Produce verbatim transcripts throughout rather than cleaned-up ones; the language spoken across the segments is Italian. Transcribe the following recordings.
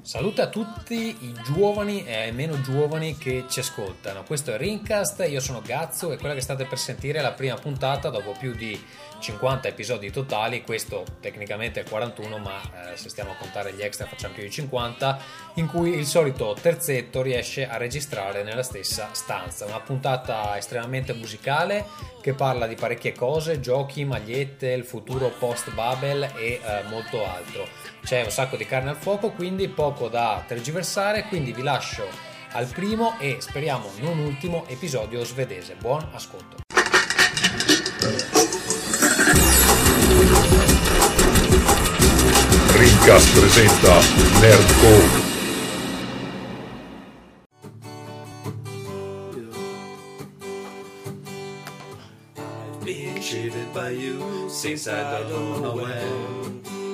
Salute a tutti i giovani e meno giovani che ci ascoltano. Questo è Rincast, io sono Gazzo e quella che state per sentire è la prima puntata dopo più di cinquanta episodi totali. Questo tecnicamente è il quarantuno, ma eh, se stiamo a contare gli extra facciamo più di cinquanta, in cui il solito terzetto riesce a registrare nella stessa stanza. Una puntata estremamente musicale che parla di parecchie cose, giochi, magliette, il futuro post-Babel e eh, molto altro. C'è un sacco di carne al fuoco, quindi poco da tergiversare, quindi vi lascio al primo e speriamo non ultimo episodio svedese. Buon ascolto. Rincast presenta Nerdcore. I've been cheated by you since I don't know when.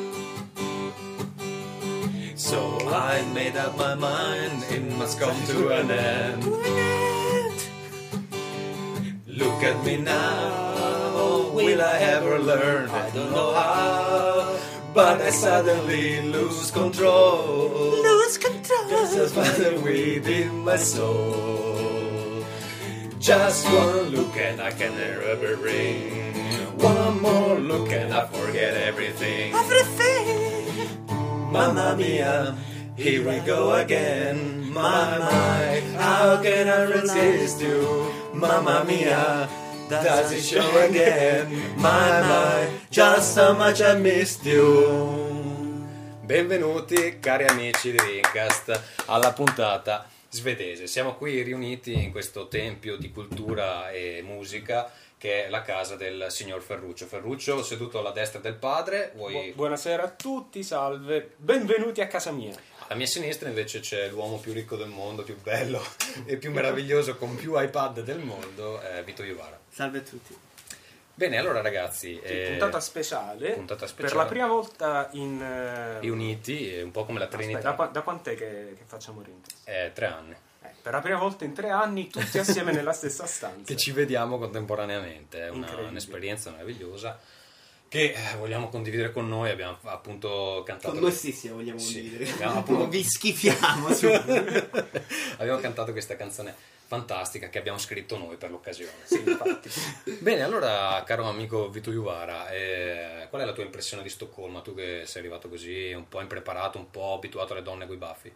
So I made up my mind, it must come to an end. Look at me now, will I ever learn? I don't know how, but I suddenly lose control. Lose control. There's a fire within my soul. Just one look and I can never ring. One more look and I forget everything. Everything. Mamma mia, here we go again. My, my, how can I resist you? Mamma mia, does it show again? My, my, just how much I missed you. Benvenuti cari amici di Rincast alla puntata svedese. Siamo qui riuniti in questo tempio di cultura e musica che è la casa del signor Ferruccio. Ferruccio seduto alla destra del padre. Vuoi... Bu- buonasera a tutti, salve, benvenuti a casa mia. Alla mia sinistra invece c'è l'uomo più ricco del mondo, più bello e più meraviglioso con più iPad del mondo, eh, Vito Iuvara. Salve a tutti. Bene, allora ragazzi, Sì, eh, puntata, speciale, puntata speciale per la prima volta in eh, riuniti, eh, un po' come la Trinità. Aspetta, da, qua- da quant'è che, che facciamo Rincast? Eh, tre anni. Eh, per la prima volta in tre anni tutti assieme nella stessa stanza. Che ci vediamo contemporaneamente, è una, Incredibile. un'esperienza meravigliosa che eh, vogliamo condividere con noi. Abbiamo appunto cantato Con noi stessi la vogliamo Sì, condividere. abbiamo appunto- Vi schifiamo su. abbiamo cantato questa canzone fantastica che abbiamo scritto noi per l'occasione. Sì, infatti. Bene, allora caro amico Vito Iuvara, eh, qual è la tua impressione di Stoccolma? Tu che sei arrivato così un po' impreparato, un po' abituato alle donne coi baffi.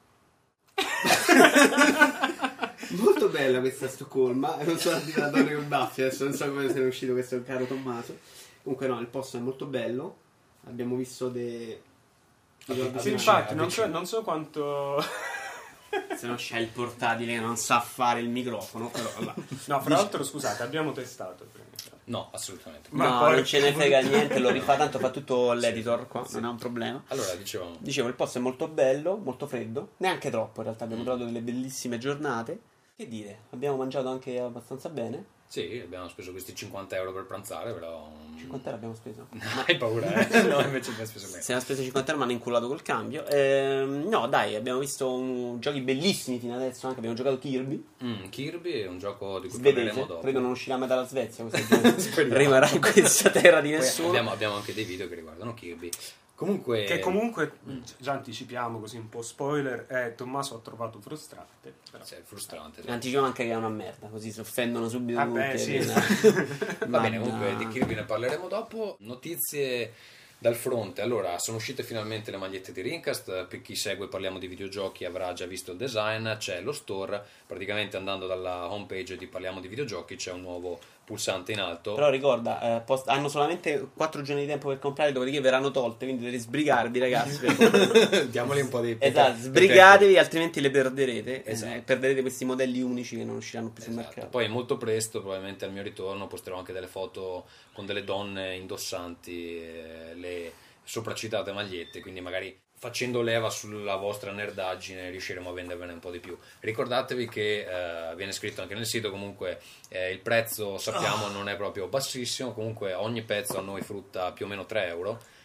Molto bella questa Stoccolma. Non so dire la donna con baffi, adesso non so come se ne è uscito questo caro Tommaso. Comunque no, il posto è molto bello. Abbiamo visto dei... Sì, infatti, non so, non so quanto... Se no c'è il portatile che non sa fare il microfono, però vabbè. No, fra l'altro, scusate, abbiamo testato prima. No, assolutamente. Ma no, poi- non ce ne frega niente, lo rifà, tanto fa tutto l'editor qua, non è un problema. Allora, dicevamo, Dicevo, il posto è molto bello, molto freddo, neanche troppo in realtà, abbiamo trovato delle bellissime giornate. Che dire, abbiamo mangiato anche abbastanza bene. sì, abbiamo speso questi cinquanta euro per pranzare, però... cinquanta euro abbiamo speso. Hai paura, eh? No, invece abbiamo speso meno. Siamo spesi cinquanta euro, ma hanno inculato col cambio. Ehm, no, dai, abbiamo visto un- giochi bellissimi fino adesso. Anche abbiamo giocato Kirby, Mm, Kirby è un gioco di cui svedese. parleremo dopo. Credo non uscirà mai dalla Svezia. Questo gioco. Speriamo. Rimarrà in questa terra di Poi nessuno. abbiamo, abbiamo anche dei video che riguardano Kirby. Comunque... Che comunque, già anticipiamo così un po' spoiler, eh, Tommaso ha trovato frustrante. Però. Sì, è frustrante. sì. Anticipiamo anche che è una merda, così si offendono subito Vabbè, tutti. sì. Va bene, Vabbè. comunque di Kirby ne parleremo dopo. Notizie dal fronte. Allora, sono uscite finalmente le magliette di Rincast. Per chi segue Parliamo di Videogiochi avrà già visto il design. C'è lo store, praticamente andando dalla homepage di Parliamo di Videogiochi c'è un nuovo pulsante in alto. Però ricorda, eh, post- hanno solamente quattro giorni di tempo per comprare, dopodiché verranno tolte, quindi dovete sbrigarvi, ragazzi. per- Diamoli un po' di... Esatto, sbrigatevi, altrimenti le perderete. Esatto. Eh, perderete questi modelli unici che non usciranno più sul Esatto. mercato. Poi molto presto, probabilmente al mio ritorno, posterò anche delle foto con delle donne indossanti eh, le sopracitate magliette, quindi magari facendo leva sulla vostra nerdaggine riusciremo a vendervene un po' di più. Ricordatevi che eh, viene scritto anche nel sito, comunque eh, il prezzo sappiamo non è proprio bassissimo, comunque ogni pezzo a noi frutta più o meno tre euro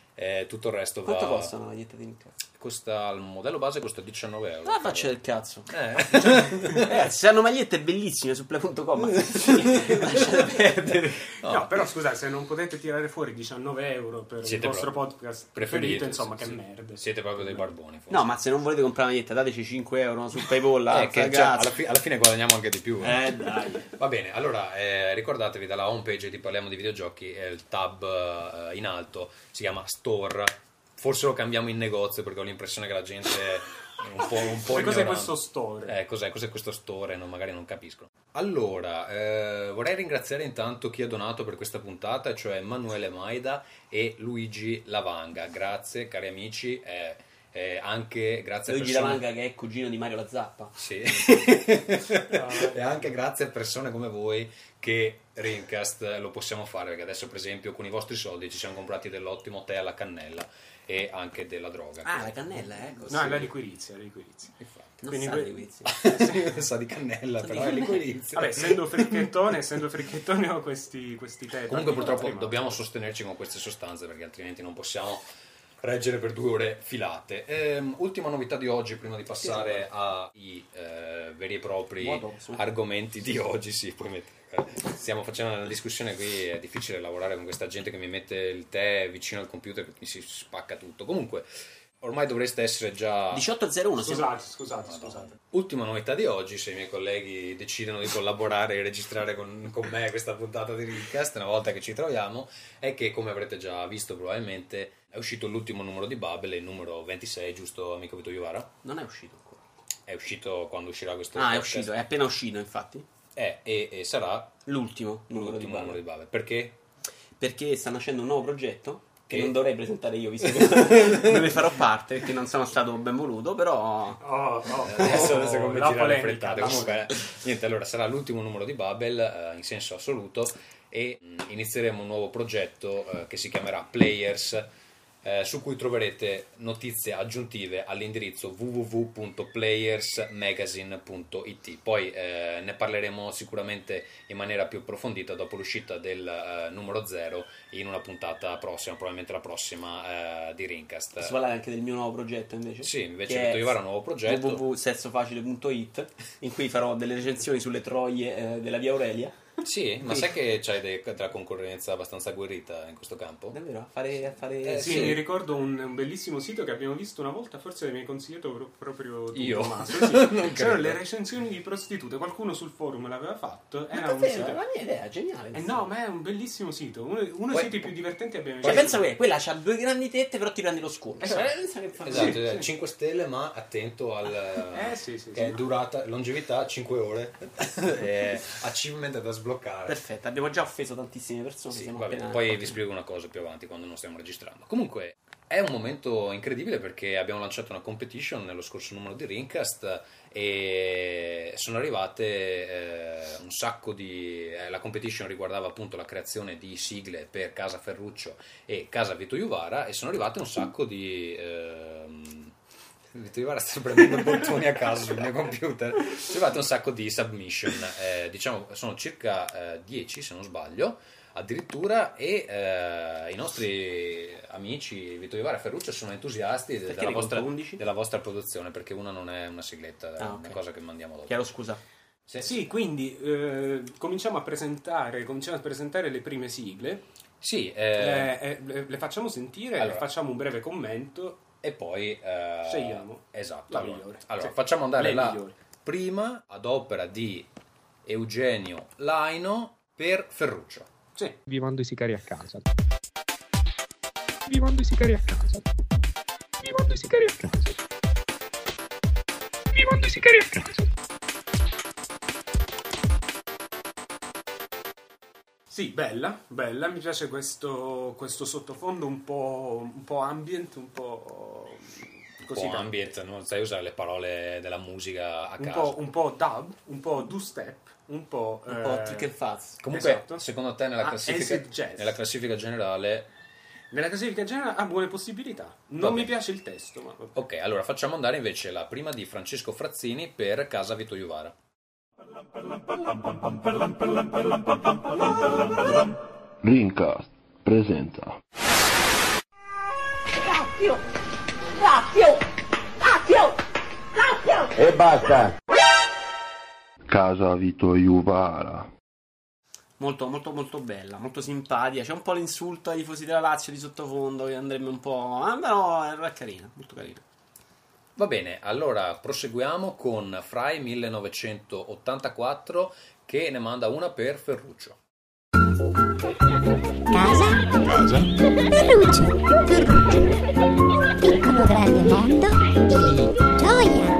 eh, tutto il resto Quanto va... costa una maglietta di Rincast? Costa, il modello base costa diciannove euro. Ah, faccia del cazzo. Eh. Ragazzi, se hanno magliette bellissime su play punto com, lasciate perdere. No, no, però scusate, se non potete tirare fuori diciannove euro per Siete il vostro proprio podcast preferito, preferito, insomma, sì, che sì. merda. Siete proprio dei barboni, forse. No, ma se non volete comprare la maglietta, dateci cinque euro su PayPal. Eh, Ah, che, cioè, cazzo. alla, fi- alla fine guadagniamo anche di più. Eh, dai. Va bene, allora eh, ricordatevi dalla homepage di Parliamo di Videogiochi, eh, il tab eh, in alto si chiama Store. Forse lo cambiamo in negozio perché ho l'impressione che la gente è un po', un po' Ma cos'è ignorante. questo store? Eh, cos'è, cos'è questo store? No, magari non capiscono. Allora, eh, vorrei ringraziare intanto chi ha donato per questa puntata, cioè Emanuele Maida e Luigi Lavanga. Grazie, cari amici. Eh, eh, anche grazie Luigi a persone... Lavanga, che è cugino di Mario La Zappa. Sì. E anche grazie a persone come voi che Rincast lo possiamo fare, perché adesso per esempio con i vostri soldi ci siamo comprati dell'ottimo tè alla cannella e anche della droga. Ah, la cannella, ecco. No, è la liquirizia, la liquirizia. Infatti. Non Quindi sa que- di quiz. Sa di cannella, Sa però di è cannella. liquirizia. Vabbè, essendo fricchettone, essendo fricchettone ho questi, questi tè. Comunque purtroppo particolari, ma- dobbiamo sostenerci con queste sostanze perché altrimenti non possiamo reggere per due ore filate. Ehm, ultima novità di oggi prima di passare ai eh, veri e propri Buono, sì. argomenti di oggi. Sì, puoi mettere. Stiamo facendo una discussione qui, è difficile lavorare con questa gente che mi mette il tè vicino al computer e mi si spacca tutto. Comunque ormai dovreste essere già... diciotto a zero uno. Scusate, scusate, scusate. Ultima novità di oggi, se i miei colleghi decidono di collaborare e registrare con, con me questa puntata di Rincast, una volta che ci troviamo, è che, come avrete già visto probabilmente, è uscito l'ultimo numero di Babel, il numero ventisei, giusto amico Vito Iuvara? Non è uscito ancora. È uscito quando uscirà questo Ah, è podcast. uscito, è appena uscito, infatti. È, e, e sarà L'ultimo numero di l'ultimo numero di Babel. Babel. Perché? Perché sta nascendo un nuovo progetto che E- non dovrei presentare io, visto che non ne farò parte, perché non sono stato ben voluto, però... Oh, oh, Adesso, oh, adesso come la girare le polemica. frettate. Comunque, niente, allora sarà l'ultimo numero di Babel eh, in senso assoluto e mh, inizieremo un nuovo progetto eh, che si chiamerà Players, eh, su cui troverete notizie aggiuntive all'indirizzo w w w punto players magazine punto i t. Poi eh, ne parleremo sicuramente in maniera più approfondita dopo l'uscita del eh, numero zero in una puntata prossima, probabilmente la prossima eh, di Rincast. Posso parlare anche del mio nuovo progetto, invece? Sì, invece Che Vito è Iuvara ha un nuovo progetto. w w w punto sessofacile punto i t, in cui farò delle recensioni sulle troie eh, della via Aurelia. Sì, ma sai che c'hai de- della concorrenza abbastanza agguerrita in questo campo? Davvero? A fare... A fare... Eh, Sì, Sì. mi ricordo un, un bellissimo sito che abbiamo visto una volta, forse mi hai consigliato pro- proprio tu, Io? Tommaso, sì. Non C'erano credo. le recensioni di prostitute, qualcuno sul forum l'aveva fatto, Ma era un davvero? sito... È la mia idea, geniale. Eh no, ma è un bellissimo sito, uno, uno Poi- dei siti più divertenti che abbiamo Cioè, visto. pensa que- quella c'ha due grandi tette, però ti prendi lo sconto. Esatto. Cioè, pensa che fa- Esatto, Sì, eh, sì. cinque stelle, ma attento al Eh sì, sì, che sì. è durata, longevità cinque ore e achievement da sbloccare. Perfetto, abbiamo già offeso tantissime persone. Sì, siamo vabbè, appena... poi vi spiego una cosa più avanti quando non stiamo registrando. Comunque è un momento incredibile perché abbiamo lanciato una competition nello scorso numero di Rincast e sono arrivate eh, un sacco di... eh, la competition riguardava appunto la creazione di sigle per Casa Ferruccio e Casa Vito Iuvara e sono arrivate un sacco di... ehm, Vito Iuvara sta premendo bottoni a caso sul mio computer. Sono arrivate un sacco di submission, eh, diciamo sono circa eh, dieci se non sbaglio addirittura, e eh, i nostri amici Vito Iuvara e Ferruccio sono entusiasti de- Perché della ne vostra, conto undici? della vostra produzione, perché una non è una sigletta, è Ah, una ok. cosa che mandiamo dopo. Chiedo scusa. Sì, Sì, quindi eh, cominciamo a presentare cominciamo a presentare le prime sigle, Sì, eh, le, eh, le- le facciamo sentire allora. e facciamo un breve commento. e poi eh, Scegliamo esatto. la Allora, migliore. allora, Sì. facciamo andare Le la migliori. prima ad opera di Eugenio Laino per Ferruccio. Sì. Vi mando i sicari a casa. Vi mando i sicari a casa. Vi mando i sicari a casa. Vi mando i sicari a casa. Sì, bella, bella, mi piace questo, questo sottofondo un po', un po' ambient, un po' così. Un po' da- ambient, non sai usare le parole della musica a un caso. po', un po' dub, un po' doo-step, un po'... Un po' eh, trick and fuzz. Comunque, esatto. secondo te nella Ah, classifica, acid jazz. nella classifica generale... Nella classifica generale ha buone possibilità. Non Vabbè. mi piace il testo, ma... Ok, allora facciamo andare invece la prima di Francesco Frazzini per Casa Vito Iuvara. Rincast presenta Lazio! Lazio! Lazio! Lazio! E basta! Casa Vito Juvara. Molto, molto, molto bella, molto simpatica. C'è un po' l'insulto ai tifosi della Lazio di sottofondo che andrebbe un po'. Ah, però era carina, molto carina. Va bene, allora proseguiamo con Fry millenovecentottantaquattro che ne manda una per Ferruccio. Casa. Casa. Ferruccio. Ferruccio. Piccolo grande mondo di gioia.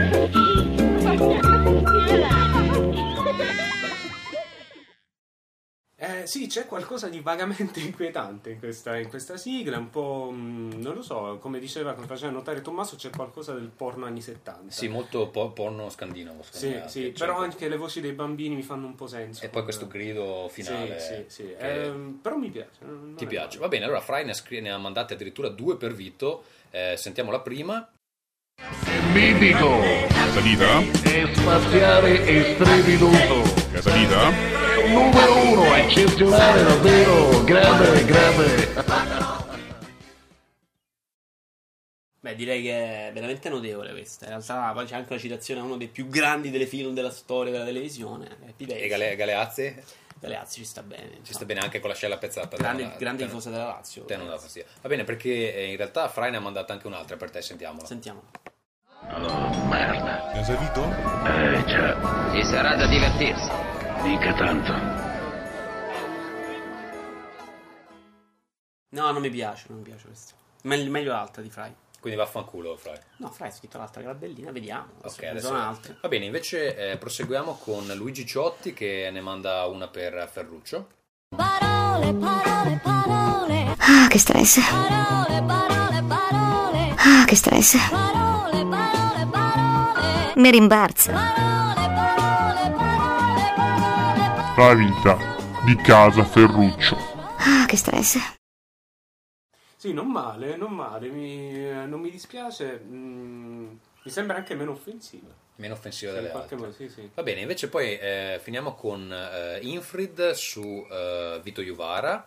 Eh, sì, c'è qualcosa di vagamente inquietante in questa, in questa sigla, un po', mh, non lo so, come diceva, come faceva notare Tommaso, c'è qualcosa del porno anni settanta. Sì, molto po- porno scandinavo. Sì, me, sì, però anche le voci dei bambini mi fanno un po' senso. E poi questo grido finale. Sì, sì, sì. Che... Eh, però mi piace. Non Ti piace? male. Va bene, allora Fry ne ha, scri- ne ha mandate addirittura due per Vito. Eh, sentiamo la prima. Mitico. Salita. E spaziale e strepitoso. Salita. Numero uno, eccezionale, davvero, grande, grande. Beh, direi che è veramente notevole questa. In realtà poi c'è anche una citazione a uno dei più grandi telefilm della storia della televisione. Happy Days. E Gale- Galeazzi? Galeazzi ci sta bene. Ci sta bene anche con la scella pezzata. Grande, Te- grande te- tifosa della Lazio. Te non dà fastidio. Va bene, perché eh, in realtà Fry ne ha mandata anche un'altra per te, sentiamola. Sentiamo. Oh, merda. Casa Vito? Eh, già. Ci sarà da divertirsi. Mica tanto. No, non mi piace, non mi piace questo. Me- meglio l'altra di Fry. Quindi vaffanculo, Fry. No, Fry ha scritto l'altra che è la bellina, vediamo. Ok, ne adesso sono altre. va bene, invece eh, proseguiamo con Luigi Ciotti che ne manda una per Ferruccio. Parole, parole, parole. Ah, che stress. Parole, parole, parole. Ah, che stress. Parole, parole, parole. Mi rimbalza. Parole, parole, parole, parole. La vita di Casa Ferruccio. Ah, che stress. Sì, non male, non male, mi, non mi dispiace, mm, mi sembra anche meno offensiva. Meno offensiva Sì, delle in qualche altre. modo, sì, sì. Va bene, invece poi eh, finiamo con eh, Infrid su eh, Vito Juvara.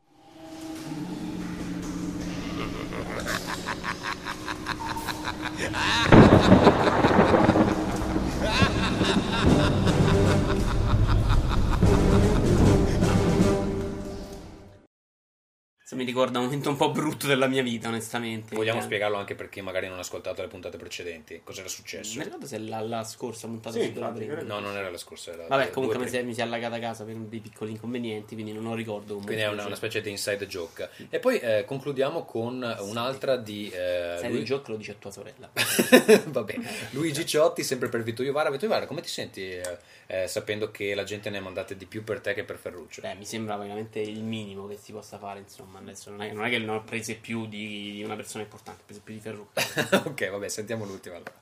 Mi ricorda un momento un po' brutto della mia vita, onestamente. Vogliamo Eh. spiegarlo anche per chi magari non ha ascoltato le puntate precedenti. Cos'era successo? Mi ricordo se la, la scorsa puntata Sì, su della infatti, prima. credo. No, non era la scorsa. Era Vabbè, due comunque mi si, è, prima. mi si è allagata a casa per dei piccoli inconvenienti, quindi non lo ricordo comunque. Quindi è una, una specie di inside joke. E poi eh, concludiamo con un'altra di... Eh, Sai, lui- il gioco lo dice a tua sorella. Va bene. Luigi Ciotti, sempre per Vito Juvara. Vito Juvara, come ti senti eh, eh, sapendo che la gente ne ha mandate di più per te che per Ferruccio? Beh, mi sembra veramente il minimo che si possa fare, insomma. Adesso non è, non è che ne ho prese più di una persona importante, ho preso più di Ferruccio. Ok, vabbè, sentiamo l'ultima allora.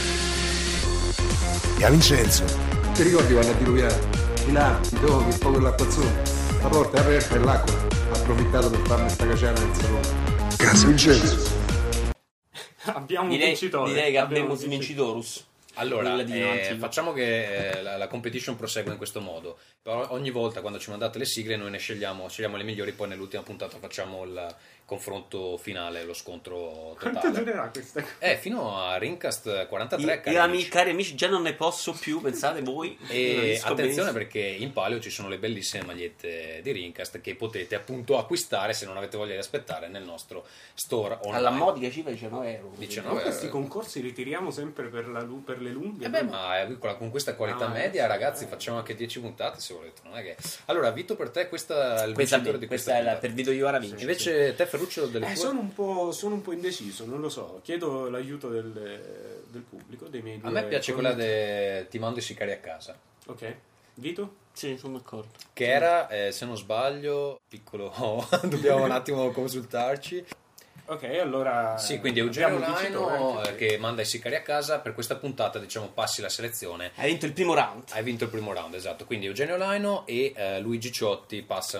Via Vincenzo, ti ricordi quando a diluviare? I lati, i doghi, un po' quell'acquazzone. La porta è aperta e l'acqua. Ha approfittato per farmi sta caciana nel salone. Casa Vincenzo. Abbiamo direi, un vincitore. direi che abbiamo abbiamo un vincitorus. Allora, Il latino eh, antico. facciamo che eh, la, la competition prosegue in questo modo. Però ogni volta quando ci mandate le sigle noi ne scegliamo, scegliamo le migliori, poi nell'ultima puntata facciamo il confronto finale, lo scontro Quanto totale. durerà questa cosa? Eh, fino a Rincast quarantatré, Io, cari io, amici. amici, cari amici, già non ne posso più, pensate voi. Non E riesco attenzione benissimo. perché in palio ci sono le bellissime magliette di Rincast che potete appunto acquistare se non avete voglia di aspettare nel nostro store online. Alla modica cifra diciannove euro. diciannove Ma questi euro. concorsi li tiriamo sempre per, la, lu- per le lunghe? Eh beh, ma eh, con, con questa qualità Ah, media, sì, ragazzi, eh. facciamo anche dieci puntate se volete. Non è che... Allora, Vito, per te questa è il Questa, vincitore di questa, questa è la, puntata. per Vito Juvara vince. Invece te, Ferruccio, delle Eh, tue... sono un, po', sono un po' indeciso, non lo so. Chiedo l'aiuto del, del pubblico, dei miei A due me piace quella commenti. de Ti mando i sicari a casa. Ok. Vito? Sì, sono d'accordo. Che era, eh, se non sbaglio, piccolo... dobbiamo un attimo consultarci. Ok, allora... Sì, quindi Eugenio abbiamo un vincitore Laino anche eh, che manda i sicari a casa. Per questa puntata, diciamo, passi la selezione. Hai vinto il primo round. Hai vinto il primo round, esatto. Quindi Eugenio Laino e eh, Luigi Ciotti passano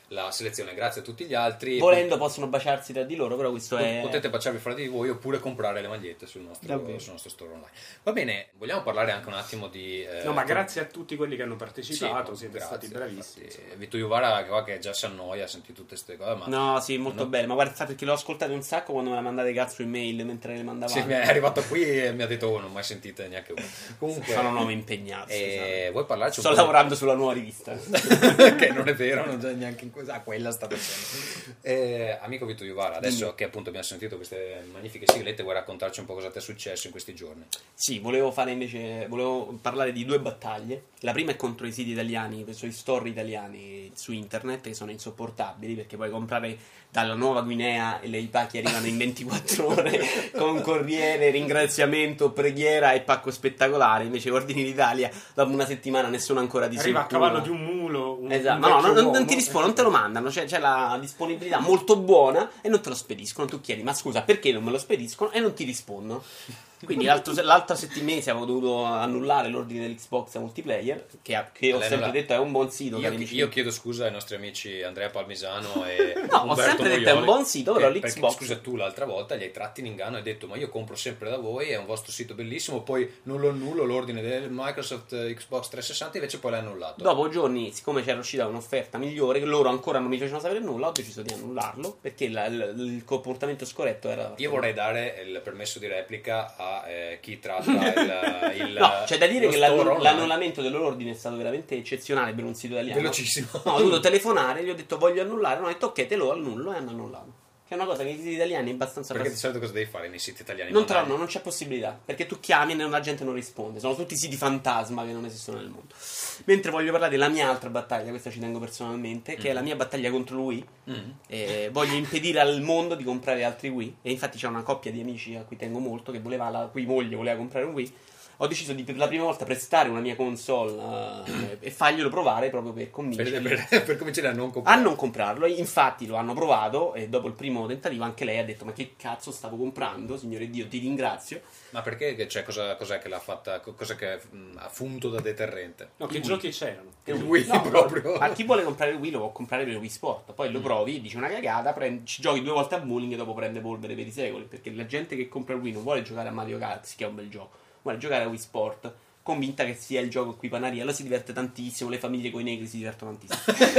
la selezione grazie a tutti gli altri. Volendo possono baciarsi tra di loro, però questo Pot- è... Potete baciarvi fra di voi oppure comprare le magliette sul nostro, sul nostro store online. Va bene, vogliamo parlare anche un attimo di... Eh, no, ma grazie a tutti quelli che hanno partecipato, sì, siete grazie, stati bravissimi. Infatti, Vito Iuvara che, che già si annoia a sentire tutte queste cose. Ma no, sì, molto no. bello. Ma guarda, perché l'ho ascoltato un sacco quando me la mandate cazzo in mail mentre le mandavate. Sì, mi è arrivato qui e mi ha detto oh, non mai sentite neanche uno. Comunque sono nomi impegnati. Eh, vuoi parlarci Sto un lavorando po'? sulla nuova rivista. Che non è vero, non c'è neanche in cosa. Ah, quella sta facendo. Eh, amico Vito Iuvara, adesso Dimmi. che appunto abbiamo sentito queste magnifiche siglette, vuoi raccontarci un po' cosa ti è successo in questi giorni? Sì, volevo fare invece, volevo parlare di due battaglie. La prima è contro i siti italiani, i store italiani su internet, che sono insopportabili perché puoi comprare dalla Nuova Guinea e le i pacchi arrivano in ventiquattro ore con corriere, ringraziamento, preghiera e pacco spettacolare. Invece ordini d'Italia dopo una settimana nessuno ancora di arriva a cavallo di un mulo, un, esatto. un no, no, non, uomo. non ti rispondono, non te lo mandano, cioè c'è la disponibilità molto buona e non te lo spediscono. Tu chiedi ma scusa perché non me lo spediscono e non ti rispondono. Quindi l'altro, l'altra settimana avevo dovuto annullare l'ordine dell'Xbox multiplayer, che, che ho Lei sempre non detto è un buon sito. Io, amici. io chiedo scusa ai nostri amici Andrea Palmisano e no, Umberto ho sempre Moioli, detto è un buon sito, però che, l'Xbox perché, scusa, tu l'altra volta li hai tratti in inganno e hai detto ma io compro sempre da voi, è un vostro sito bellissimo, poi non lo annullo l'ordine del Microsoft Xbox trecentosessanta, invece poi l'hai annullato. Dopo giorni, siccome c'era uscita un'offerta migliore, che loro ancora non mi facevano sapere nulla, ho deciso di annullarlo perché la, il, il comportamento scorretto era... Io vorrei dare il permesso di replica a eh, chi tratta il, il no, c'è da dire lo che store l'annu- online. l'annullamento dell'ordine è stato veramente eccezionale per un sito italiano. Velocissimo. No, ho dovuto telefonare, gli ho detto voglio annullare, non ho detto ok, te lo annullo e hanno annullato. Che è una cosa che i siti italiani è abbastanza... Perché di solito cosa devi fare nei siti italiani? Non, tra, no, non c'è possibilità, perché tu chiami e la gente non risponde. Sono tutti siti fantasma che non esistono nel mondo. Mentre voglio parlare della mia altra battaglia, questa ci tengo personalmente, che mm. è la mia battaglia contro il Wii. Mm. Eh, voglio impedire al mondo di comprare altri Wii. E infatti c'è una coppia di amici a cui tengo molto, che voleva, la cui moglie voleva comprare un Wii. Ho deciso di per la prima volta prestare una mia console uh, e farglielo provare proprio per convincerli per, per, per cominciare a non comprarlo. a non comprarlo. Infatti lo hanno provato e dopo il primo tentativo anche lei ha detto ma che cazzo stavo comprando, signore Dio, ti ringrazio. Ma perché? Cioè, cosa, cos'è che l'ha fatta, cos'è che mh, ha funto da deterrente? No, che Il giochi c'erano? Il Wii, no, proprio. A chi vuole comprare il Wii lo può comprare per il Wii Sport, poi lo provi, dice una cagata, prendi, ci giochi due volte a bowling e dopo prende polvere per i secoli, perché la gente che compra il Wii non vuole giocare a Mario Kart, che è un bel gioco, vuole giocare a Wii Sport, convinta che sia il gioco qui Panariello, si diverte tantissimo, le famiglie con i negri si divertono tantissimo.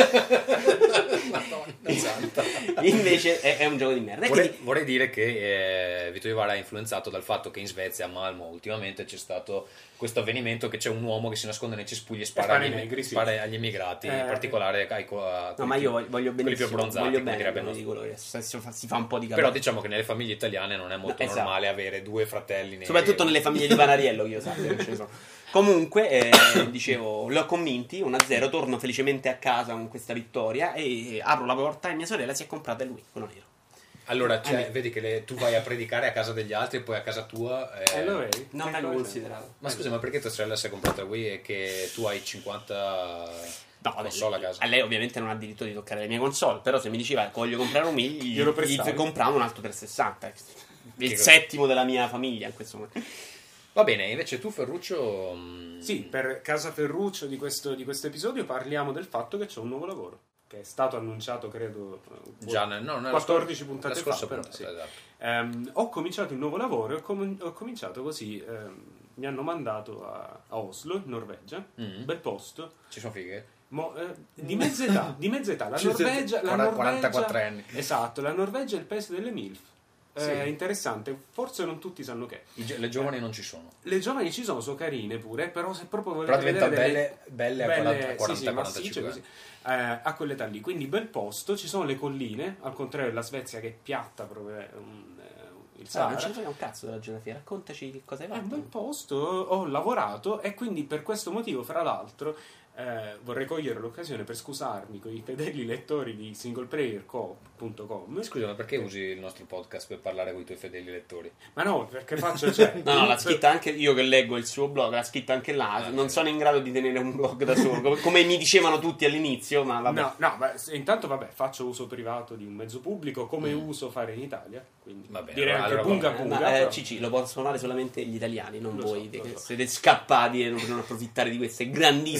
Madonna santa. Invece è, è un gioco di merda. Vorrei, quindi... vorrei dire che eh, Vito Iuvara è influenzato dal fatto che in Svezia, a Malmo, ultimamente c'è stato questo avvenimento che c'è un uomo che si nasconde nei cespugli e spara, spara agli, negri, sì. spara agli immigrati, eh, in particolare ai, a, no, ma io voglio, voglio quelli più benissimo, abbronzati, voglio come bene, direbbe il non nostro. dico che si fa, si fa un po' di Però capo. diciamo che nelle famiglie italiane non è molto no, esatto. normale avere due fratelli neri. Soprattutto nelle famiglie di Panariello, che io sappia che ce ne sono. Comunque, eh, dicevo, li ho convinti, uno a zero, torno felicemente a casa con questa vittoria e apro la porta e mia sorella si è comprata il Wii, quello nero. Allora, cioè, eh, vedi che le, tu vai a predicare a casa degli altri e poi a casa tua... Eh, Eh, lo vedi? Non l'avevo considerato. ma scusa, ma perché tua sorella si è comprata il Wii e che tu hai cinquanta No, console a casa? A lei ovviamente non ha diritto di toccare le mie console, però se mi diceva voglio comprare un Wii, gli, Glielo gli prestavo. compravo un altro trecentosessanta. Il Che settimo della mia famiglia in questo momento. Va bene, invece tu Ferruccio... mh, Sì, per Casa Ferruccio di questo, di questo episodio parliamo del fatto che c'è un nuovo lavoro che è stato annunciato credo Già nel, no, nella quattordeci scor- puntate la scorsa fa, però, puntata, sì. esatto. Ehm, ho cominciato il nuovo lavoro e ho, com- ho cominciato così, ehm, mi hanno mandato a, a Oslo, in Norvegia, Mm. bel posto. Ci sono fighe? Mo, eh, di mezza età, di mezza età. La Ci- Norvegia, la quaranta- Norvegia, quarantaquattro anni. Esatto, la Norvegia è il paese delle MILF. È Sì. interessante, forse non tutti sanno che. I gi- le giovani non ci sono. Le giovani ci sono, sono carine pure, però se proprio volete Però diventano vedere belle, belle, a belle, quaranta, sì, quaranta, sì, quarantacinque massicce, così, eh, a quell'età lì. Quindi bel posto, ci sono le colline, al contrario della Svezia che è piatta proprio è un, eh, il Ah, Sahara. non ce ne frega un cazzo della geografia, raccontaci che cosa hai È un fatto. bel posto, ho lavorato e quindi per questo motivo, fra l'altro, eh, vorrei cogliere l'occasione per scusarmi con i fedeli lettori di singleplayercoop punto com. Scusa, ma perché usi il nostro podcast per parlare con i tuoi fedeli lettori? Ma no, perché faccio... Cioè, No, no, l'ha scritta anche io che leggo il suo blog, l'ha scritta anche là. Ah, non sì. sono in grado di tenere un blog da solo, come, come mi dicevano tutti all'inizio, ma vabbè. No, no, ma se- intanto vabbè, faccio uso privato di un mezzo pubblico come Mm. uso fare in Italia, quindi Va bene, direi allora- anche allora punga va- Eh, punga. ma eh, però- Cici, lo possono fare solamente gli italiani, non Lo voi, so, lo che so. siete scappati e non, non approfittare di queste grandissime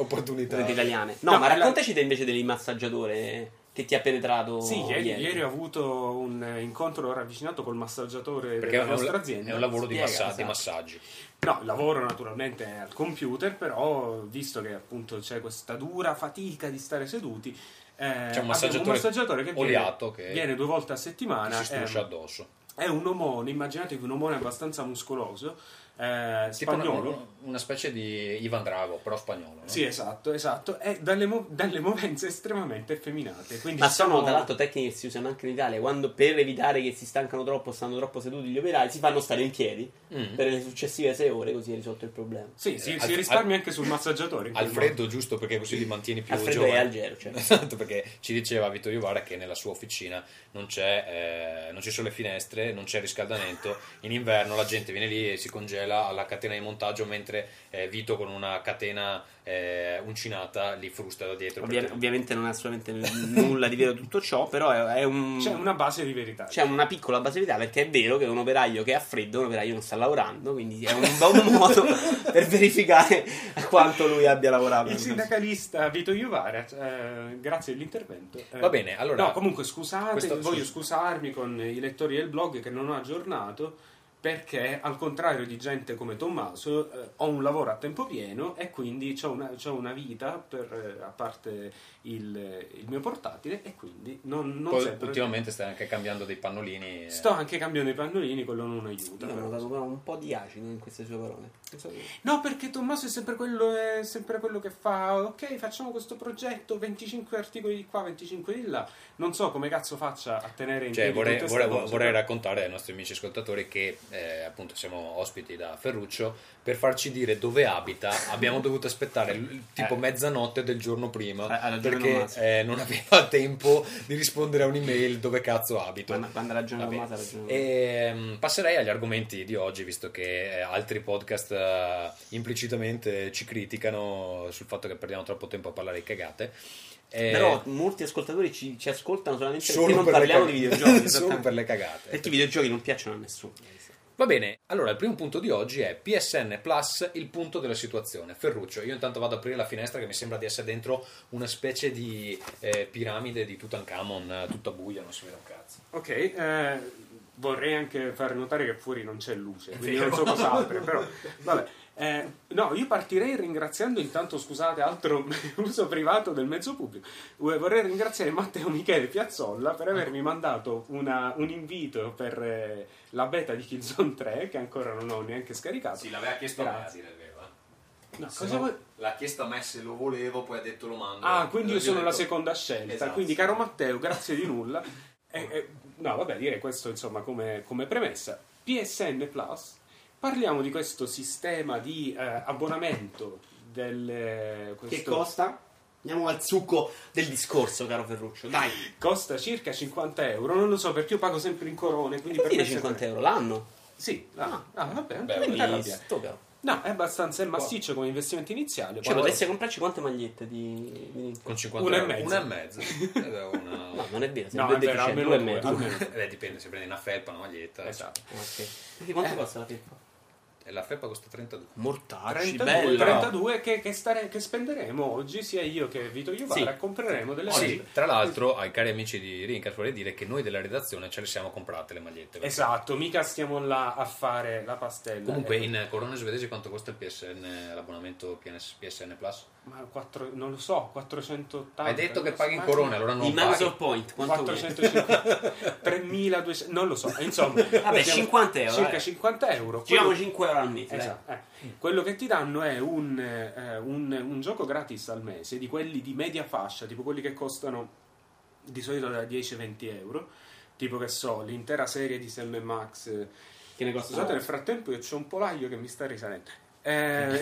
opportunità italiane. No, No, ma la- raccontaci te invece dell'massaggiatore che ti ha penetrato Sì, ieri, ieri. ieri ho avuto un incontro ravvicinato col massaggiatore perché della è un, nostra azienda. è un lavoro di, Spiega, massa- esatto. di massaggi. No, il lavoro naturalmente è al computer, però visto che appunto c'è questa dura fatica di stare seduti, eh, C'è un abbiamo massaggiatore un massaggiatore che viene, oliato che- viene due volte a Che settimana. si struscia è- addosso. È un omone, immaginatevi un omone abbastanza muscoloso, eh, Tipo una, spagnolo. una specie di Ivan Drago, però spagnolo. No? Sì, esatto, esatto. E dalle, mo- dalle movenze estremamente effeminate. Quindi Ma sono sono tra l'altro tecniche che si usano anche in Italia, quando per evitare che si stancano troppo, stanno troppo seduti gli operai, si fanno stare in piedi Mm. per le successive sei ore, così è risolto il problema. Sì, si, Eh, si al- risparmia anche sul massaggiatore. in quel Al freddo, giusto, perché così li mantieni più Alfredo giovani. è Algero, certo. Esatto, perché ci diceva Vittorio Vara che nella sua officina non c'è, eh, non ci sono le finestre, non c'è riscaldamento. In inverno la gente viene lì e si congela alla catena di montaggio, mentre eh, Vito con una catena eh, uncinata li frusta da dietro. Ovvia- perché- ovviamente non è assolutamente nulla di vero tutto ciò, però è, è un... C'è una base di verità. C'è una piccola base di verità, perché è vero che un operaio che ha freddo, un operaio non sta lavorando, quindi è un buon modo per verificare quanto lui abbia lavorato. Il sindacalista Vito Iuvara, eh, grazie dell'intervento. Eh, Va bene, allora- No, comunque scusate, questo- voglio scusa. scusarmi con i lettori del blog che non ho aggiornato, perché al contrario di gente come Tommaso eh, ho un lavoro a tempo pieno e quindi ho una, c'ho una vita per, eh, a parte il, il mio portatile, e quindi non, non Poi sempre... ultimamente stai anche cambiando dei pannolini. eh. Sto anche cambiando i pannolini, quello non aiuta. Io ho però. notato però un po' di acido in queste sue parole. Penso che- No, perché Tommaso è sempre quello, è sempre quello che fa, ok, facciamo questo progetto, venticinque articoli di qua, venticinque di là. Non so come cazzo faccia a tenere in Cioè, piedi vorrei, tutte vorrei- ste cose, vorrei però- raccontare ai nostri amici ascoltatori che eh, appunto siamo ospiti da Ferruccio. Per farci dire dove abita abbiamo dovuto aspettare l- tipo Eh. mezzanotte del giorno prima, Ha- ha ragione perché Tommaso. eh, non aveva tempo di rispondere a un'email dove cazzo abito. Quando, quando ha ragione Va bene. Tommaso ha ragione. Ehm, passerei agli argomenti di oggi, visto che eh, altri podcast eh, implicitamente ci criticano sul fatto che perdiamo troppo tempo a parlare di cagate. Eh, Però molti ascoltatori ci, ci ascoltano solamente solo perché non per le parliamo cag- di videogiochi. solo esattamente. per le cagate. Perché i videogiochi non piacciono a nessuno. Va bene, allora il primo punto di oggi è P S N Plus, il punto della situazione. Ferruccio, io intanto vado ad aprire la finestra che mi sembra di essere dentro una specie di eh, piramide di Tutankhamon, eh, tutta buia, non si vede un cazzo. Ok, eh, vorrei anche fare notare che fuori non c'è luce, quindi vero. non so cosa apre, però vabbè. Eh, no, io partirei ringraziando intanto, scusate, altro uso privato del mezzo pubblico. Eh, Vorrei ringraziare Matteo Michele Piazzolla per avermi mandato una- un invito per eh, la beta di Killzone tre, che ancora non ho neanche scaricato. Sì, l'aveva chiesto Grazie. a me, a dire il vero. eh. No, Se cosa no, vuoi- l'ha chiesto a me se lo volevo, poi ha detto lo mando. Ah, quindi io Gli ho sono la detto- seconda scelta. Esatto, Quindi, sì. caro Matteo, grazie di nulla. E- e- no, vabbè, direi questo insomma come, come premessa. P S N Plus, parliamo di questo sistema di eh, abbonamento del, eh, Che questo- costa? Andiamo al succo del discorso, caro Ferruccio. Dai, costa circa cinquanta euro. Non lo so perché io pago sempre in corone. Quindi che per dire me cinquanta sempre- euro l'anno? Sì, ah, ah, vabbè, Beh, non ti quindi arrabbiare. Sto cavolo. No, è abbastanza è massiccio come investimento iniziale. Cioè, poi- potresti comprarci quante magliette di... di... Con cinquanta Una e euro. mezza. Una e mezza. Ed è una- No, non è vero, sei No, due è vero, deficienti, almeno due e due, mezzo. almeno. Eh, dipende se prendi una felpa, una maglietta. Esatto. Ok. Quindi quanto Eh. costa la felpa? E la felpa costa trentadue. Mortacci, trentadue, bella. trentadue che, che, stare- che spenderemo oggi, sia io che Vito Iuvara, Sì. compreremo delle Sì, magliette. tra l'altro, ai cari amici di Rincas vorrei dire che noi della redazione ce le siamo comprate le magliette. perché- Esatto, mica stiamo là a fare la pastella. Comunque Eh, in corone svedesi quanto costa il P S N, l'abbonamento P S N Plus? ma quattro, non lo so, quattrocentottanta. Hai detto che non so, paghi in ma- corone, allora non Il paghi. Microsoft Point, quanto vuoi? quattrocentocinquanta tremiladuecento, non lo so, insomma. Vabbè, siamo- cinquanta euro, Circa eh. cinquanta euro. Giriamo Quello- cinque euro al mese. dai. Esatto, eh. Quello che ti danno è un, eh, un, un gioco gratis al mese, di quelli di media fascia, tipo quelli che costano di solito da dieci venti euro, tipo che so, l'intera serie di Sam e Max. eh, Che ne costa? Scusate, nel frattempo io c'ho un polaio che mi sta risalendo. Eh,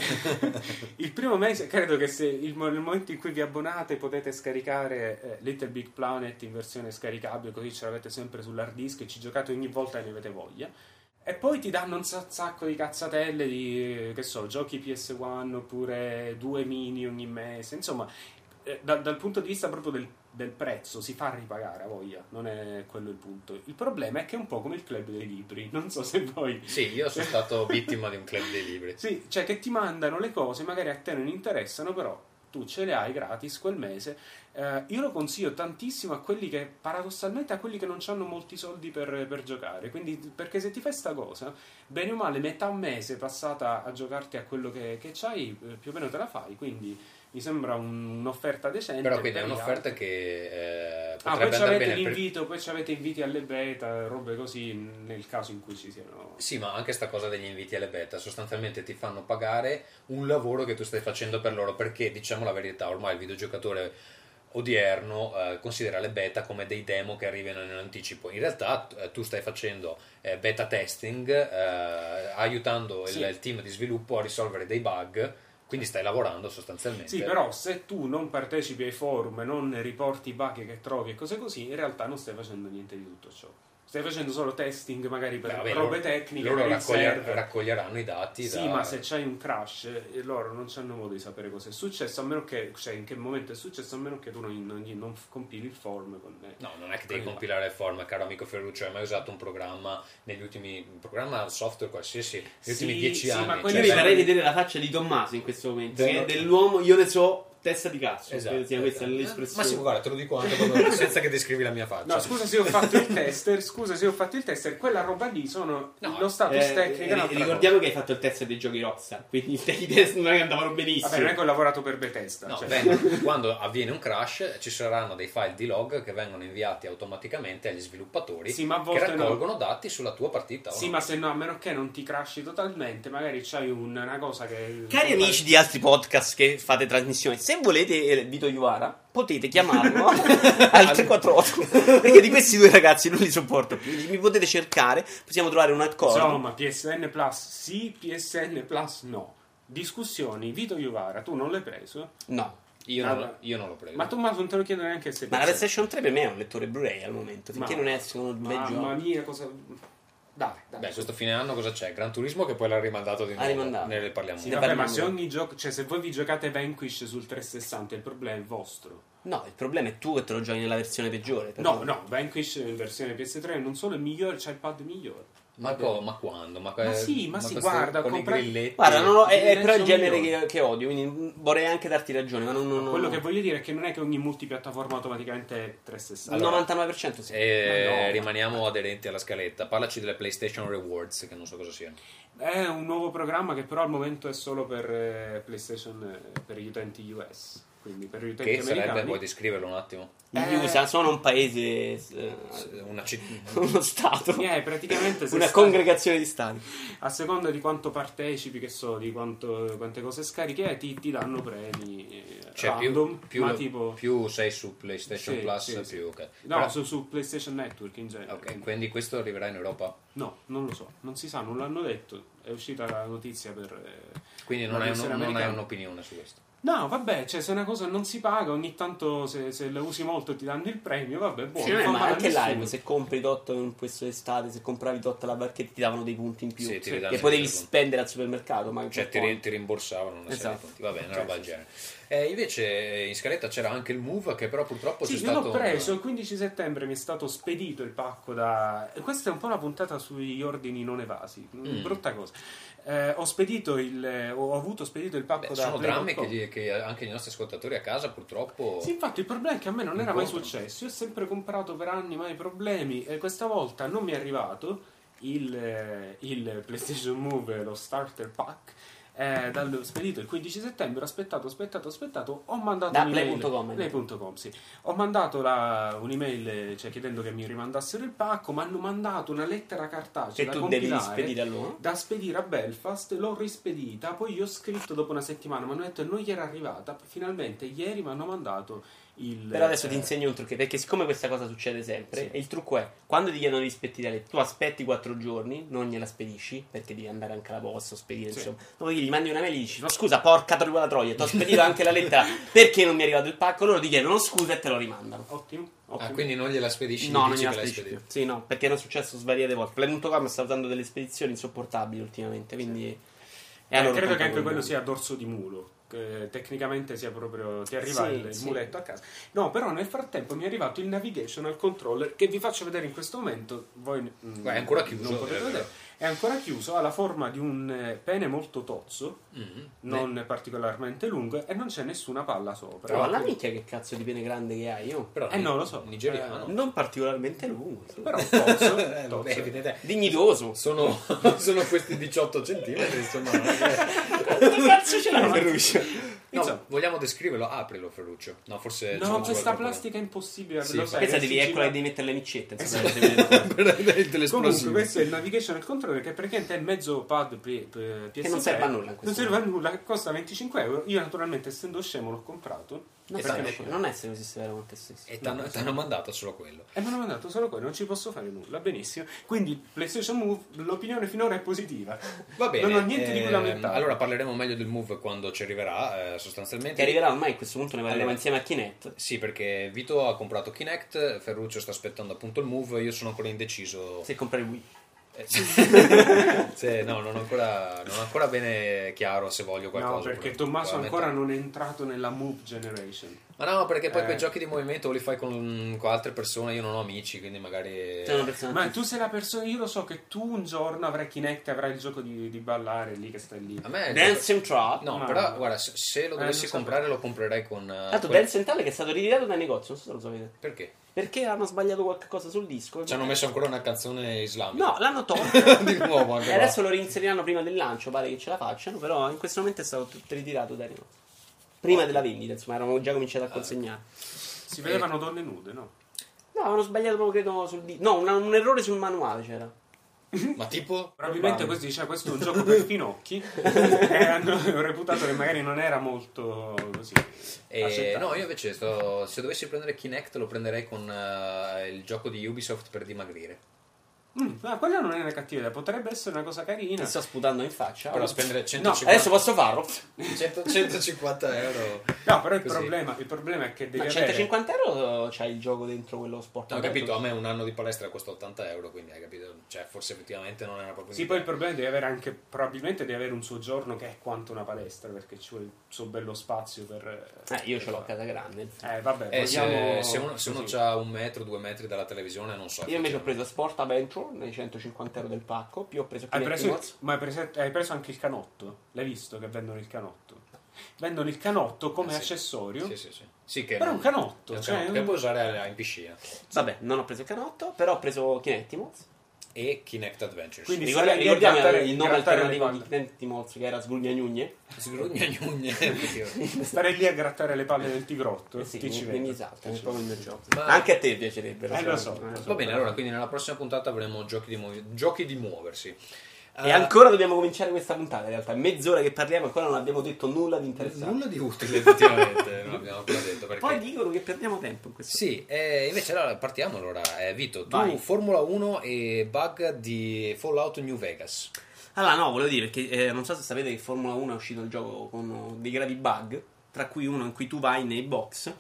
il primo mese, credo che se il, mo- nel momento in cui vi abbonate potete scaricare eh, Little Big Planet in versione scaricabile, così ce l'avete sempre sull'hard disk e ci giocate ogni volta che ne avete voglia. E poi ti danno un sa- sacco di cazzatelle di, che so, giochi P S uno oppure due mini ogni mese. Insomma, eh, da- dal punto di vista proprio del, del prezzo si fa ripagare a voglia, non è quello il punto. Il problema è che è un po' come il club dei libri, non so se voi... Sì, io sono stato vittima di un club dei libri. Sì, cioè che ti mandano le cose, magari a te non interessano, però tu ce le hai gratis quel mese. Eh, io lo consiglio tantissimo a quelli che, paradossalmente, a quelli che non hanno molti soldi per, per giocare. Quindi, perché se ti fai sta cosa, bene o male, metà mese passata a giocarti a quello che, che c'hai, eh, più o meno te la fai. Quindi mi sembra un, un'offerta decente. Però quindi per è gli un'offerta altri. che eh, Ah, potrebbe poi andare c'avete bene per- l'invito, poi c'avete inviti alle beta, robe così, nel caso in cui ci siano. Sì, ma anche sta cosa degli inviti alle beta, sostanzialmente ti fanno pagare un lavoro che tu stai facendo per loro, perché diciamo la verità, ormai il videogiocatore odierno eh, considera le beta come dei demo che arrivano in anticipo. In realtà eh, tu stai facendo eh, beta testing, eh, aiutando Sì. il, il team di sviluppo a risolvere dei bug, quindi stai lavorando sostanzialmente. Sì, però se tu non partecipi ai forum e non riporti i bug che trovi e cose così, in realtà non stai facendo niente di tutto ciò. Stai facendo solo testing magari per Beh, vabbè, robe loro- tecniche, loro per il raccoglie- server. raccoglieranno i dati Sì, da- ma se c'hai un crash, eh, loro non hanno modo di sapere cosa è successo, a meno che, cioè in che momento è successo, a meno che tu non, non, non compili il form con me. No, non è che devi compilare il form, caro amico Ferruccio. Hai mai usato un programma negli ultimi un programma software qualsiasi negli Sì, ultimi dieci sì, anni? ma Cioè, io mi farei vedere la faccia di Tommaso in questo momento. Vero. Che dell'uomo io ne so testa di cazzo. Esatto, Credo sia questa esatto. l'espressione. Ma sì, guarda, te lo dico anche proprio senza che descrivi la mia faccia. No, scusa se ho fatto il tester, scusa se ho fatto il tester, quella roba lì sono lo status Eh, tecnico. è ri- un'altra ricordiamo cosa. che hai fatto il test dei giochi Rockstar, quindi i test non è che andavano benissimo. Vabbè, non è che ho lavorato per Bethesda. No, cioè. vengono- quando avviene un crash ci saranno dei file di log che vengono inviati automaticamente agli sviluppatori Sì, ma a che volte no. raccolgono dati sulla tua partita. o Sì, no? ma se no, a meno che non ti crashi totalmente, magari c'hai un- una cosa che. Cari amici di altri podcast che fate trasmissioni, se volete eh, Vito Iuvara, potete chiamarlo al tre quattro otto, perché di questi due ragazzi non li sopporto più. Mi potete cercare, possiamo trovare un accordo. Insomma, P S N Plus sì, P S N Plus no. Discussioni, Vito Iuvara, tu non l'hai preso? No. Io, Ah, non, io non l'ho preso. Ma Tommaso non te lo chiedo neanche se. Ma la PlayStation tre per me è un lettore Blu-ray al momento, finché Ma- non escono due Mamma giochi. mia, cosa. Dai, dai. Beh, questo fine anno cosa c'è? Gran Turismo che poi l'ha rimandato di nuovo. rimandato. Ne parliamo. Sì, Ne vabbè, ma parliamo se dopo. ogni gioco. Cioè, se voi vi giocate Vanquish sul trecentosessanta, il problema è vostro. No, il problema è tu che te lo giochi nella versione peggiore. però. No, no, Vanquish in versione P S tre non solo è migliore, c'è il pad migliore. Ma, co- ma quando? Ma, Ma sì, ma sì, queste- guarda, con i compra- grilletti. Guarda, no, no, è, è però il Sono genere migliori. che, che odio, quindi vorrei anche darti ragione, ma non, non, Quello non- che voglio dire è che non è che ogni multipiattaforma automaticamente è trecentosessanta. il novantanove per cento sì. E Ma no. rimaniamo aderenti alla scaletta. Parlaci delle PlayStation Rewards, che non so cosa siano. È un nuovo programma che però al momento è solo per eh, PlayStation, eh, per gli utenti U S, quindi per gli utenti Che sarebbe, americani. vuoi descriverlo un attimo? Gli Eh. U S A sono un paese, eh, Una città. uno stato, Eh, praticamente se una stai- congregazione di stati. a seconda di quanto partecipi, che so, di quanto, quante cose scarichi, eh, ti, ti danno premi eh, Cioè, più, random, più, ma tipo. più sei su PlayStation Sì, Plus, sì, più sì. ok. No, Però- su, su PlayStation Network in genere. ok, quindi questo arriverà in Europa. No, non lo so, non si sa, non l'hanno detto. È uscita la notizia per. eh, Quindi non la hai, versione un- non hai americana. un'opinione su questo. No, vabbè, cioè se una cosa non si paga, ogni tanto se, se la usi molto ti danno il premio, vabbè, buono. Sì, non fa ma male a anche nessuno. live, se compri tot in questo estate, se compravi tot alla barchetta ti davano dei punti in più Sì, ti che ridanno potevi dei punti. spendere al supermercato, ma Cioè ti, ri- ti rimborsavano una serie Esatto. di punti. Va bene, una Sì, roba sì, del genere. Eh, invece in scaletta c'era anche il Move, che però purtroppo Sì, c'è io stato... l'ho preso, il quindici settembre mi è stato spedito il pacco da... e questa è un po' la puntata sugli ordini non evasi, Mm. brutta cosa. Eh, ho spedito il... ho avuto spedito il pacco Beh, da sono Play drammi punto com. che, gli- che anche i nostri ascoltatori a casa purtroppo... Sì, infatti il problema è che a me non era mai Incontrano. successo. Io ho sempre comprato per anni mai problemi e questa volta non mi è arrivato il, eh, il PlayStation Move, lo starter pack. Eh, dal spedito il quindici settembre, ho aspettato, aspettato, aspettato, ho mandato Da un'email, play punto com, play punto com, sì. Ho mandato la, un'email, cioè chiedendo che mi rimandassero il pacco, mi hanno mandato una lettera cartacea che da tu devi compilare, spedire a loro. da spedire a Belfast, l'ho rispedita, poi io ho scritto dopo una settimana, mi hanno detto che non gli era arrivata, finalmente ieri mi hanno mandato il... Però adesso eh, ti insegno un trucco, perché siccome questa cosa succede sempre, Sì. e il trucco è, quando ti chiedono di spedire, tu aspetti quattro giorni, non gliela spedisci, perché devi andare anche alla posta, spedire, Sì. insomma. Dopodiché gli mandi una mail e gli dici, no scusa, porca troia la troia, ti ho spedito anche la lettera, perché non mi è arrivato il pacco? Loro ti chiedono scusa e te lo rimandano. Ottimo, ottimo. Ah, quindi non gliela spedisci, No, gli non dici gliela che l'hai spedisci spedita. più. Sì, no, perché è successo svariate volte. play punto com sta usando delle spedizioni insopportabili ultimamente, quindi... è a Eh, loro credo che colpa anche quello quella. sia a dorso di mulo. Che tecnicamente sia proprio ti arriva Sì, il, il sì. muletto a casa. No, però nel frattempo mi è arrivato il navigational controller che vi faccio vedere in questo momento. Voi mm, Ma è ancora chiuso, non potete eh, vedere. È è ancora chiuso, ha la forma di un eh, pene molto tozzo, Mm-hmm. non Beh. particolarmente lungo, e non c'è nessuna palla sopra. Però la minchia che cazzo di pene grande che hai io? Però, eh no, lo so. Nigeriano. Eh, non particolarmente lungo. Però tozzo. eh, tozzo. Beh, evidente. Dignitoso. Sono, sono questi diciotto centimetri, insomma. Che cazzo ce l'ha Ferruccio? No, Insomma. vogliamo descriverlo? Aprilo, Ferruccio. No, forse... No, questa plastica è impossibile. Sì, lo sai, questa è devi, eccola, sigillata. devi mettere le micette. Comunque questo è il navigation controller, che praticamente è il mezzo pad P S tre, che non serve a nulla in non serve a nulla, costa venticinque euro. Io naturalmente, essendo scemo, l'ho comprato. Non, perché non, non essere così severo con te stesso. E t'hanno, t'hanno mandato solo quello. E mi hanno mandato solo quello, non ci posso fare nulla. Benissimo. Quindi PlayStation Move, l'opinione finora è positiva. Va bene. Non ho niente eh, di cui lamentare. Allora parleremo meglio del Move quando ci arriverà, eh, sostanzialmente. Che arriverà ormai a questo punto, ne parleremo Allora, insieme a Kinect. Sì, perché Vito ha comprato Kinect, Ferruccio sta aspettando appunto il Move, io sono ancora indeciso. Se comprare Wii. Eh, sì. Sì, no, non ho ancora non ho ancora bene chiaro se voglio qualcosa. No, perché Tommaso ancora non è entrato nella Move Generation. Ma no, perché poi Eh. quei giochi di movimento li fai con, con altre persone, io non ho amici, quindi magari... Ma tu sei la persona, io lo so che tu un giorno avrai Kinect e avrai il gioco di, di ballare lì che stai lì. A me Dance and Trot. No, Ma- però guarda, se, se lo Eh, dovessi non so comprare lo comprerei con... uh, Tanto quel- Dance and Trot che è stato ritirato dai negozi, non so se lo sapete. Perché? Perché hanno sbagliato qualcosa sul disco. Ci hanno messo ancora una canzone islamica. No, l'hanno tolto. Di nuovo anche E qua. adesso lo reinseriranno prima del lancio, pare che ce la facciano, però in questo momento è stato tutto ritirato dai negozi. Prima della vendita, insomma, eravamo già cominciati a consegnare. Si vedevano donne nude, no? No, avevano sbagliato proprio, credo, sul disco. No, una- un errore sul manuale c'era. Ma tipo? Probabilmente questo diceva questo è un gioco per finocchi e hanno reputato che magari non era molto così. E accettato. no, io invece sto, se dovessi prendere Kinect lo prenderei con uh, il gioco di Ubisoft per dimagrire. Mm, ah, quella non è una cattiva idea, potrebbe essere una cosa carina. Ti sto sputando in faccia. Però spendere No, centocinquanta adesso posso farlo. cento centocinquanta euro. No, però il Così. problema, il problema è che devi Ma avere centocinquanta euro c'hai il gioco dentro quello sport. No, ho aperto? capito, a me un anno di palestra costa ottanta euro, quindi hai capito? Cioè, forse effettivamente non era proprio... Sì, poi il problema è che devi avere anche, probabilmente devi avere un soggiorno che è quanto una palestra, perché ci vuole il suo bello spazio per... Eh, io ce l'ho a casa grande. Eh, vabbè, Eh, se, vogliamo... se uno, se uno così. ha un metro, due metri dalla televisione, non so. Io invece ho preso Sport Adventure nei centocinquanta euro del pacco, più ho preso Hai Kinect preso, Mods. ma hai preso, hai preso anche il canotto? L'hai visto che vendono il canotto? Vendono il canotto come Eh, sì. accessorio, Sì, sì, sì. Sì, che però è un canotto, è un cioè canotto un- che puoi usare in piscina. Vabbè, non ho preso il canotto, però ho preso Kinect Mods. E Kinect Adventures. Quindi Ricorda- sarei lì a ricordiamo grattare- il nome grattare le alternativo di palle. Kinect Mods, che era Sgrugnagnugnie. Sgrugnagnugna. Starei lì a grattare le palle del tigrotto. Eh sì, Chi ci mi, vede? mi esalta, è proprio il mio gioco. Ma- Anche a te piacerebbe. Eh, lo so. Va bene, allora, quindi nella prossima puntata avremo giochi di, muovi- giochi di muoversi. E Eh, ancora dobbiamo cominciare questa puntata, in realtà. È mezz'ora che parliamo, ancora non abbiamo detto nulla di interessante. nulla di utile, effettivamente, non abbiamo ancora detto perché. Poi dicono che perdiamo tempo in questo. Sì, eh, invece allora partiamo allora, eh, Vito, tu Vai. Formula uno e bug di Fallout New Vegas. Allora, no, volevo dire, perché eh, non so se sapete che Formula uno è uscito il gioco con dei gravi bug, tra cui uno in cui tu vai nei box,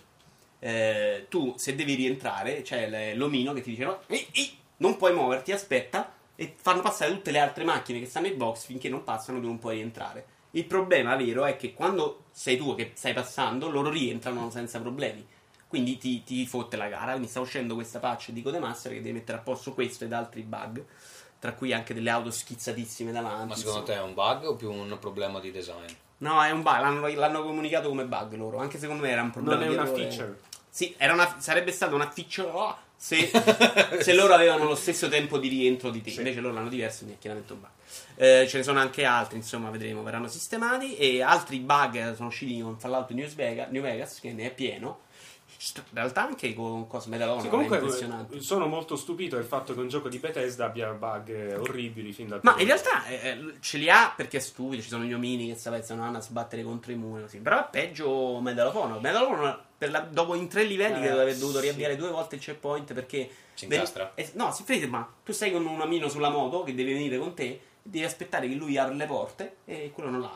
eh, tu se devi rientrare, c'è l- l'omino che ti dice no, "Ehi, ehi, non puoi muoverti, aspetta", e fanno passare tutte le altre macchine che stanno nei box, finché non passano tu non puoi rientrare. Il problema vero è che quando sei tu che stai passando, loro rientrano senza problemi. Quindi ti, ti fotte la gara. Quindi sta uscendo questa patch di Codemaster che deve mettere a posto questo ed altri bug, tra cui anche delle auto schizzatissime davanti. Ma secondo insomma. te è un bug o più un problema di design? No, è un bug, l'hanno, l'hanno comunicato come bug loro. Anche secondo me era un problema. Non è di una errore. feature. Sì, era una, sarebbe stata una feature oh, se, se loro avevano lo stesso tempo di rientro di te. Sì. Invece loro l'hanno diverso, quindi è chiaramente un bug. Eh, ce ne sono anche altri, insomma, vedremo, verranno sistemati. E altri bug sono usciti con Fallout New Vegas, New Vegas che ne è pieno. In realtà anche con Cosmo Medalona Sì, è comunque impressionante. sono molto stupito del fatto che un gioco di Bethesda abbia bug eh, orribili fin dal Ma primo. in realtà eh, ce li ha perché è stupido, ci sono gli omini che sapessano a sbattere contro i muri così. Però è peggio Medal of Honor. Medal of Honor per la- dopo in tre livelli Eh, credo di aver dovuto sì. riavviare due volte il checkpoint perché Si incastra? eh, no, si ferma. Tu sei con un omino sulla moto che deve venire con te, devi aspettare che lui apra le porte e quello non la apre.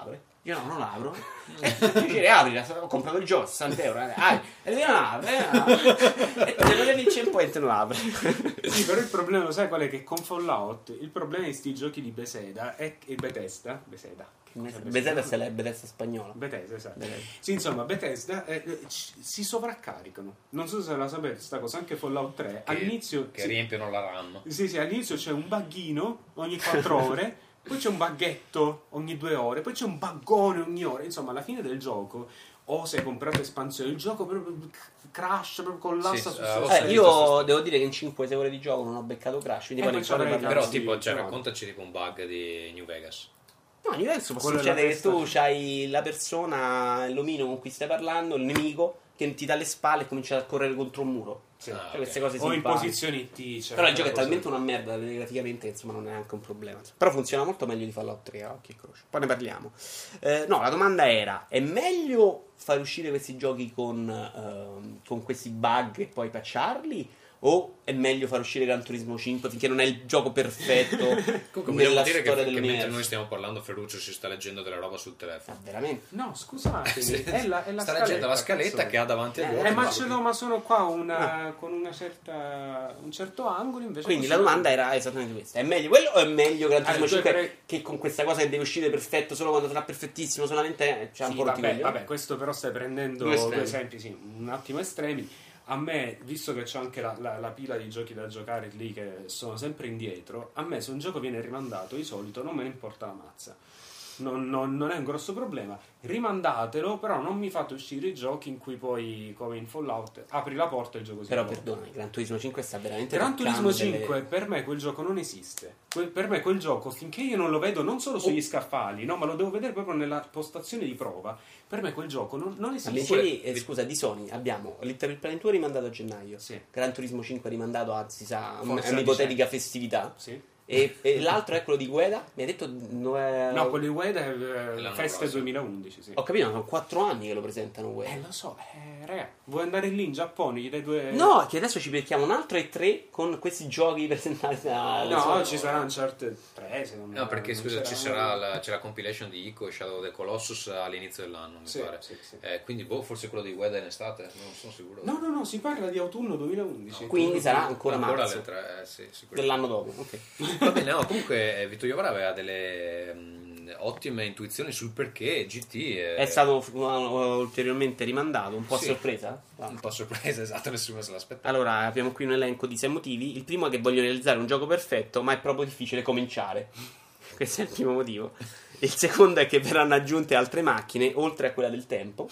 Io no, non l'apro. E tu dici, apri, ho comprato il gioco, sessanta euro. Eh, ah, e lui non apre. Eh, e te lo devi il poi e te lo apri. Sì, però il problema, lo sai qual è? Che con Fallout il problema di sti giochi di Bethesda è che Bethesda, Bethesda. Bethesda se l'è Bethesda spagnola. Bethesda, esatto. Bethesda. Sì, insomma, Bethesda eh, eh, c- si sovraccaricano. Non so se la sapete sta cosa, anche Fallout tre Che, all'inizio che sì, riempiono la RAM. Sì, sì, all'inizio c'è un buggino ogni quattro ore, poi c'è un buggetto ogni due ore, poi c'è un buggone ogni ora. Insomma, alla fine del gioco, o se hai comprato espansione, il gioco proprio crash, proprio collassa Sì, su uh, Eh, io devo dire che in cinque sei ore di gioco non ho beccato crash, quindi Eh, poi poi ne c'avrei- parliamo. Però sì, tipo, cioè, però- raccontaci tipo un bug di New Vegas. No, io penso può Quello è succedere la che tu testa. c'hai la persona, l'omino con cui stai parlando, il nemico, che ti dà le spalle e comincia a correre contro un muro. Sì. Ah, Cioè, ok. queste cose O in simpatiche. posizioni T. Cioè, Però il gioco è cosa- talmente una merda da vedere graficamente, insomma, non è neanche un problema. Però funziona molto meglio di Fallout tre, a occhio e croce. Poi ne parliamo. Eh, no, la domanda era: è meglio far uscire questi giochi con, ehm, con questi bug e poi patcharli? O è meglio far uscire Gran Turismo cinque finché non è il gioco perfetto Comunque nella vogliamo dire che, storia che mentre dell'universo? noi stiamo parlando Ferruccio si sta leggendo della roba sul telefono. Ah, veramente? No, scusatemi, è la, è la sta scaletta, leggendo la scaletta cazzo. che ha davanti a Eh, lui. Eh, ma, ce l'ho, ma sono qua una, con una certa, un certo angolo invece. Quindi così- la domanda era esattamente questa: è meglio quello o è meglio Gran Turismo Ah, cioè, cinque per- che con questa cosa che deve uscire perfetto solo quando sarà perfettissimo solamente eh, c'è un Sì, po' rotto i vabbè, coglioni? vabbè, questo però stai prendendo Due due estremi. esempi, sì, un attimo estremi. A me, visto che c'ho anche la, la- la pila di giochi da giocare lì che sono sempre indietro, a me se un gioco viene rimandato di solito non me ne importa la mazza. Non, non- non è un grosso problema. Rimandatelo, però non mi fate uscire i giochi in cui poi, come in Fallout, apri la porta e il gioco si Però blocca. perdonami, Gran Turismo cinque sta veramente Gran toccando Turismo delle- cinque per me quel gioco non esiste. Que- per me quel gioco, finché io non lo vedo non solo sugli scaffali, no, ma lo devo vedere proprio nella postazione di prova, per me quel gioco non, non Ma esiste. mi dicevi, eh, scusa, di Sony abbiamo Little Big Planet due rimandato a gennaio, Sì. Gran Turismo cinque rimandato a, si sa, Forse a a un'ipotetica festività, Sì. e, e l'altro è quello di Gueda, mi hai detto dove... No, quello di Ueda è eh, L'anno Feste prossimo. duemilaundici, sì. Ho capito, sono quattro anni che lo presentano Gueda. Eh, lo so, eh, raga, vuoi andare lì in Giappone, gli dai due... No, che adesso ci becchiamo un altro E tre con questi giochi presentati da... No, ci sarà Uncharted tre, secondo me. No, perché non scusa, c'era- ci sarà la, c'è la compilation di Ico e Shadow of the Colossus all'inizio dell'anno, mi Sì, pare. sì, sì. Eh, quindi, boh, forse quello di Gueda in estate, non sono sicuro. No, no, no, si parla di autunno duemilaundici. Quindi sarà ancora, Ancora marzo alle tre, eh, sì, sicuramente. dell'anno dopo, ok. Va bene, no, comunque eh, Vito Iovara aveva delle mh, ottime intuizioni sul perché G T è, È stato uh, ulteriormente rimandato, un po' a Sì. sorpresa? un po' sorpresa, esatto, nessuno se l'aspettava. Allora, abbiamo qui un elenco di sei motivi. Il primo è che voglio realizzare un gioco perfetto, ma è proprio difficile cominciare. Questo è il primo motivo. Il secondo è che verranno aggiunte altre macchine, oltre a quella del tempo.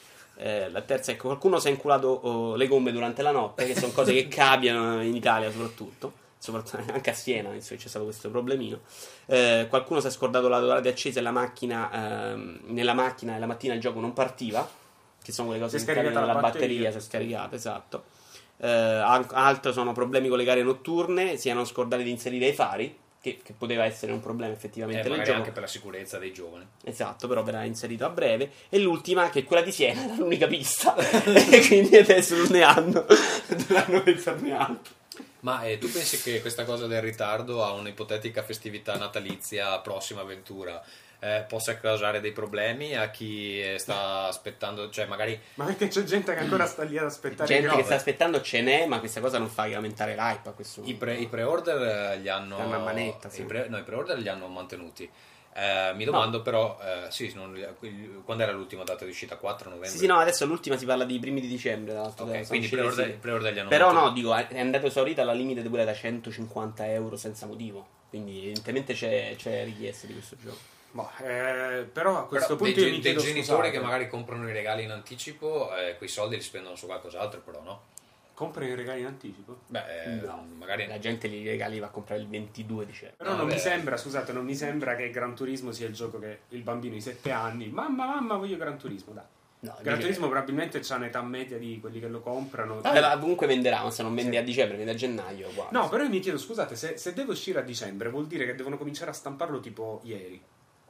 Eh, la terza è che qualcuno si è inculato oh, le gomme durante la notte, che sono cose che cambiano in Italia soprattutto. Soprattutto anche a Siena, insomma, c'è stato questo problemino. Eh, qualcuno si è scordato la dorata accesa e la macchina, ehm, nella macchina e la mattina il gioco non partiva, che sono quelle cose Si è che cambiano scaricata nella la batteria, batteria. si è scaricata, esatto. Eh, al- altro sono problemi con le gare notturne, si erano scordati di inserire i fari, che, che poteva essere un problema effettivamente Eh, nel magari gioco. anche per la sicurezza dei giovani. Esatto, però verrà inserito a breve. E l'ultima, che è quella di Siena, era l'unica pista, e quindi adesso non ne hanno, dovranno pensarne altro. Ma eh, tu pensi che questa cosa del ritardo a un'ipotetica festività natalizia, prossima avventura, eh, possa causare dei problemi a chi eh, sta aspettando, cioè magari... Ma perché c'è gente che ancora sta lì ad aspettare Gente che- che sta aspettando ce n'è, ma questa cosa non fa aumentare l'hype a questo I, punto. pre- i pre-order eh, li hanno... È una manetta, sì. i pre- no, i pre-order li hanno mantenuti. Eh, mi domando però, eh, sì, non, quando era l'ultima data di uscita? quattro novembre? Sì, sì, no, adesso l'ultima si parla di primi di dicembre. Dall'altro Ok, sono quindi uscite, pre-order- sì. pre-order li hanno Però mantenuti. no, dico, è andato esaurita la limite quella da centocinquanta euro senza motivo. Quindi evidentemente c'è, c'è richiesta di questo gioco. Boh, eh, però a questo Però punto dei, io mi dei chiedo genitori scusate, che magari comprano i regali in anticipo, eh, quei soldi li spendono su qualcos'altro, però no? comprano i regali in anticipo? Beh, eh, No, magari la gente li regali va a comprare il ventidue dicembre. Però No, non vabbè. mi sembra, scusate, non mi sembra che Gran Turismo sia il gioco che il bambino di sette anni, mamma, mamma, voglio Gran Turismo, dai. No, Gran dice- Turismo probabilmente c'ha un'età media di quelli che lo comprano. Vabbè, ma comunque venderà, ma se non vende Sì. a dicembre, vende a gennaio. Uguale. No, però io mi chiedo, scusate, se, se deve uscire a dicembre vuol dire che devono cominciare a stamparlo tipo ieri.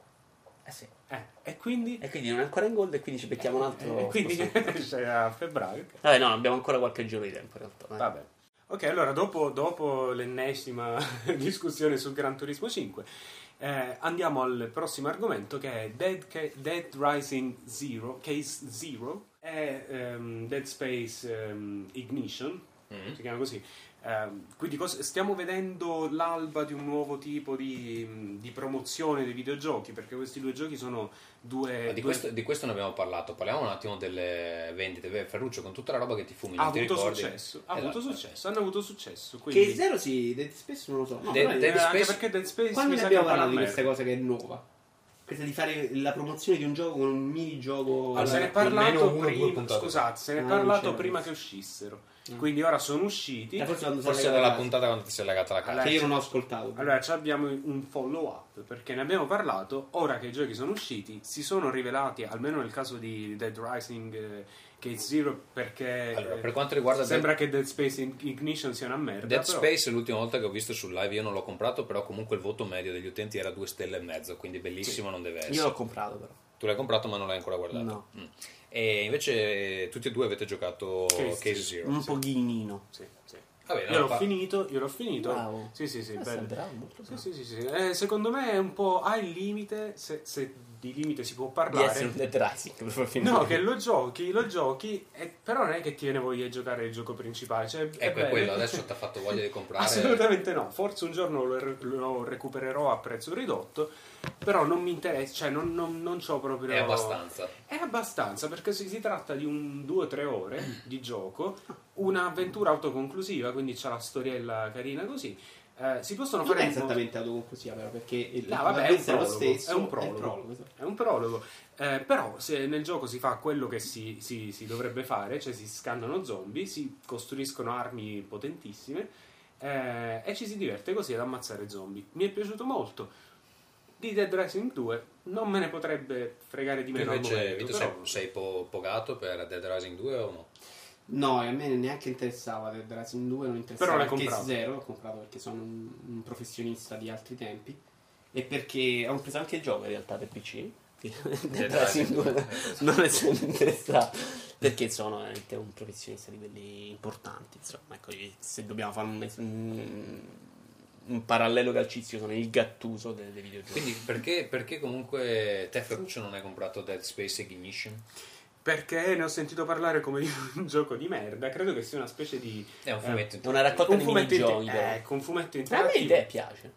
Eh sì. Eh, e quindi? E quindi non è ancora in gold e quindi ci becchiamo un altro. E quindi sposto. esce a febbraio. ok. Vabbè, no, abbiamo ancora qualche giorno di tempo in realtà. dai. Vabbè. Ok, allora dopo, dopo l'ennesima discussione su Gran Turismo cinque, Eh, andiamo al prossimo argomento, che è Dead, Dead Rising Zero, Case Zero, è um, Dead Space um, Ignition, mm-hmm. si chiama così. Um, quindi cos- stiamo vedendo l'alba di un nuovo tipo di, di promozione dei videogiochi, perché questi due giochi sono due... Di, due... Questo, di questo ne abbiamo parlato, parliamo un attimo delle vendite. Ferruccio, con tutta la roba che ti fumi, ha non ti avuto ricordi? successo, ha Esatto. avuto successo, hanno avuto successo. Quindi... Che Zero sì, Dead Space non lo so. No, Dead, però- Dead eh, Space... anche perché Dead Space Quando mi ne sa abbiamo che parlato di merda. questa cosa che è nuova? Questa di fare la promozione di un gioco con un minigioco. Allora, se ne è almeno parlato uno o due prima, puntate. scusate, se ne è Ah, parlato non c'era prima questo. che uscissero. Mm. Quindi ora sono usciti. Eh, forse quando Forse sei dalla alla puntata quando ti sei legata alla casa. Allora, che io non ho ascoltato. Allora, ci abbiamo un follow up perché ne abbiamo parlato. Ora che i giochi sono usciti, si sono rivelati, almeno nel caso di Dead Rising eh, Case Zero, perché Allora, eh, per quanto riguarda sembra che Dead Space Ignition sia una merda. Dead però... Space l'ultima volta che ho visto sul live, io non l'ho comprato, però comunque il voto medio degli utenti era due stelle e mezzo, quindi bellissimo, Sì. non deve essere. Io l'ho comprato però. Tu l'hai comprato ma non l'hai ancora guardato. No. Mm. E invece eh, tutti e due avete giocato Case Case, Zero. Zero. Un pochinino. Sì, sì. Vabbè, Io no, l'ho fa- finito, io l'ho finito. Bravo. Sì, sì, sì, Eh, sei bello. bravo, molto bravo. Sì, sì, sì, sì. Eh, secondo me è un po' ha il limite, se, se di limite si può Di parlare. essere un Dead Rising per far finire. No, che lo giochi, lo giochi, e, però non è che ti viene voglia di giocare il gioco principale. Cioè, è Ecco, è bello. quello, adesso ti ha fatto voglia di comprare. Assolutamente no, forse un giorno lo, lo recupererò a prezzo ridotto, però non mi interessa, cioè non, non, non c'ho proprio... È abbastanza. È abbastanza, perché si, si tratta di un due o tre ore di gioco, un'avventura autoconclusiva, quindi c'ha la storiella carina così. Eh, si possono Non fare è un po'- esattamente autoconclusiva, però, perché il No, vabbè, è un l'avventura lo prologo, stesso, è un prologo, È, il prologo, esatto. è un prologo. Eh, però se nel gioco si fa quello che si, si- si dovrebbe fare, cioè si scannano zombie, si costruiscono armi potentissime eh, e ci si diverte così ad ammazzare zombie. Mi è piaciuto molto. Di Dead Rising due non me ne potrebbe fregare di Tu meno al invece, momento, Vito, però- sei, sei po- pogato per Dead Rising due o no? No, e a me neanche interessava Dead Rising due, non interessava Però l'hai Case comprato. Zero, l'ho comprato perché sono un, un professionista di altri tempi e perché Ho preso anche il gioco in realtà per P C. Dead Dead Rising Rising due non essendo interessato perché sono veramente un professionista di quelli importanti. Insomma, ecco, se dobbiamo fare un, un, un parallelo calcistico, sono il Gattuso dei, dei videogiochi. Quindi perché, perché comunque te Ferruccio non hai comprato Dead Space Ignition? Perché ne ho sentito parlare come di un gioco di merda. Credo che sia una specie di... È un fumetto È una raccolta un di fumetto minigiochi. inter- però. ecco, un fumetto A me interattivo. l'idea piace.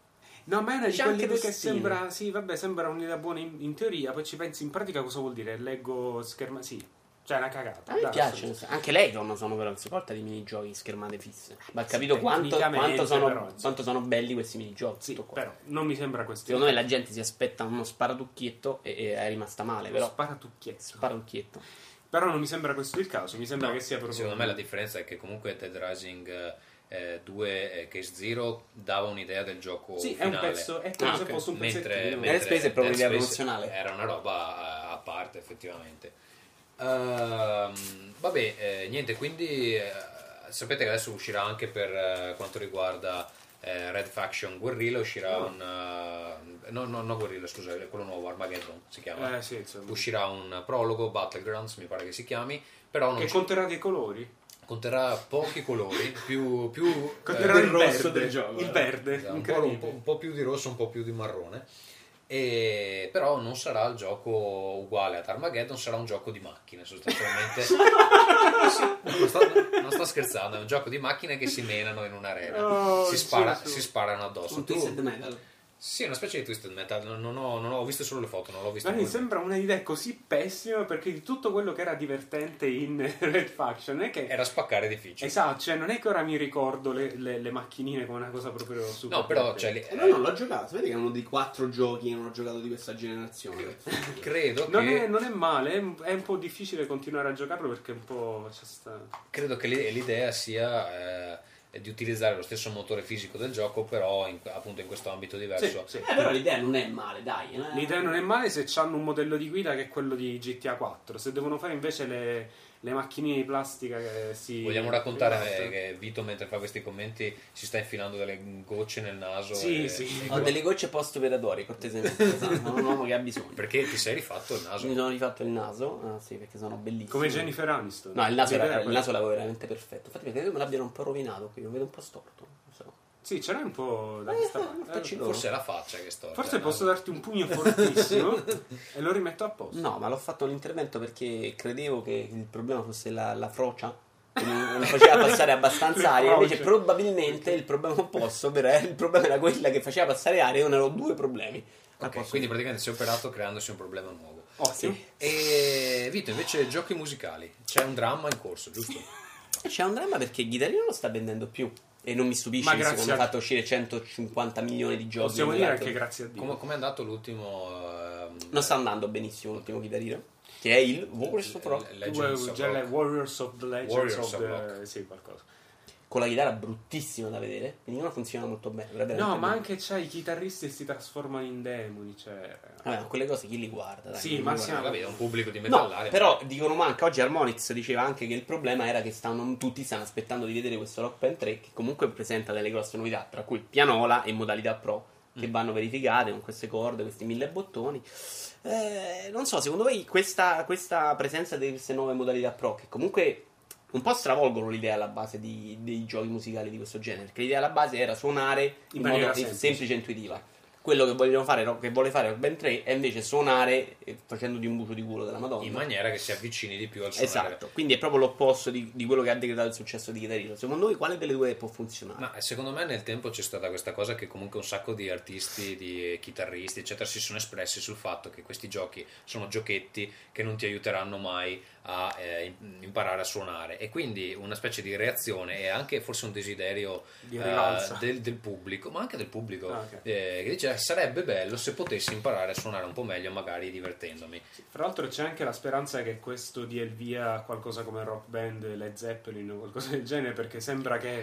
No, ma è una di C'è quelle anche lo che stile. sembra, sì, vabbè, sembra un'idea buona in, in teoria, poi ci pensi in pratica cosa vuol dire? Leggo scherma, sì, cioè è una cagata. A me dai, piace, assolutamente. anche lei non sono però si porta di minigiochi schermate fisse. Ma ha capito quanto, tecnicamente, quanto, sono, però, insomma. quanto sono belli questi minigiochi. Sì, tutto qua. però non mi sembra questo. Secondo me la gente si aspetta uno sparatucchietto e, e è rimasta male. Però Sparatucchietto. sparatucchietto. Però non mi sembra questo il caso, mi sembra No, che sia proprio... Secondo me la differenza è che comunque Dead Rising eh, due e Case Zero dava un'idea del gioco Sì, è un finale. pezzo, è come Ah, se ok. fosse un mentre, pezzettino. mentre Dead Space è proprio Dead l'idea Space promozionale. era una roba a, a parte effettivamente. Ehm, vabbè, eh, niente, quindi eh, sapete che adesso uscirà anche per eh, quanto riguarda eh, Red Faction Guerrilla, uscirà No. un uh, no, no, no Guerrilla, scusa, quello nuovo, Armageddon si chiama. Eh, sì, insomma. Uscirà un prologo, Battlegrounds mi pare che si chiami, però non Che ci- conterrà dei colori. conterrà pochi colori, più, più Conterà eh, il rosso verde, del gioco, il eh. verde, un, po', un, incredibile. po', un po' più di rosso, un po' più di marrone. E, però non sarà il gioco uguale ad Armageddon, sarà un gioco di macchine sostanzialmente. Sì, non, sto, non sto scherzando, è un gioco di macchine che si menano in un'arena, Oh, si, spara, Gesù. si sparano addosso. un Tu- Twisted Metal. sì, una specie di Twisted Metal, non, non ho, non ho visto solo le foto, non l'ho visto. Ma mi poi. sembra un'idea così pessima perché di tutto quello che era divertente in Red Faction è che... Era spaccare edifici. Esatto, cioè non è che ora mi ricordo le, le, le macchinine come una cosa proprio super No, però divertente. cioè, li- Eh, no, non l'ho giocato, sapete che è uno dei quattro giochi che non ho giocato di questa generazione. credo non, che è, non è male, è un, è un po' difficile continuare a giocarlo perché un po' c'è sta... credo che l'i- l'idea sia eh, di utilizzare lo stesso motore fisico del gioco, però in- appunto in questo ambito diverso. Sì, sì. Eh, però l'idea non è male, dai. eh. L'idea non è male se hanno un modello di guida che è quello di G T A quattro. Se devono fare invece le, le macchinine di plastica che si... Vogliamo raccontare Esatto. eh, che Vito mentre fa questi commenti si sta infilando delle gocce nel naso? Sì, e- sì. e- Ho delle gocce post-operatori, cortesemente. Esatto, sono un uomo che ha bisogno. Perché ti sei rifatto il naso? Mi sono rifatto il naso, ah, sì, perché sono bellissimo. Come Jennifer Aniston. No, il naso, L'idea era, è il quella. naso l'avevo veramente perfetto. Infatti, credo che me l'abbiano un po' rovinato qui, lo vedo un po' storto. Non so. Sì, ce l'hai un po' da questa parte. Eh, Forse è la faccia che sto. Forse posso darti un pugno fortissimo e lo rimetto a posto. No, ma l'ho fatto l'intervento perché credevo che il problema fosse la, la frocia, che non, non faceva passare abbastanza aria. Invece probabilmente il problema opposto, ovvero il problema era quella che faceva passare aria. Io ne ho due problemi. Ok, quindi praticamente si è operato creandosi un problema nuovo. Ottimo. Sì. E Vito, invece giochi musicali, c'è un dramma in corso, giusto? C'è un dramma perché il chitarrino non sta vendendo più. E non mi stupisce che hanno fatto uscire centocinquanta milioni di giochi. Possiamo dire anche grazie a Dio. Come, come è andato l'ultimo? Uh, non sta andando benissimo l'ultimo chitarrino, che è il Warriors of Rock. Legends of Rock. Warriors of the Legends Warriors of, of the... Rock. Sì, qualcosa. Con la chitarra bruttissima da vedere, quindi non funziona molto bene. No, ma anche c'è i chitarristi che si trasformano in demoni, cioè... Vabbè, quelle cose chi li guarda? Dai, sì, ma siamo... Vabbè, è un pubblico di metallari. No, però dicono ma anche oggi Harmonix diceva anche che il problema era che stanno, tutti stanno aspettando di vedere questo Rock Band tre, che comunque presenta delle grosse novità, tra cui pianola e modalità pro, che mm. vanno verificate con queste corde, questi mille bottoni. Eh, non so, secondo voi questa, questa presenza di queste nuove modalità pro, che comunque un po' stravolgono l'idea alla base di, dei giochi musicali di questo genere, perché l'idea alla base era suonare in, in modo semplice. semplice e intuitiva. Quello che vogliono fare, che vuole fare Rock Band tre è invece suonare facendoti un bucio di culo della Madonna, in maniera che si avvicini di più al suonare. Esatto, quindi è proprio l'opposto di, di quello che ha decretato il successo di Chitarrino. Secondo voi quale delle due può funzionare? Ma secondo me nel tempo c'è stata questa cosa che comunque un sacco di artisti, di chitarristi eccetera si sono espressi sul fatto che questi giochi sono giochetti che non ti aiuteranno mai a eh, imparare a suonare, e quindi una specie di reazione e anche forse un desiderio eh, del, del pubblico, ma anche del pubblico ah, okay. eh, che dice sarebbe bello se potessi imparare a suonare un po' meglio, magari divertendomi. Sì, fra l'altro c'è anche la speranza che questo dia il via a qualcosa come Rock Band, Led Zeppelin o qualcosa del genere, perché sembra che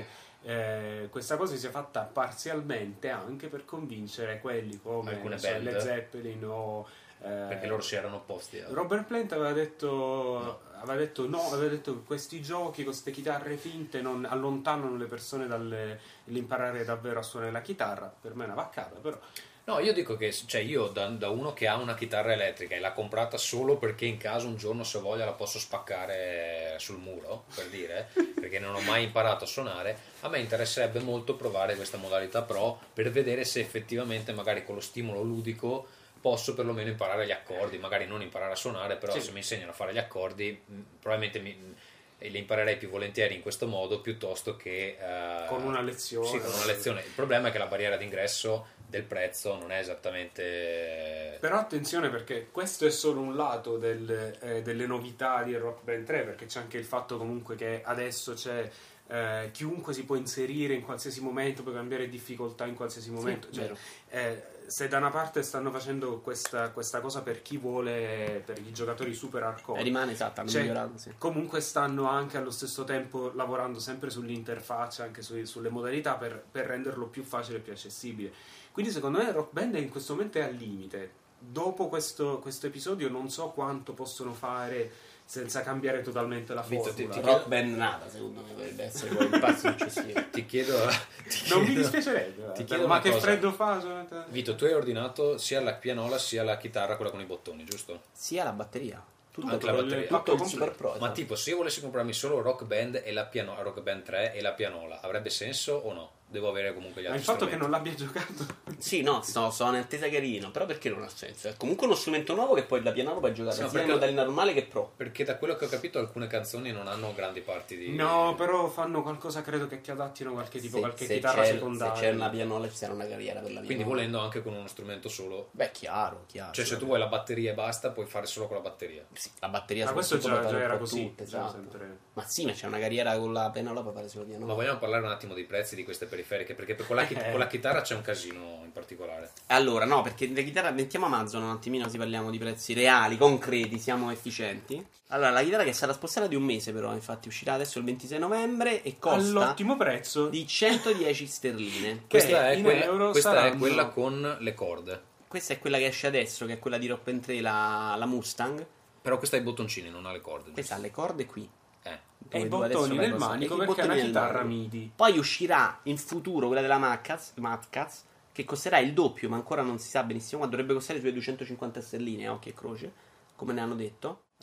eh, questa cosa sia fatta parzialmente anche per convincere quelli come alcune so, band Led Zeppelin o eh, perché loro si erano opposti. Eh. Robert Plant aveva detto no. aveva detto no, aveva detto che questi giochi, queste chitarre finte non allontanano le persone dall'imparare davvero a suonare la chitarra. Per me è una vaccata, però. No, io dico che, cioè io da, da uno che ha una chitarra elettrica e l'ha comprata solo perché in caso un giorno se voglia la posso spaccare sul muro, per dire, perché non ho mai imparato a suonare, a me interesserebbe molto provare questa modalità pro per vedere se effettivamente magari con lo stimolo ludico posso perlomeno imparare gli accordi, magari non imparare a suonare, però sì. Se mi insegnano a fare gli accordi probabilmente mi... e le imparerei più volentieri in questo modo piuttosto che uh, con una lezione. Sì, con una lezione. Il problema è che la barriera d'ingresso del prezzo non è esattamente. Però attenzione, perché questo è solo un lato del, eh, delle novità di Rock Band tre, perché c'è anche il fatto comunque che adesso c'è eh, chiunque si può inserire in qualsiasi momento, può cambiare difficoltà in qualsiasi momento. Sì, cioè, eh, se da una parte stanno facendo questa, questa cosa per chi vuole, per i giocatori super hardcore, eh, rimane esatta, hanno cioè, migliorato, sì. Comunque stanno anche allo stesso tempo lavorando sempre sull'interfaccia, anche su, sulle modalità per, per renderlo più facile e più accessibile. Quindi secondo me Rock Band in questo momento è al limite. Dopo questo, questo episodio non so quanto possono fare senza cambiare totalmente la formula. Ti, ti Rock Band nada, secondo me dovrebbe essere poi il passo successivo. Ti chiedo, ti chiedo non mi dispiacerebbe, ti chiedo ma che cosa. Freddo fa? Vito, tu hai ordinato sia la pianola sia la chitarra, quella con i bottoni, giusto? Sia la batteria. Tutto, anche la batteria, tutto il Super Pro, ma esatto. Tipo se io volessi comprarmi solo Rock Band e la pianola, Rock Band tre e la pianola, avrebbe senso o no? Devo avere comunque gli altri ma il fatto strumenti. che non l'abbia giocato sì, no, no, sono in attesa che arrivino, però perché non ha senso? È comunque uno strumento nuovo che poi da pianola puoi giocare sì, sia in modalità normale che pro, perché da quello che ho capito alcune canzoni non hanno grandi parti di no, però fanno qualcosa, credo che ti adattino qualche tipo, se, qualche se chitarra secondaria. Se c'è una pianola ci sarà una carriera per la pianola, quindi volendo anche con uno strumento solo. Beh, chiaro, chiaro. Cioè se tu vuoi la batteria e basta puoi fare solo con la batteria. Sì, la batteria ma questo già, già era così tutte, già esatto. sempre... ma sì, ma c'è una carriera con la pianola per fare solo pianola. Ma vogliamo parlare un attimo dei prezzi di queste periferiche, perché per con la, chi- con la chitarra c'è un casino in particolare. Allora no, perché le chitarre, mettiamo Amazon un attimino, se parliamo di prezzi reali, concreti, siamo efficienti. Allora la chitarra che è stata spostata di un mese, però infatti uscirà adesso il ventisei novembre e costa all'ottimo prezzo di centodieci sterline. Questa è, quella, euro questa saranno... è quella con le corde. Questa è quella che esce adesso, che è quella di Rock Band tre, la, la Mustang. Però questa ha i bottoncini, non ha le corde. Questa ha le corde qui. Eh. E i bottoni nel manico, perché è una chitarra MIDI. Poi uscirà in futuro quella della Matcaz, Matcaz, che costerà il doppio, ma ancora non si sa benissimo, ma dovrebbe costare sulle duecentocinquanta sterline, occhio e croce, come ne hanno detto.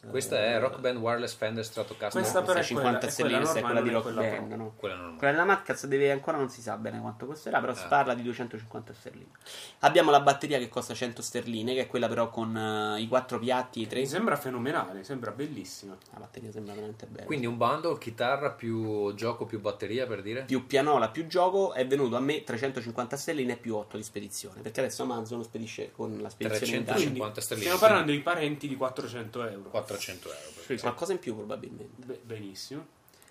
Questa è Rock Band Wireless Fender Stratocaster. Questa però è cinquanta quella- è sterline, quella questa è quella di normale, Rock non è quella Band, no? Quella normale. Quella della Matcaz deve ancora non si sa bene quanto costerà, però si Ah. parla di duecentocinquanta sterline. Abbiamo la batteria che costa cento sterline, che è quella però con eh, i quattro piatti e i tre. Mi sembra fenomenale, sembra bellissima. La batteria sembra veramente bella. Quindi un bundle, chitarra più gioco più batteria, per dire? Più pianola più gioco è venuto a me trecentocinquanta sterline e più otto di spedizione, perché adesso Amazon lo spedisce con la spedizione in Italia. trecentocinquanta sterline. Stiamo parlando di parenti di quattrocento euro. quattrocento euro. Sì, qualcosa in più probabilmente. Be- benissimo.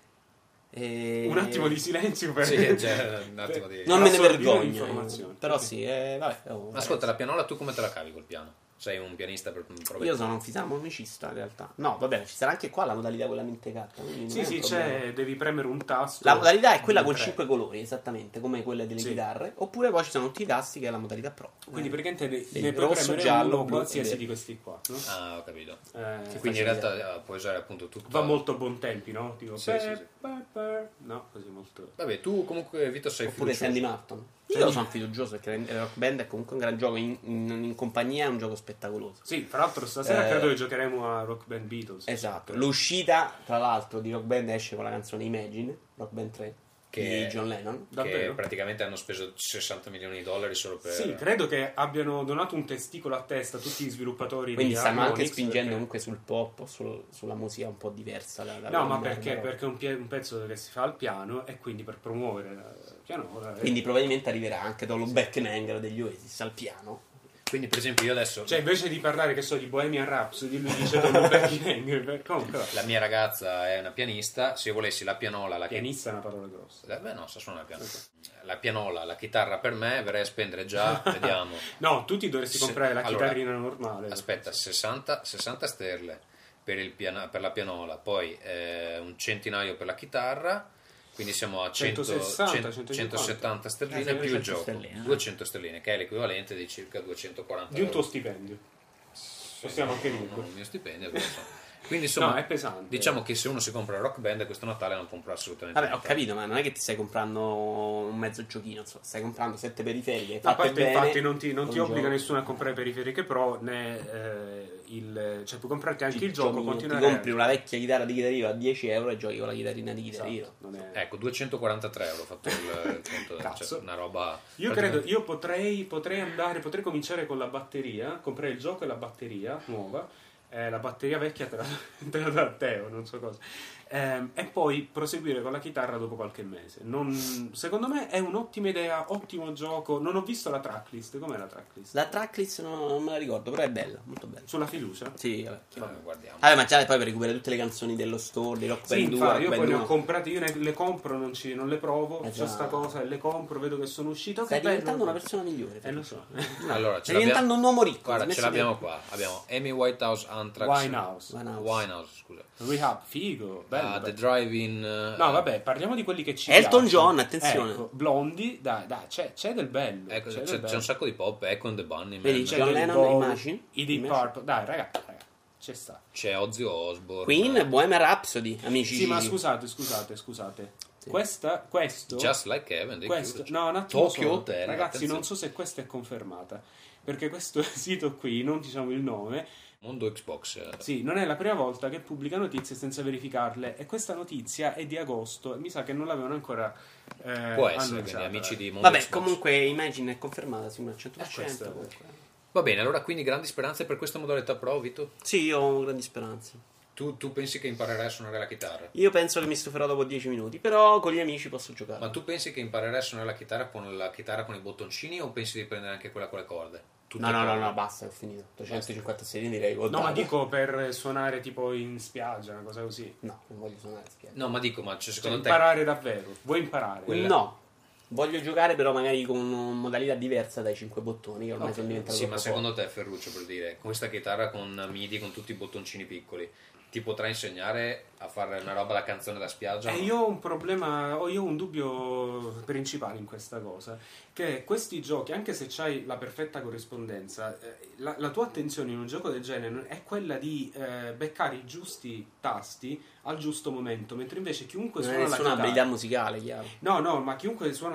E... Un attimo di silenzio per... Sì, cioè, un attimo di... Non me ne assorbire vergogno, l'informazione. eh. Però sì, eh, vabbè. oh, Ascolta, la pianola tu come te la cavi col piano? Sei un pianista per provettore? Io sono un fisamo musicista in realtà. No, vabbè, ci sarà anche qua la modalità quella mentecatta. quindi non Sì, è sì, un problema. c'è, devi premere un tasto. La modalità è quella con Tre. cinque colori, esattamente, come quelle delle Sì. chitarre. Oppure poi ci sono tutti i tasti che è la modalità pro. Quindi praticamente ne, Sì, ne puoi rosso, premere giallo, uno blu, qualsiasi verde. di questi qua, no? Ah, ho capito. Eh, Quindi in realtà eh, puoi usare appunto tutto. va molto a buon tempi, no? Tipo, Sì, pe- sì, sì. pe- pe- no, così molto. Vabbè, tu comunque Vito sei Oppure fiducioso. Sandy Martin. Io sono fiducioso perché Rock Band è comunque un gran gioco. In, in- in compagnia è un gioco spettacoloso. Sì, fra l'altro stasera Eh, credo che giocheremo a Rock Band Beatles. Esatto. L'uscita, tra l'altro, di Rock Band esce con la canzone Imagine, Rock Band tre, Che- di John Lennon. Che Davvero? praticamente hanno speso sessanta milioni di dollari solo per... Sì, credo che abbiano donato un testicolo a testa a tutti gli sviluppatori Quindi di stanno anche Harmonix, spingendo perché- comunque sul pop, sul- sulla musica un po' diversa. Da, da No, ma da- perché? da- Perché è un, pie- un pezzo che si fa al piano e quindi per promuovere la pianola. Quindi probabilmente arriverà anche Dolo Beckenanger degli Oasis al piano. Quindi per esempio io adesso... Cioè, invece di parlare, che so, di Bohemian Rhapsody, lui dice Don Becking. Comunque, va. La mia ragazza è una pianista, se io volessi la pianola, la Pianista è una parola grossa. Eh, Beh no, sa suonare il piano. La pianola, la chitarra per me, verrei a spendere già, vediamo. No, tu ti dovresti Se- comprare la allora, chitarrina normale. Aspetta, sessanta, sessanta sterle per, il piano, per la pianola, poi eh, un centinaio per la chitarra, quindi siamo a cento, centosessanta, cento, centocinquanta. centosettanta sterline Eh, più il duecento gioco, sterline, eh. duecento sterline, che è l'equivalente di circa duecentoquaranta Di un euro. tuo stipendio. Possiamo anche dirlo. Non il mio stipendio, però insomma. Quindi insomma, No, è pesante. diciamo che se uno si compra il Rock Band questo Natale non compra assolutamente Vabbè, ho niente. capito, ma non è che ti stai comprando un mezzo giochino, insomma, stai comprando sette periferiche A fatte parte, bene. infatti, non ti, non con ti obbliga gioco. nessuno a comprare periferiche pro né eh, il. Cioè, puoi comprarti anche Ti il gioco, giochi- continuare ti compri una vecchia chitarra di chitarrino a dieci euro e giochi con la chitarrina di chitarrino. Esatto, non è- Ecco, duecentoquarantatré euro ho fatto il, il conto, Cazzo. cioè, una roba... Io praticamente- credo, io potrei, potrei andare, potrei cominciare con la batteria, comprare il gioco e la batteria nuova, eh, la batteria vecchia te la, te la dà Teo, non so cosa, Ehm, e poi proseguire con la chitarra dopo qualche mese. Non, secondo me è un'ottima idea, ottimo gioco. Non ho visto la tracklist, com'è la tracklist? La tracklist non, non me la ricordo, però è bella, molto bella. Sulla fiducia? Sì, vabbè. Eh, guardiamo. Vabbè, ma già poi per recuperare tutte le canzoni dello store, di Rock Sì, Band due, infatti, Rock io Band poi ne ho uno. comprate, io ne, le compro, non, ci, non le provo, Eh c'è già. sta cosa e le compro, vedo che sono uscito. Stai che bello. diventando una persona migliore. Eh, lo so. Allora, ce Stai diventando l'abbiamo- un uomo ricco. Guarda, smesso ce l'abbiamo di- qua. Abbiamo Amy Whitehouse Anthrax. Winehouse. Winehouse. Winehouse, scusa. Rehab, figo, bello. Ah, bello. The Drive-In. eh, No, vabbè, parliamo di quelli che ci Elton piacciono. John, attenzione. Ecco, Blondie, dai, dai, c'è, c'è del bello. Ecco, c'è, c'è, del c'è bello. un sacco di pop, Echo and the Bunny. Vedi, man. John David Lennon, Bowie, Imagine. I Deep Imagine. Purple. Dai, ragazzi, ragazzi, c'è sta. C'è Ozzy Osbourne. Queen, Bohemian Rhapsody, amici. Sì, ma scusate, scusate, scusate. Questa, questo... Just Like Heaven. dei questo, Cure. no, un attimo Tokyo solo. Hotel. Ragazzi, attenzione. non so se questa è confermata. Perché questo sito qui, non diciamo il nome, Mondo Xbox. eh. sì, non è la prima volta che pubblica notizie senza verificarle. E questa notizia è di agosto e mi sa che non l'avevano ancora eh, Può essere, annunciata. quindi amici di Mondo Vabbè, Xbox. comunque Imagine è confermata, sì, al cento per Eh, questo cento. è- comunque. Va bene, allora quindi grandi speranze per questa modalità Pro, Vito? Sì, io ho grandi speranze. Tu, tu pensi che imparerai a suonare la chitarra? Io penso che mi stuferò dopo dieci minuti, però con gli amici posso giocare. Ma tu pensi che imparerai a suonare la chitarra con la chitarra con i bottoncini o pensi di prendere anche quella con le corde? Tutte No, no, no, corde? no, basta, ho finito. trecentocinquantasei direi. No, ma dico per suonare tipo in spiaggia, una cosa così. No, non voglio suonare a spiaggia. No, ma dico, ma cioè, secondo Cioè, te... imparare davvero. Vuoi imparare? Quella- No, voglio giocare però magari con una modalità diversa dai cinque bottoni che ormai Ok, sono diventati Sì, ma troppo secondo te, Ferruccio, per dire, con questa chitarra con MIDI, con tutti i bottoncini piccoli, ti potrà insegnare a fare una roba da canzone da spiaggia? E no? io ho un problema, ho io un dubbio principale in questa cosa, che questi giochi, anche se c'hai la perfetta corrispondenza, eh, la, la tua attenzione in un gioco del genere è quella di eh, beccare i giusti tasti al giusto momento, mentre invece chiunque Non suona è la nessuna chitarra... abilità musicale, chiaro. No, no, ma chiunque suona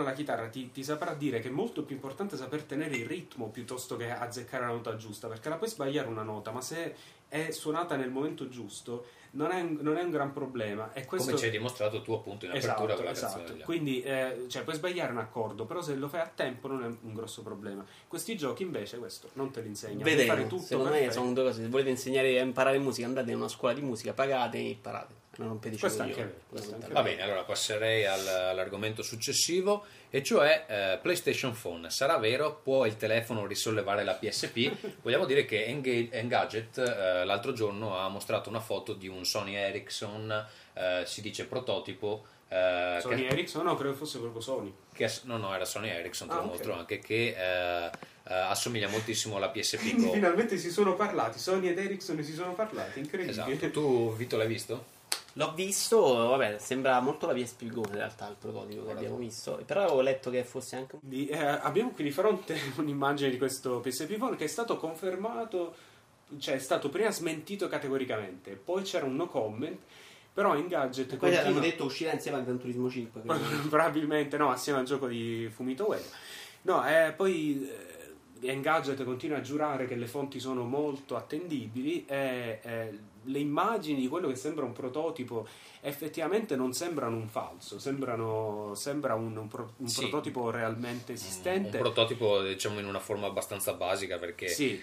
la chitarra ti, ti saprà dire che è molto più importante saper tenere il ritmo piuttosto che azzeccare la nota giusta, perché la puoi sbagliare una nota, ma se è suonata nel momento giusto non è un, non è un gran problema. E questo... come ci hai dimostrato tu appunto in apertura esatto, con la esatto. canzone. Quindi eh, cioè, puoi sbagliare un accordo, però se lo fai a tempo non è un grosso problema. Questi giochi invece questo non te li insegnano. Devi fare tutto secondo perfetto. me sono due cose. Se volete insegnare a imparare musica, andate in una scuola di musica, pagate e imparate. Non rompeteci Questo i coglioni. anche è vero, questo anche è Va bene, allora passerei al- all'argomento successivo, e cioè eh, PlayStation Phone. Sarà vero? Può il telefono risollevare la P S P? Vogliamo dire che Enga- Engadget eh, l'altro giorno ha mostrato una foto di un Sony Ericsson, eh, si dice prototipo. eh, Sony che, Ericsson? No, credo fosse proprio Sony. che- no, no, era Sony Ericsson, te lo Ah, ok. mostro anche, che eh, eh, assomiglia moltissimo alla P S P Go. Finalmente si sono parlati, Sony ed Ericsson si sono parlati, incredibile. Esatto. Tu, Vito, l'hai visto? L'ho visto, vabbè, sembra molto la P S P Go in realtà il prototipo che abbiamo visto, però avevo letto che fosse anche un... Quindi, eh, abbiamo qui di fronte un'immagine di questo P S P Phone che è stato confermato, cioè è stato prima smentito categoricamente, poi c'era un no comment, però Engadget Poi continua... hanno detto uscirà insieme a Gran Turismo cinque. quindi- probabilmente no, assieme al gioco di Fumito Ueda. No, eh, poi eh, Engadget continua a giurare che le fonti sono molto attendibili e eh, le immagini di quello che sembra un prototipo effettivamente non sembrano un falso, sembrano sembra un, un, pro- un Sì. prototipo realmente esistente. Un prototipo, diciamo, in una forma abbastanza basica, perché Sì.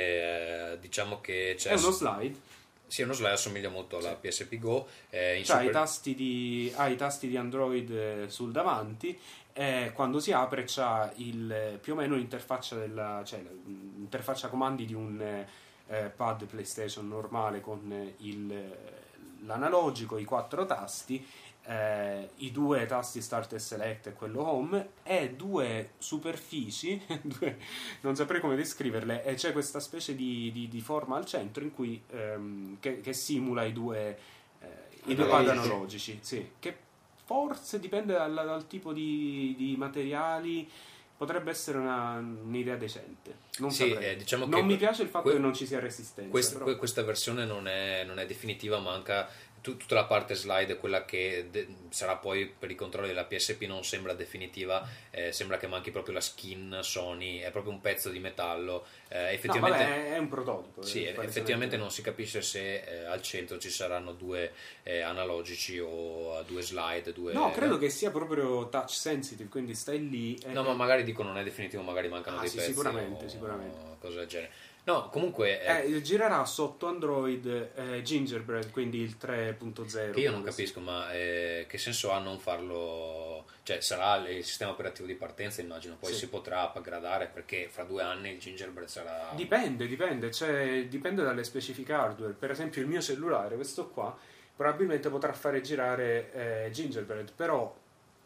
eh, diciamo che c'è È uno slide. Sì, uno slide, assomiglia molto alla P S P Go. eh, in C'ha super- i tasti di, ha i tasti di Android eh, sul davanti e quando si apre c'ha il, eh, più o meno l'interfaccia della, cioè l'interfaccia comandi di un eh, pad PlayStation normale con eh, il, eh, l'analogico, i quattro tasti, eh, i due tasti Start e Select e quello Home, e due superfici, due, non saprei come descriverle, e c'è questa specie di, di, di forma al centro in cui ehm, che, che simula i due eh, i due pad Analogici. analogici, sì, che forse dipende dal, dal tipo di, di materiali, potrebbe essere una, un'idea decente. Non Sì, saprei. eh, diciamo non che mi piace il fatto que- che non ci sia resistenza. Questa, però. que- questa versione non è, non è definitiva, manca tu- tutta la parte slide, quella che de- sarà poi per i controlli della P S P, non sembra definitiva, eh, sembra che manchi proprio la skin Sony, è proprio un pezzo di metallo. eh, effettivamente, No, vabbè, è un prototipo. sì, eh, palesemente. effettivamente non si capisce se eh, al centro ci saranno due eh, analogici o due slide, due... No, credo che sia proprio touch sensitive, quindi stai lì. E... No, ma magari dico non è definitivo, magari mancano Ah, dei sì, pezzi sicuramente, o sicuramente. cose del genere. No, comunque eh, Eh, girerà sotto Android eh, Gingerbread, quindi il tre punto zero. che io non capisco, ma eh, che senso ha non farlo? Cioè, sarà il sistema operativo di partenza, immagino, poi Sì. si potrà upgradare, perché fra due anni il Gingerbread sarà... Dipende, dipende, cioè, dipende dalle specifiche hardware. Per esempio il mio cellulare, questo qua, probabilmente potrà fare girare eh, Gingerbread, però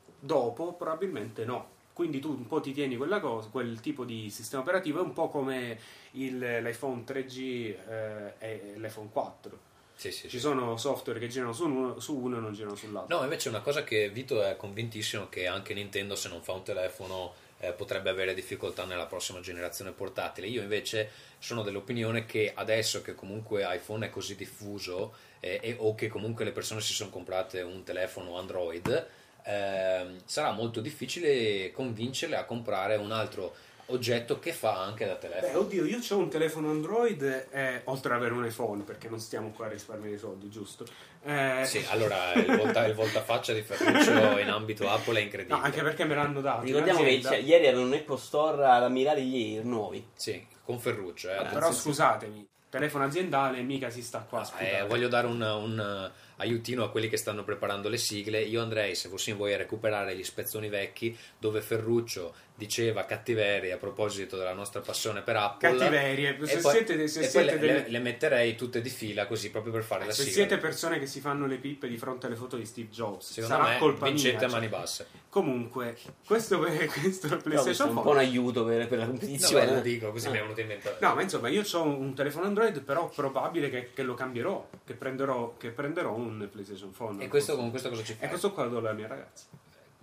dopo probabilmente no. Quindi tu un po' ti tieni quella cosa, quel tipo di sistema operativo, è un po' come il, l'iPhone tre G eh, e l'iPhone quattro. Sì, sì, Ci sì. sono software che girano su uno, su uno e non girano sull'altro. No, invece una cosa che Vito è convintissimo, che anche Nintendo, se non fa un telefono, eh, potrebbe avere difficoltà nella prossima generazione portatile. Io invece sono dell'opinione che adesso che comunque iPhone è così diffuso eh, e, o che comunque le persone si sono comprate un telefono Android, eh, sarà molto difficile convincerle a comprare un altro oggetto che fa anche da telefono. Beh, oddio, io ho un telefono Android, eh, oltre ad avere un iPhone, perché non stiamo qua a risparmiare i soldi, giusto? Eh, Sì, allora il, volta, il voltafaccia di Ferruccio in ambito Apple è incredibile. No, anche perché me l'hanno dato. Ricordiamo che l'azienda. cioè, ieri erano un Apple Store ad ammirare gli Air nuovi. Sì, con Ferruccio. Eh, Eh, attenzione. però scusatemi, telefono aziendale mica si sta qua a Eh, sputare. voglio dare un, un aiutino a quelli che stanno preparando le sigle. Io andrei, se fossi in voi, a recuperare gli spezzoni vecchi dove Ferruccio diceva cattiverie a proposito della nostra passione per Apple. Cattiverie, e se poi, siete- se e siete poi le, delle- le- le metterei tutte di fila, così, proprio per fare la Se sigla. siete persone che si fanno le pippe di fronte alle foto di Steve Jobs, Secondo sarà me colpa vincete mia. a mani cioè. basse. Comunque, questo, questo Però questo è PlayStation un po' un Phone. aiuto per, per la No, competizione. beh, lo dico, così Ah. mi è venuto in mente. No, ma insomma, io ho un telefono Android, però probabile che, che lo cambierò, che prenderò, che prenderò un PlayStation Phone. E questo, con questo cosa ci E fai? questo qua lo do alla mia ragazza.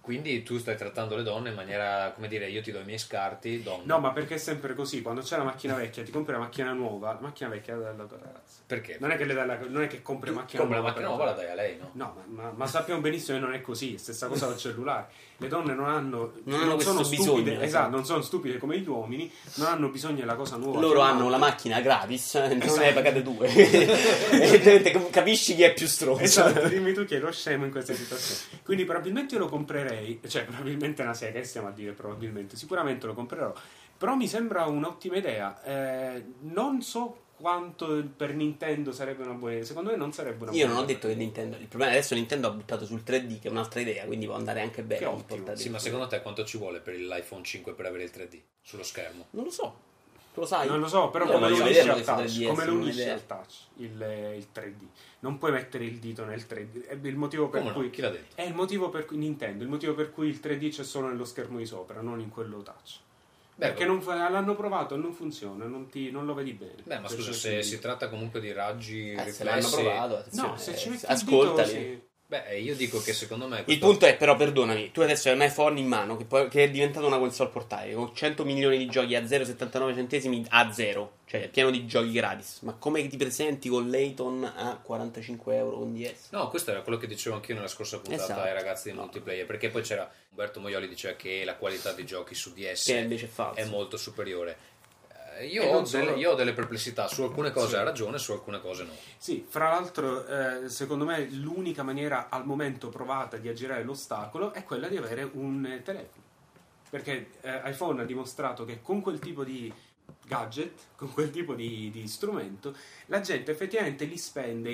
Quindi tu stai trattando le donne in maniera, come dire, io ti do i miei scarti, donna. No, ma perché è sempre così? Quando c'è la macchina vecchia, ti compri la macchina nuova, la macchina vecchia la dai alla tua ragazza. Perché? Non è che le dai la, non è che compri la macchina Compri la nuova. macchina per- nuova, la dai a lei, no? No, ma, ma, ma sappiamo benissimo che non è così, stessa cosa al cellulare. Le donne non hanno Non hanno sono questo stupide, bisogno, esatto, esatto. non sono stupide come gli uomini, non hanno bisogno della cosa nuova. Loro che hanno la macchina gratis, eh, non Esatto. ne hai pagate due. Evidentemente capisci chi è più stronzo. Esatto, dimmi tu chi è lo scemo in questa situazione. Quindi probabilmente io lo comprerei, cioè probabilmente una sega, che stiamo a dire probabilmente, sicuramente lo comprerò, però mi sembra un'ottima idea. Eh, non so quanto per Nintendo sarebbe una buona idea, secondo me non sarebbe una buona Io non ho idea. detto che Nintendo. Il problema adesso Nintendo ha buttato sul tre D, che è un'altra idea, quindi può andare anche bene. Che non ottimo. portate Sì, ma il- secondo te quanto ci vuole per l'iPhone cinque per avere il tre D sullo schermo? Non lo so. Tu lo sai? Non lo so, però Io come lo voglio unisci vederlo al questo touch? tre D S, Come lo non ho unisci idea. al touch il, il tre D? Non puoi mettere il dito nel tre D. È il motivo per Come no? cui Chi l'ha detto? È il motivo per cui Nintendo, il motivo per cui il tre D c'è solo nello schermo di sopra, non in quello touch. Beh, Perché non fa- l'hanno provato, non funziona, non, ti, non lo vedi bene. Beh, ma Se scusa, ci se metti- si tratta comunque di raggi Eh, se riflessi... l'hanno provato, attenzione, No, se ci eh, metti ascoltali. il dito, sì. Beh, io dico che secondo me... Il questo- punto è, però, perdonami, tu adesso hai un iPhone in mano che, poi, che è diventato una console portatile con cento milioni di giochi a zero virgola settantanove centesimi a zero, cioè pieno di giochi gratis. Ma come ti presenti con Layton a quarantacinque euro con D S? No, questo era quello che dicevo anch'io nella scorsa puntata Esatto. ai ragazzi di multiplayer, perché poi c'era Umberto Moioli diceva che la qualità dei giochi su D S Che invece è falso. è molto superiore. Eh, Io, E ho non delle, solo- io ho delle perplessità, su alcune cose Sì. ha ragione, su alcune cose no. Sì, fra l'altro, eh, secondo me l'unica maniera al momento provata di aggirare l'ostacolo è quella di avere un eh, telefono. Perché eh, iPhone ha dimostrato che con quel tipo di gadget, con quel tipo di, di strumento, la gente effettivamente li spende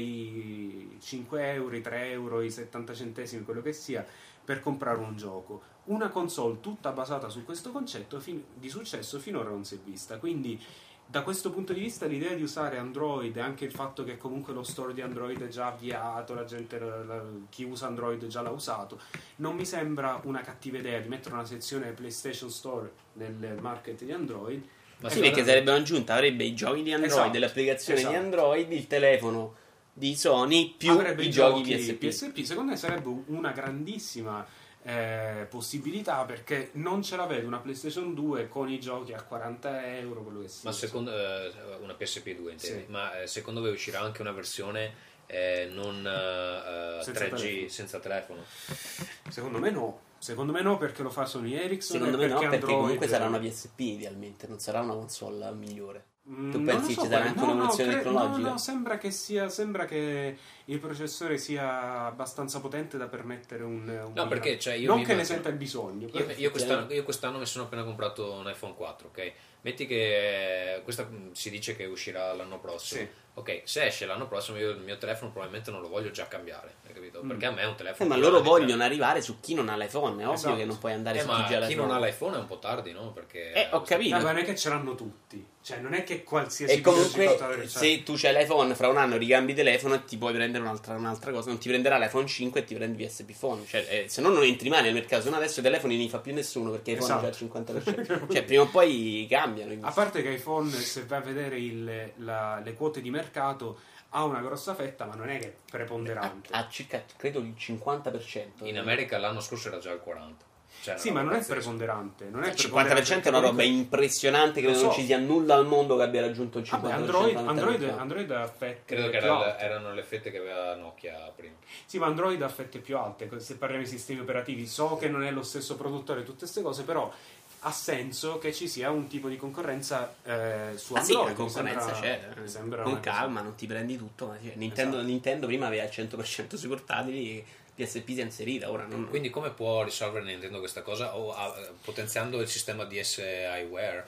i cinque euro, i tre euro, i settanta centesimi, quello che sia, per comprare un gioco. Una console tutta basata su questo concetto fin- di successo finora non si è vista. Quindi da questo punto di vista l'idea di usare Android e anche il fatto che comunque lo store di Android è già avviato, la gente, la- la- chi usa Android già l'ha usato, non mi sembra una cattiva idea di mettere una sezione PlayStation Store nel market di Android. Ma E sì, perché guarda- sarebbe un'aggiunta, avrebbe i giochi di Android, Esatto, le applicazioni esatto. di Android, il telefono di Sony più avrebbe i giochi P S P. P S P. Secondo me sarebbe una grandissima eh, possibilità, perché non ce la vedo una PlayStation due con i giochi a quaranta euro, quello che sia. Ma secondo eh, una P S P due intendi? Sì. Ma eh, secondo voi uscirà anche una versione eh, non eh, eh, Senza tre G telefono. senza telefono? Secondo me no. Secondo me no, perché lo fa Sony Ericsson. Secondo e me no, perché perché Android... comunque sarà una P S P idealmente, non sarà una console migliore. Mm, Tu non pensi lo so, ci sarà guarda, anche no, un'evoluzione no, cre- tecnologica? No, no, sembra che sia sembra che il processore sia abbastanza potente da permettere un, un No, perché, cioè, io non mi che ne immagino- senta il bisogno. Io, però- io quest'anno, io quest'anno mi sono appena comprato un iPhone quattro, ok? Metti che eh, questa mh, si dice che uscirà l'anno prossimo. Sì. Ok, se esce l'anno prossimo io il mio telefono probabilmente non lo voglio già cambiare, hai capito? Mm. Perché a me è un Eh, telefono ma più loro grande, vogliono arrivare su chi non ha l'iPhone, è ovvio Esatto. che non puoi andare Eh, su ma chi già ha chi l'iPhone. non ha l'iPhone è un po' tardi, no? Perché Eh, ho capito. Eh, ma non è che ce l'hanno tutti. Cioè, non è che qualsiasi E comunque, videogiocatore c'ha- se tu c'hai l'iPhone, fra un anno ricambi telefono e ti puoi prendere un'altra, un'altra cosa. Non ti prenderà l'iPhone cinque e ti prendi P S P Phone. Cioè, eh, se no, non entri mai nel mercato. Se no, adesso i telefoni non li fa più nessuno perché iPhone Esatto. c'ha il cinquanta per cento. Cioè, prima o poi cambiano. A parte che iPhone, se vai a vedere il- la- le quote di mercato, ha una grossa fetta, ma non è che è preponderante. Ha circa, credo, il cinquanta per cento. in America l'anno scorso era già il quaranta per cento. Cioè, Sì, una ma non roba è pazzesca. preponderante. Non è Il cinquanta per cento è una roba preponderante, impressionante. Credo Lo so. non ci sia nulla al mondo che abbia raggiunto il Vabbè, cinquanta per cento. Android, Android, Android ha fette Credo che più era- alte. erano le fette che aveva Nokia prima. Sì, ma Android ha fette più alte. Se parliamo di sistemi operativi, so che non è lo stesso produttore, tutte queste cose, però ha senso che ci sia un tipo di concorrenza eh, su Ah sì, Android. la concorrenza Mi sembra- c'è. mi sembra Con una cosa- calma, non ti prendi tutto. Ma c'è. Nintendo, Esatto. Nintendo prima aveva il cento per cento sui portatili e P S P si è inserita. Ora non. Quindi come può risolvere Nintendo questa cosa? O ah, potenziando il sistema D S iWare?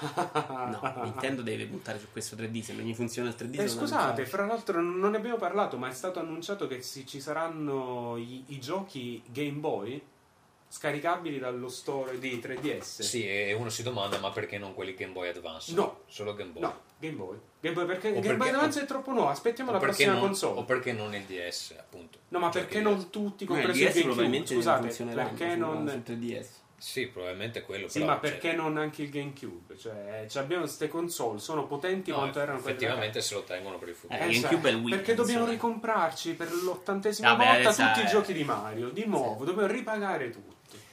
No, Nintendo deve puntare su questo tre D. Se non gli funziona il tre D, Eh, non scusate, ha- fra l'altro non ne abbiamo parlato, ma è stato annunciato che si- ci saranno i, i giochi Game Boy scaricabili dallo store di tre D S. Sì, e uno si domanda, ma perché non quelli Game Boy Advance? No. Solo Game Boy. No, Game Boy. Game Boy perché O Game Boy perché- Advance è troppo nuovo, aspettiamo O la perché prossima non- console. O perché non il D S, appunto. No, ma Giochi perché D S. non tutti, No, il compreso D il S GameCube? probabilmente non Scusate, funzioneranno perché sul- non... sul tre D S. Sì, probabilmente quello. Sì, però, ma cioè- perché non anche il GameCube? Cioè, cioè, abbiamo queste console, sono potenti No, quanto erano quelle effettivamente se lo tengono per il futuro. Eh, Eh, GameCube sai, è il Wii, perché dobbiamo insomma. ricomprarci per l'ottantesima Vabbè, volta adesso tutti è- i giochi di Mario di nuovo, dobbiamo ripagare tutto.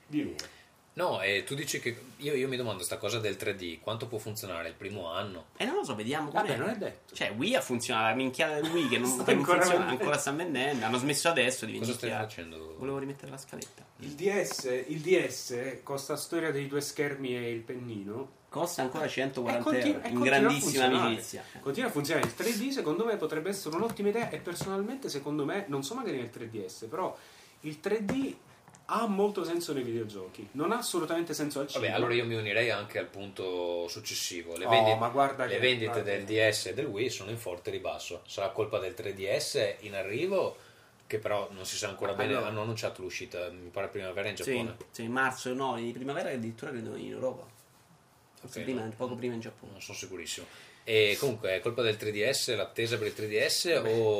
di lui. No, e tu dici che io, io mi domando sta cosa del tre D, quanto può funzionare il primo anno? E eh, non lo so, vediamo Vabbè, com'è. non è detto. Cioè, Wii ha funzionato, la minchiata del Wii che non, Sta che non ancora funziona, vendendo. ancora sta vendendo. Hanno smesso adesso di Cosa stai vendere. facendo? Volevo rimettere la scaletta. Il D S, il D S con sta storia dei due schermi e il pennino Costa ancora centoquaranta e continua- euro, e in continua a grandissima funzionare. amicizia. Continua a funzionare. Il tre D secondo me potrebbe essere un'ottima idea e personalmente secondo me, non so magari nel tre D S, però il tre D ha molto senso nei videogiochi, non ha assolutamente senso al cinema. Vabbè, allora io mi unirei anche al punto successivo. Le, Oh, vendite, ma guarda le che- vendite guarda. del D S e del Wii sono in forte ribasso. Sarà colpa del tre D S in arrivo, che però non si sa ancora bene. Allora. Hanno annunciato l'uscita, mi pare primavera in Sì, Giappone. sì, marzo, no, in primavera addirittura credo in Europa. Forse Ok, prima, no. poco prima in Giappone. Non sono sicurissimo. E comunque è colpa del tre D S, l'attesa per il tre D S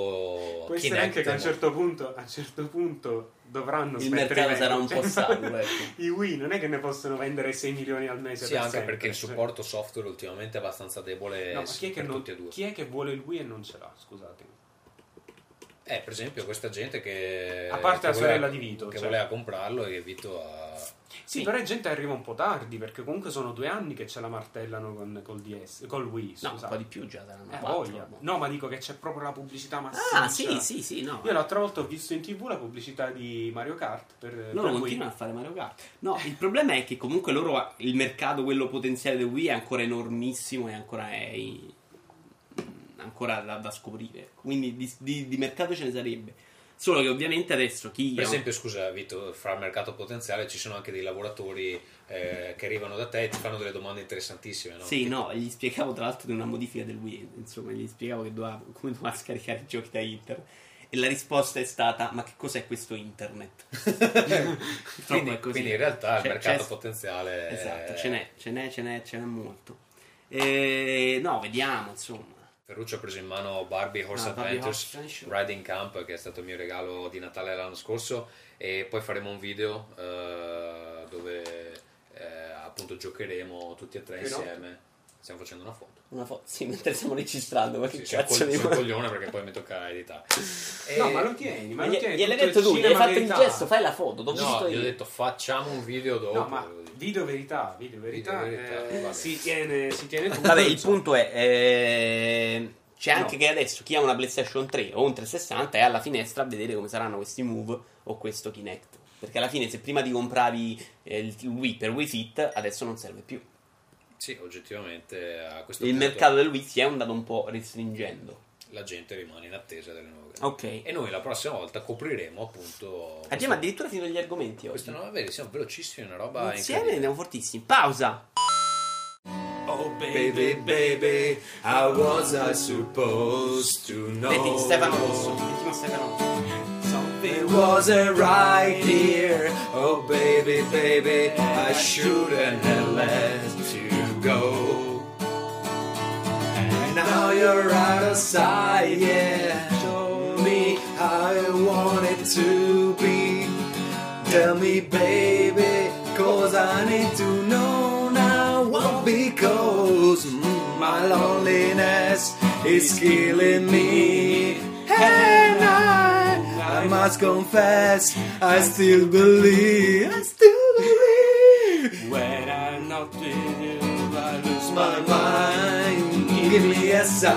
o Può essere Kinect? anche che a un certo punto, a un certo punto dovranno Il smettere mercato di sarà un vendere. po' saturo, ecco. I Wii non è che ne possono vendere sei milioni al mese Sì, per anche sempre, perché il cioè. supporto software ultimamente è abbastanza debole No, ma chi è, che per non- tutti e due. chi è che vuole il Wii e non ce l'ha? Scusatemi. Eh, per esempio, questa gente che. A parte che la sorella voleva- di Vito, Che cioè. voleva comprarlo e Vito ha. Sì, però è gente che arriva un po' tardi, perché comunque sono due anni che ce la martellano con, col D S, col Wii, No, scusate. un po' di più già saranno Eh, quattro, voglia. boh. No, ma dico che c'è proprio la pubblicità massiccia. Ah, sì, sì, sì, no. Io l'altra volta ho visto in tv la pubblicità di Mario Kart per, per Loro Wii. continuano a fare Mario Kart. No, il problema è che comunque loro il mercato, quello potenziale del Wii è ancora enormissimo e ancora è i- ancora da, da scoprire. Quindi di, di- di mercato ce ne sarebbe. Solo che ovviamente adesso chi Per ha- esempio, scusa Vito, fra il mercato potenziale ci sono anche dei lavoratori eh, che arrivano da te e ti fanno delle domande interessantissime, no? Sì, no, gli spiegavo tra l'altro di una modifica del Wii, insomma, gli spiegavo che doveva, come doveva scaricare i giochi da internet. E la risposta è stata: ma che cos'è questo internet? Purtroppo quindi, è così. quindi in realtà il C'è- mercato c'è- potenziale è- Esatto, ce n'è, ce n'è, ce n'è, ce n'è molto. E, no, vediamo, insomma. Ferruccio ha preso in mano Barbie Horse Ah, Barbie Adventures Horse Adventure. Riding Camp, che è stato il mio regalo di Natale l'anno scorso, e poi faremo un video eh, dove eh, appunto giocheremo tutti e tre Che notte? insieme. Stiamo facendo una foto. Una foto, sì, mentre stiamo registrando, ma che Sì, sono cazzo col- di sono coglione perché poi mi tocca editare. No, E- ma lo tieni, ma Ma lo gli- tieni. gliel'hai tutto detto tu, gli hai cinema fatto il verità. gesto, fai la foto, t'ho No, visto gli ho io. detto facciamo un video dopo. No, ma video verità, video verità, Video verità, eh, vabbè. si tiene, si tiene tutto. Vabbè, il insomma. punto è, eh, c'è anche No. che adesso chi ha una PlayStation tre o un trecentosessanta è alla finestra a vedere come saranno questi Move o questo Kinect. Perché alla fine, se prima ti compravi eh, il Wii per Wii Fit, adesso non serve più. Sì, oggettivamente a questo Il punto mercato del Wii si è andato un po' restringendo. la gente rimane in attesa delle nuove. Ok. E noi la prossima volta copriremo appunto. Abbiamo addirittura finito gli argomenti oggi. Questa nuova vedi, siamo velocissimi, una roba Insieme incredibile. andiamo fortissimi. Pausa. Oh baby, baby, how was I supposed to know? Metti Stefano Rosso. Mettimo Stefano Rosso. Something wasn't right here. Oh baby, baby, I shouldn't have let you go. And now you're out of sight, yeah. Show me how you want it to be. Tell me, baby, cause I need to know now. Well, because mm, my loneliness is killing me. And I, I must confess, I still believe, I still believe. When I'm not with you, I lose My mind, give me a sign.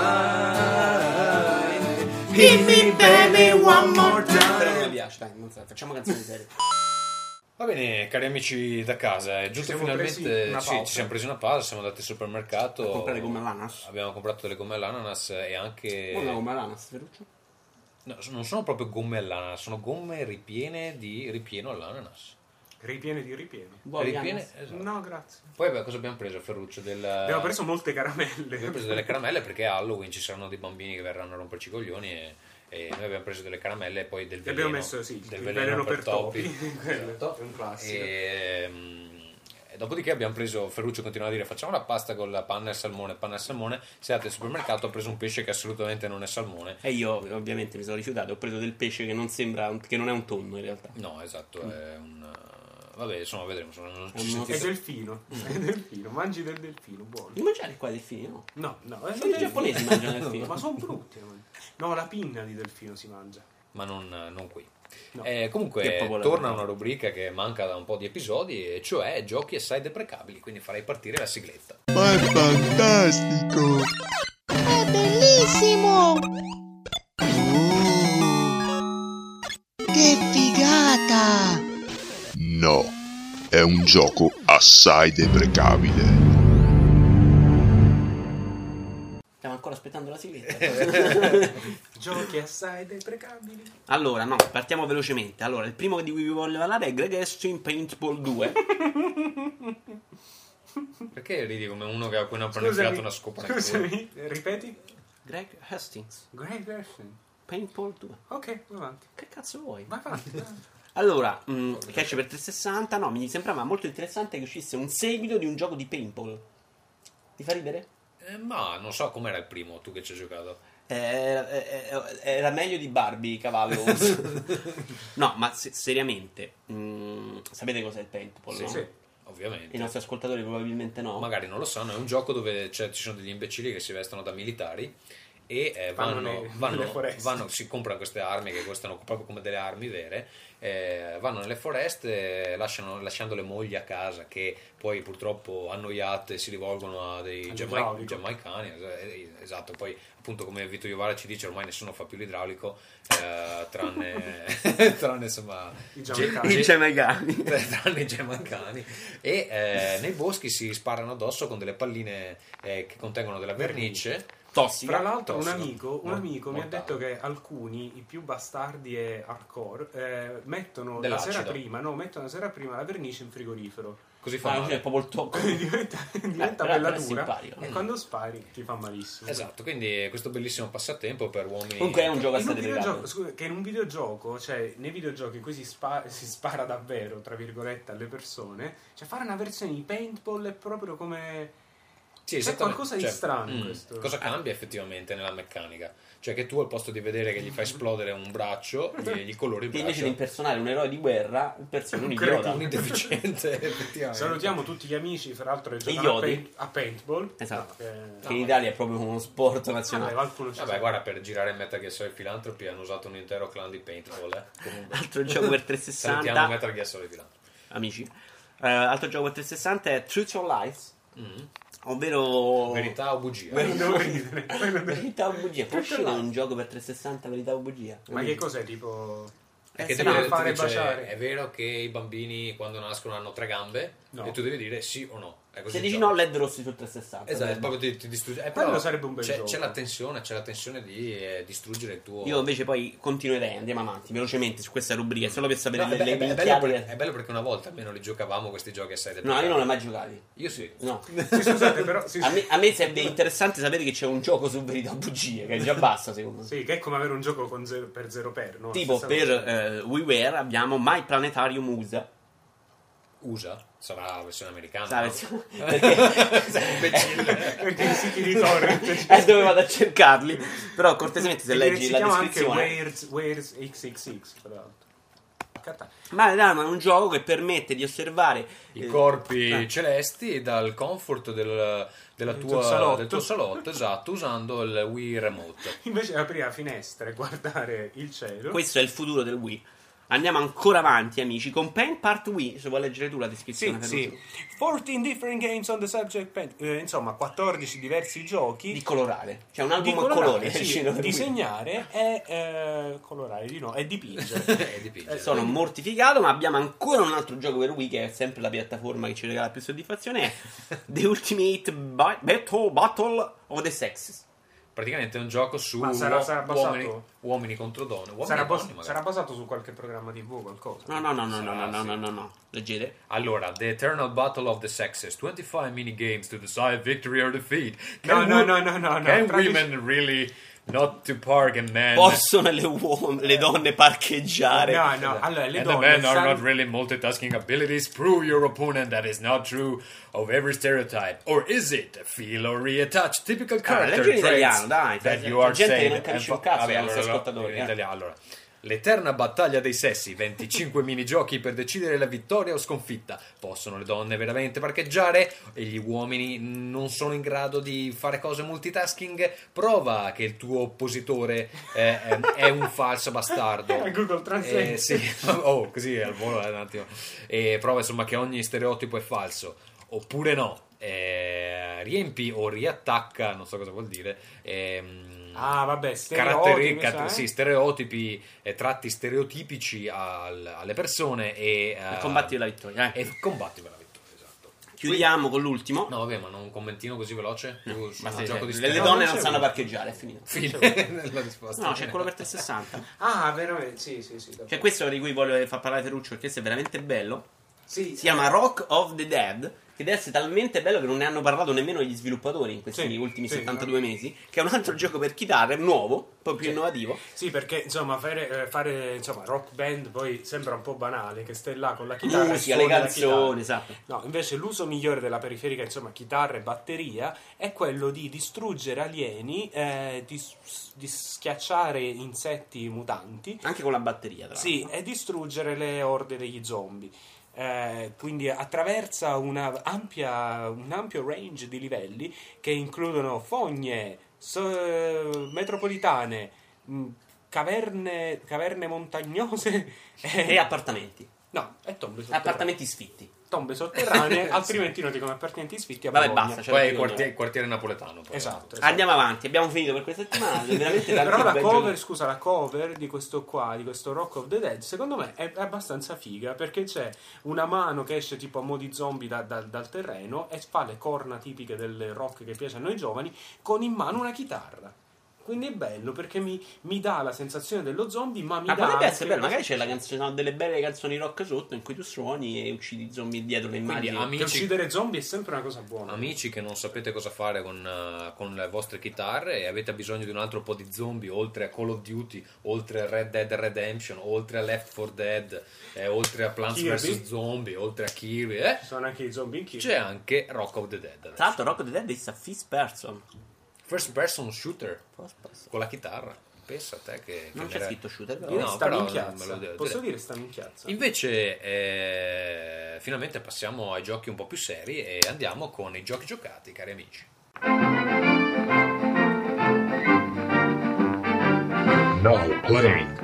Hit me, baby, one more Però non mi time. piace, dai, non so, facciamo canzoni serie. Va bene, cari amici da casa, è giusto siamo presi finalmente. una Sì, pausa. ci siamo presi una pausa, siamo andati al supermercato. A comprare gomme all'ananas. Abbiamo comprato delle gomme all'ananas e anche. Come una gomme all'ananas, Ferruccio? No, non sono proprio gomme all'ananas, sono gomme ripiene di ripieno all'ananas. ripiene di ripiene. Buoni ripiene, ananas. esatto. No, grazie. Poi beh, cosa abbiamo preso, Ferruccio? Del... Abbiamo preso molte caramelle. Abbiamo preso delle caramelle perché a Halloween ci saranno dei bambini che verranno a romperci i coglioni e, e noi abbiamo preso delle caramelle e poi del E veleno. abbiamo messo, sì, del il veleno, veleno per, per topi. topi. Quello Esatto. è un classico. E, mm, e dopodiché abbiamo preso, Ferruccio continua a dire facciamo la pasta con la panna e salmone, panna e salmone. Sei andato al supermercato, ho preso un pesce che assolutamente non è salmone. E io ovviamente mi sono rifiutato, ho preso del pesce che non sembra, un- che non è un tonno in realtà. No, esatto, è un... Vabbè, insomma, vedremo. Insomma, non ci È un- sentite- È delfino. È delfino. Mangi del delfino, buono. Di mangiare qua i delfini, no? No, no. È Solo i delfino. giapponesi mangiano delfino. Ma sono brutti. man. No, la pinna di delfino si mangia. ma non, non qui. No. Eh, Che comunque proprio la torna verità. una rubrica che manca da un po' di episodi, e cioè giochi assai deprecabili, quindi farei partire la sigletta. Ma è fantastico! È bellissimo! Oh, che figata! No, è un gioco assai deprecabile. Stiamo ancora aspettando la sigletta. Giochi assai deprecabili. Allora, no, partiamo velocemente. Allora, il primo di cui vi voglio parlare è Greg Extreme Paintball due. Perché ridi come uno che ha appena Scusami, infilato una scopa nel culo? Scusami, ripeti? Greg Hastings Greg Hastings. Paintball due. Ok, vai avanti. Che cazzo vuoi? Vai avanti. vai avanti. Allora, mh, che esce per trecentosessanta. No, mi sembrava molto interessante che uscisse un seguito di un gioco di paintball. Ti fa ridere? Eh, ma non so com'era il primo, tu che ci hai giocato. Era, era- era meglio di Barbie, cavallo. No, ma se- seriamente, mh, sapete cos'è il paintball? Sì, no? sì, ovviamente. I nostri ascoltatori probabilmente no. Magari non lo sanno, è un gioco dove c'è- ci sono degli imbecilli che si vestono da militari e eh, Vanno vanno, nei- vanno- nelle foreste. vanno- si comprano queste armi che costano proprio come delle armi vere, eh, vanno nelle foreste, lasciano, lasciando le mogli a casa che poi purtroppo annoiate si rivolgono a dei giamai- All'idraulico. giamaicani, eh, esatto, poi appunto come Vito Iovara ci dice ormai nessuno fa più l'idraulico, eh, tranne, tranne insomma I giamaicani. ge- I giamaicani. tranne i giamaicani, e eh, nei boschi si sparano addosso con delle palline eh, che contengono della vernice Tossica. Fra l'altro, un Tossico. amico, un Mor- amico mi ha mortale. detto che alcuni, i più bastardi e hardcore, eh, mettono la Dell'acido. sera prima, no, mettono la sera prima la vernice in frigorifero. così fa Ah, male. cioè, proprio il tocco. diventa diventa Eh, bella però è dura simpatico. e quando spari ti fa malissimo. Esatto, quindi questo bellissimo passatempo per uomini. Comunque è un gioco In un assai delicato. videogioco, scusa, che in un videogioco, cioè nei videogiochi in cui si, spa- si spara davvero, tra virgolette, alle persone, cioè fare una versione di paintball è proprio come... Sì, c'è esattamente. qualcosa di Cioè, strano in mm, questo. Cosa cambia effettivamente nella meccanica? Cioè che tu al posto di vedere che gli fai esplodere un braccio, gli, gli colori il Che invece di braccio. impersonare un eroe di guerra, persona un Un idiota. cretino. Un indeficiente, effettivamente. Salutiamo tutti gli amici, fra l'altro, che Gli giocano a, iodi. paint- a paintball. Esatto. No, che- Che in Italia è proprio uno sport Vabbè, nazionale. qualcuno ci Vabbè, sa. guarda, per girare Metal Gear Solid Philanthropy hanno usato un intero clan di paintball, eh. Comunque. Altro gioco per Salutiamo trecentosessanta. Metal Gear Solid Philanthropy. Amici. Eh, altro gioco per trecentosessanta è Truth or Lies. Ovvero Verità o bugia? Non devo ridere. Verità o bugia? Può uscire un gioco per trecentosessanta Verità o bugia? Ma che cos'è, tipo... È che Eh, devi no, ti fare dice, baciare. è vero che i bambini quando nascono hanno tre gambe? No. E tu devi dire sì o no. È così Se il dici gioco. no, L E D rossi su trecentosessanta. Esatto, proprio ti, ti distrugge. Eh, Quello però sarebbe un bel c'è, gioco. c'è la tensione, c'è la tensione di eh, distruggere il tuo. Io invece poi continuerei, andiamo avanti velocemente su questa rubrica, solo per sapere No, le, è, be- le è be- è bello minchiate perché, che- è bello perché una volta almeno li giocavamo questi giochi assai No, io non l'ho mai giocati. Io sì. No. Sì, scusate, però... sì, A me, a me sarebbe interessante sapere che c'è un gioco su Verità o bugie, che già basta secondo me. Sì, che è come avere un gioco con zero, per zero per, no? Tipo Stessa per cosa. eh, WiiWare abbiamo My Planetarium U S A. U S A? Sarà la versione americana. Sa, no? versione- perché Sei imbecille. Perché i siti di torrent... è dove vado a cercarli. Però cortesemente se Si leggi la chiama anche descrizione. Wares, Wares X X X, tra l'altro. Catta- Ma è un gioco che permette di osservare I eh, corpi eh, celesti dal comfort del, della Del tua, tuo salotto. del tuo salotto, esatto, usando il Wii Remote. Invece di aprire la finestra e guardare il cielo... Questo è il futuro del Wii. Andiamo ancora avanti, amici, con Paint Part Wii. Se vuoi leggere tu la descrizione. Sì, sì. quattordici different games on the subject paint. Eh, insomma, quattordici diversi giochi Di colorare. Cioè un album di a colorare, colori. sì, nel cinema del Wii. disegnare e eh, colorare di no, e dipingere. E dipinge. Eh, Sono mortificato, ma abbiamo ancora un altro gioco per Wii che è sempre la piattaforma che ci regala più soddisfazione. È The Ultimate Ba- Battle, Battle of the Sexes. Praticamente è un gioco su Ma sarà- uo- sarà basato- uomini, uomini contro donne. Uomini sarà, e bas- donne, magari. sarà basato su qualche programma tivù o qualcosa. No, no, no, no, no, Sarà, no, no, sì. no, no, no. Leggete. Allora, The Eternal Battle of the Sexes, twenty-five minigames to decide victory or defeat. No, Can no, wo- no, no, no, no. Can Traduci- women really not to park and men? Possono le, uom- le donne parcheggiare? No, no, allora le and the donne men are sanno- not really multitasking abilities. Prove your opponent that is not true of every stereotype. Or is it? Feel or reattach typical Ah, character leggi in traits italiano, dai. that C'è you are gente che saying non capisce and un cazzo Vabbè, dei nostri allora, ascoltatori, in eh. italiano, allora. L'eterna battaglia dei sessi, venticinque minigiochi per decidere la vittoria o sconfitta. Possono le donne veramente parcheggiare? E gli uomini non sono in grado di fare cose multitasking? Prova che il tuo oppositore eh, è un falso bastardo. Google Translate. Eh, sì. Oh, così al volo un attimo. E prova insomma che ogni stereotipo è falso. Oppure no. Eh, riempi o riattacca, non so cosa vuol dire. Ehm, Ah, vabbè, Caratteri- stereotipi, cat- sai? sì, stereotipi, eh, tratti stereotipici al- alle persone e, E eh, combatti per la vittoria. eh. e combatti per la vittoria, esatto. Chiudiamo con l'ultimo. No, vabbè, ma non un commentino così veloce? No, Su ma un sì, gioco sì. di Le, stereotipi? le donne No, non c'è sanno uno. parcheggiare, è finito. Fine nella risposta. No, c'è quello per trecentosessanta. Ah, veramente, sì, sì, sì. C'è questo di cui voglio far parlare Ferruccio, perché questo è veramente bello. Sì, Si chiama Rock of the Dead, che deve essere talmente bello che non ne hanno parlato nemmeno gli sviluppatori in questi Sì, ultimi sì, settantadue mesi. Che è un altro gioco per chitarre, nuovo, un po' più Sì. innovativo. Sì, perché insomma fare, eh, fare insomma, rock band poi sembra un po' banale, che stai là con la chitarra e Musica, le suoni la canzoni, chitarra. esatto. No, invece l'uso migliore della periferica, insomma, chitarra e batteria, è quello di distruggere alieni, eh, di, di schiacciare insetti mutanti. Anche con la batteria, tra Sì, e distruggere le orde degli zombie. Eh, quindi attraversa una ampia, un ampio range di livelli che includono fogne, so- metropolitane, mh, caverne, caverne montagnose E appartamenti. No, è tombe sotterranee. Appartamenti sfitti. Tombe sotterranee, altrimenti noti come appartamenti sfitti a Vabbè, Bologna. basta, c'è Poi la è il più quartiere, nuova. quartiere napoletano. Poi. Esatto, esatto. Andiamo avanti, abbiamo finito per questa settimana. È veramente tanti Però la bei cover, giochi. scusa, la cover di questo qua, di questo Rock of the Dead, secondo me è, è abbastanza figa, perché c'è una mano che esce tipo a mo' di zombie da- da- dal terreno e fa le corna tipiche del rock che piace a noi giovani, con in mano una chitarra. Quindi è bello perché mi, mi dà la sensazione dello zombie, ma mi Ma dà potrebbe anche essere bello, una- magari c'è la canzone, ci sono delle belle canzoni rock sotto in cui tu suoni e uccidi i zombie dietro le Quindi, immagini. amici- che uccidere zombie è sempre una cosa buona. Amici che non sapete cosa fare con, eh, con le vostre chitarre e avete bisogno di un altro po' di zombie, oltre a Call of Duty, oltre a Red Dead Redemption, oltre a Left four Dead, eh, oltre a Plants Kirby. vs Zombie, oltre a Kirby, eh, Ci sono anche i zombie in Kirby. c'è anche Rock of the Dead adesso. Tra l'altro Rock of the Dead è a first person. First person shooter First person. con la chitarra. Pensa a te che, Non che c'è ne- scritto shooter, però. Dire no, sta però minchiazza. me lo devo Posso dire. dire sta minchiazza? Invece eh, finalmente passiamo ai giochi un po' più seri e andiamo con i giochi giocati, cari amici. Now playing.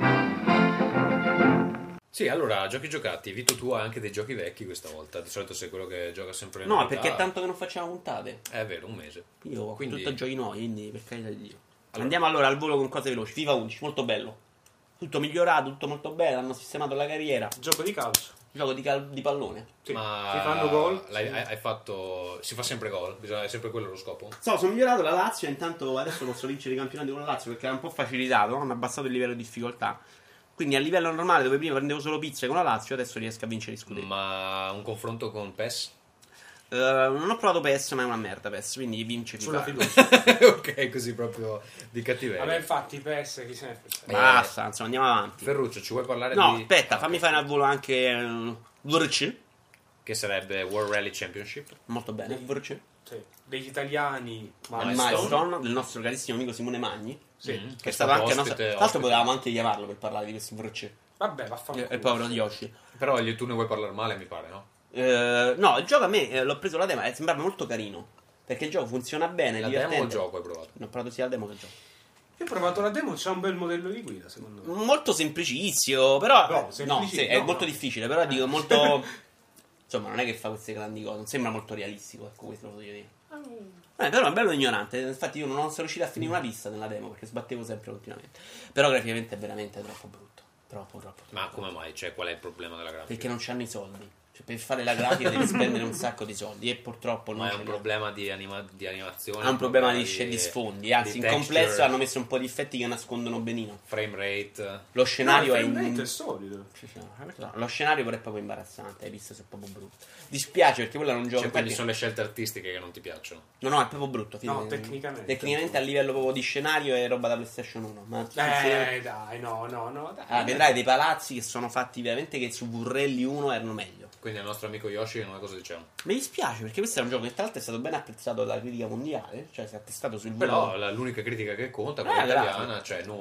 Sì, allora, giochi giocati. Vito, tu hai anche dei giochi vecchi questa volta. Di solito sei quello che gioca sempre le No, novità. perché è tanto che non facciamo puntate. È vero, un mese. Io ho Quindi- tutto giochi nuovi, quindi per carità di Dio. Allora. Andiamo allora al volo con cose veloci. FIFA undici, molto bello. Tutto migliorato, tutto molto bello, hanno sistemato la carriera. Gioco di calcio. Gioco di, cal- di pallone. Sì. Ma Si fanno gol. l'hai- hai, hai fatto. Si fa sempre gol, bisogna, è sempre quello lo scopo. So, sono migliorato la Lazio, intanto adesso posso vincere i campionati con la Lazio perché era un po' facilitato, hanno abbassato il livello di difficoltà. Quindi a livello normale, dove prima prendevo solo pizze con la Lazio, adesso riesco a vincere i scudetti. Ma un confronto con PES? Eh, non ho provato P E S, ma è una merda P E S, quindi vince Sulla FIFA. fiducia. Ok, così proprio di cattiveria. Vabbè, infatti, i P S chi se ne frega. Basta, insomma, andiamo avanti. Ferruccio, ci vuoi parlare No, di. aspetta, fammi fare al volo anche uh, V R C. Che sarebbe World Rally Championship? Molto bene, V R C. Sì. Degli italiani, Il Milestone. Milestone del nostro carissimo amico Simone Magni. Sì. Mm, Che è stato anche nostro. ospite- Tra l'altro ospite. potevamo anche chiamarlo per parlare di questo V R C. Vabbè, vaffanculo. E il povero Yoshi. Però gli- tu ne vuoi parlare male, mi pare, no? Eh, no, il gioco a me eh, l'ho preso la demo e sembrava molto carino. Perché il gioco funziona bene. La divertente. demo o il gioco hai provato? Ne ho provato sia la demo che il gioco. Io ho provato la demo, c'è un bel modello di guida, secondo me. Molto semplicissimo, però. No, no, semplici- sì, è no, molto no. difficile, però dico molto. Insomma, non è che fa queste grandi cose, non sembra molto realistico, ecco, questo lo voglio dire. Eh, però è bello ignorante, infatti io non sono riuscito a finire una pista nella demo perché sbattevo sempre continuamente. Però graficamente è veramente troppo brutto. Troppo, troppo. Ma come mai? Cioè, qual è il problema della grafica? Perché non c'hanno i soldi. Cioè, per fare la grafica devi spendere un sacco di soldi e purtroppo non Ma è ce un li ha. problema di, anima- di animazione? Ha un problema di, sc- di sfondi, anzi di in texture, complesso hanno messo un po' di effetti che nascondono benino. frame rate. Lo scenario No, è il in... frame rate è solido. Sì, sì, no, lo scenario però è proprio imbarazzante, hai visto se è proprio brutto. Dispiace perché quello era un gioco. Cioè, quindi infatti- sono le scelte artistiche che non ti piacciono. No, no, è proprio brutto. No, fidati. tecnicamente. Tecnicamente a livello proprio di scenario è roba da PlayStation uno. Ma funziona- Eh, dai, no, no, no, dai. Ah, vedrai dei palazzi che sono fatti veramente che su Vurrelli uno erano meglio. Quindi al nostro amico Yoshi non è cosa diciamo. Mi dispiace perché questo è un gioco che tra l'altro è stato ben apprezzato dalla critica mondiale, cioè si è attestato sul Però volo. la- l'unica critica che conta, Eh, quella grazie. italiana, cioè noi.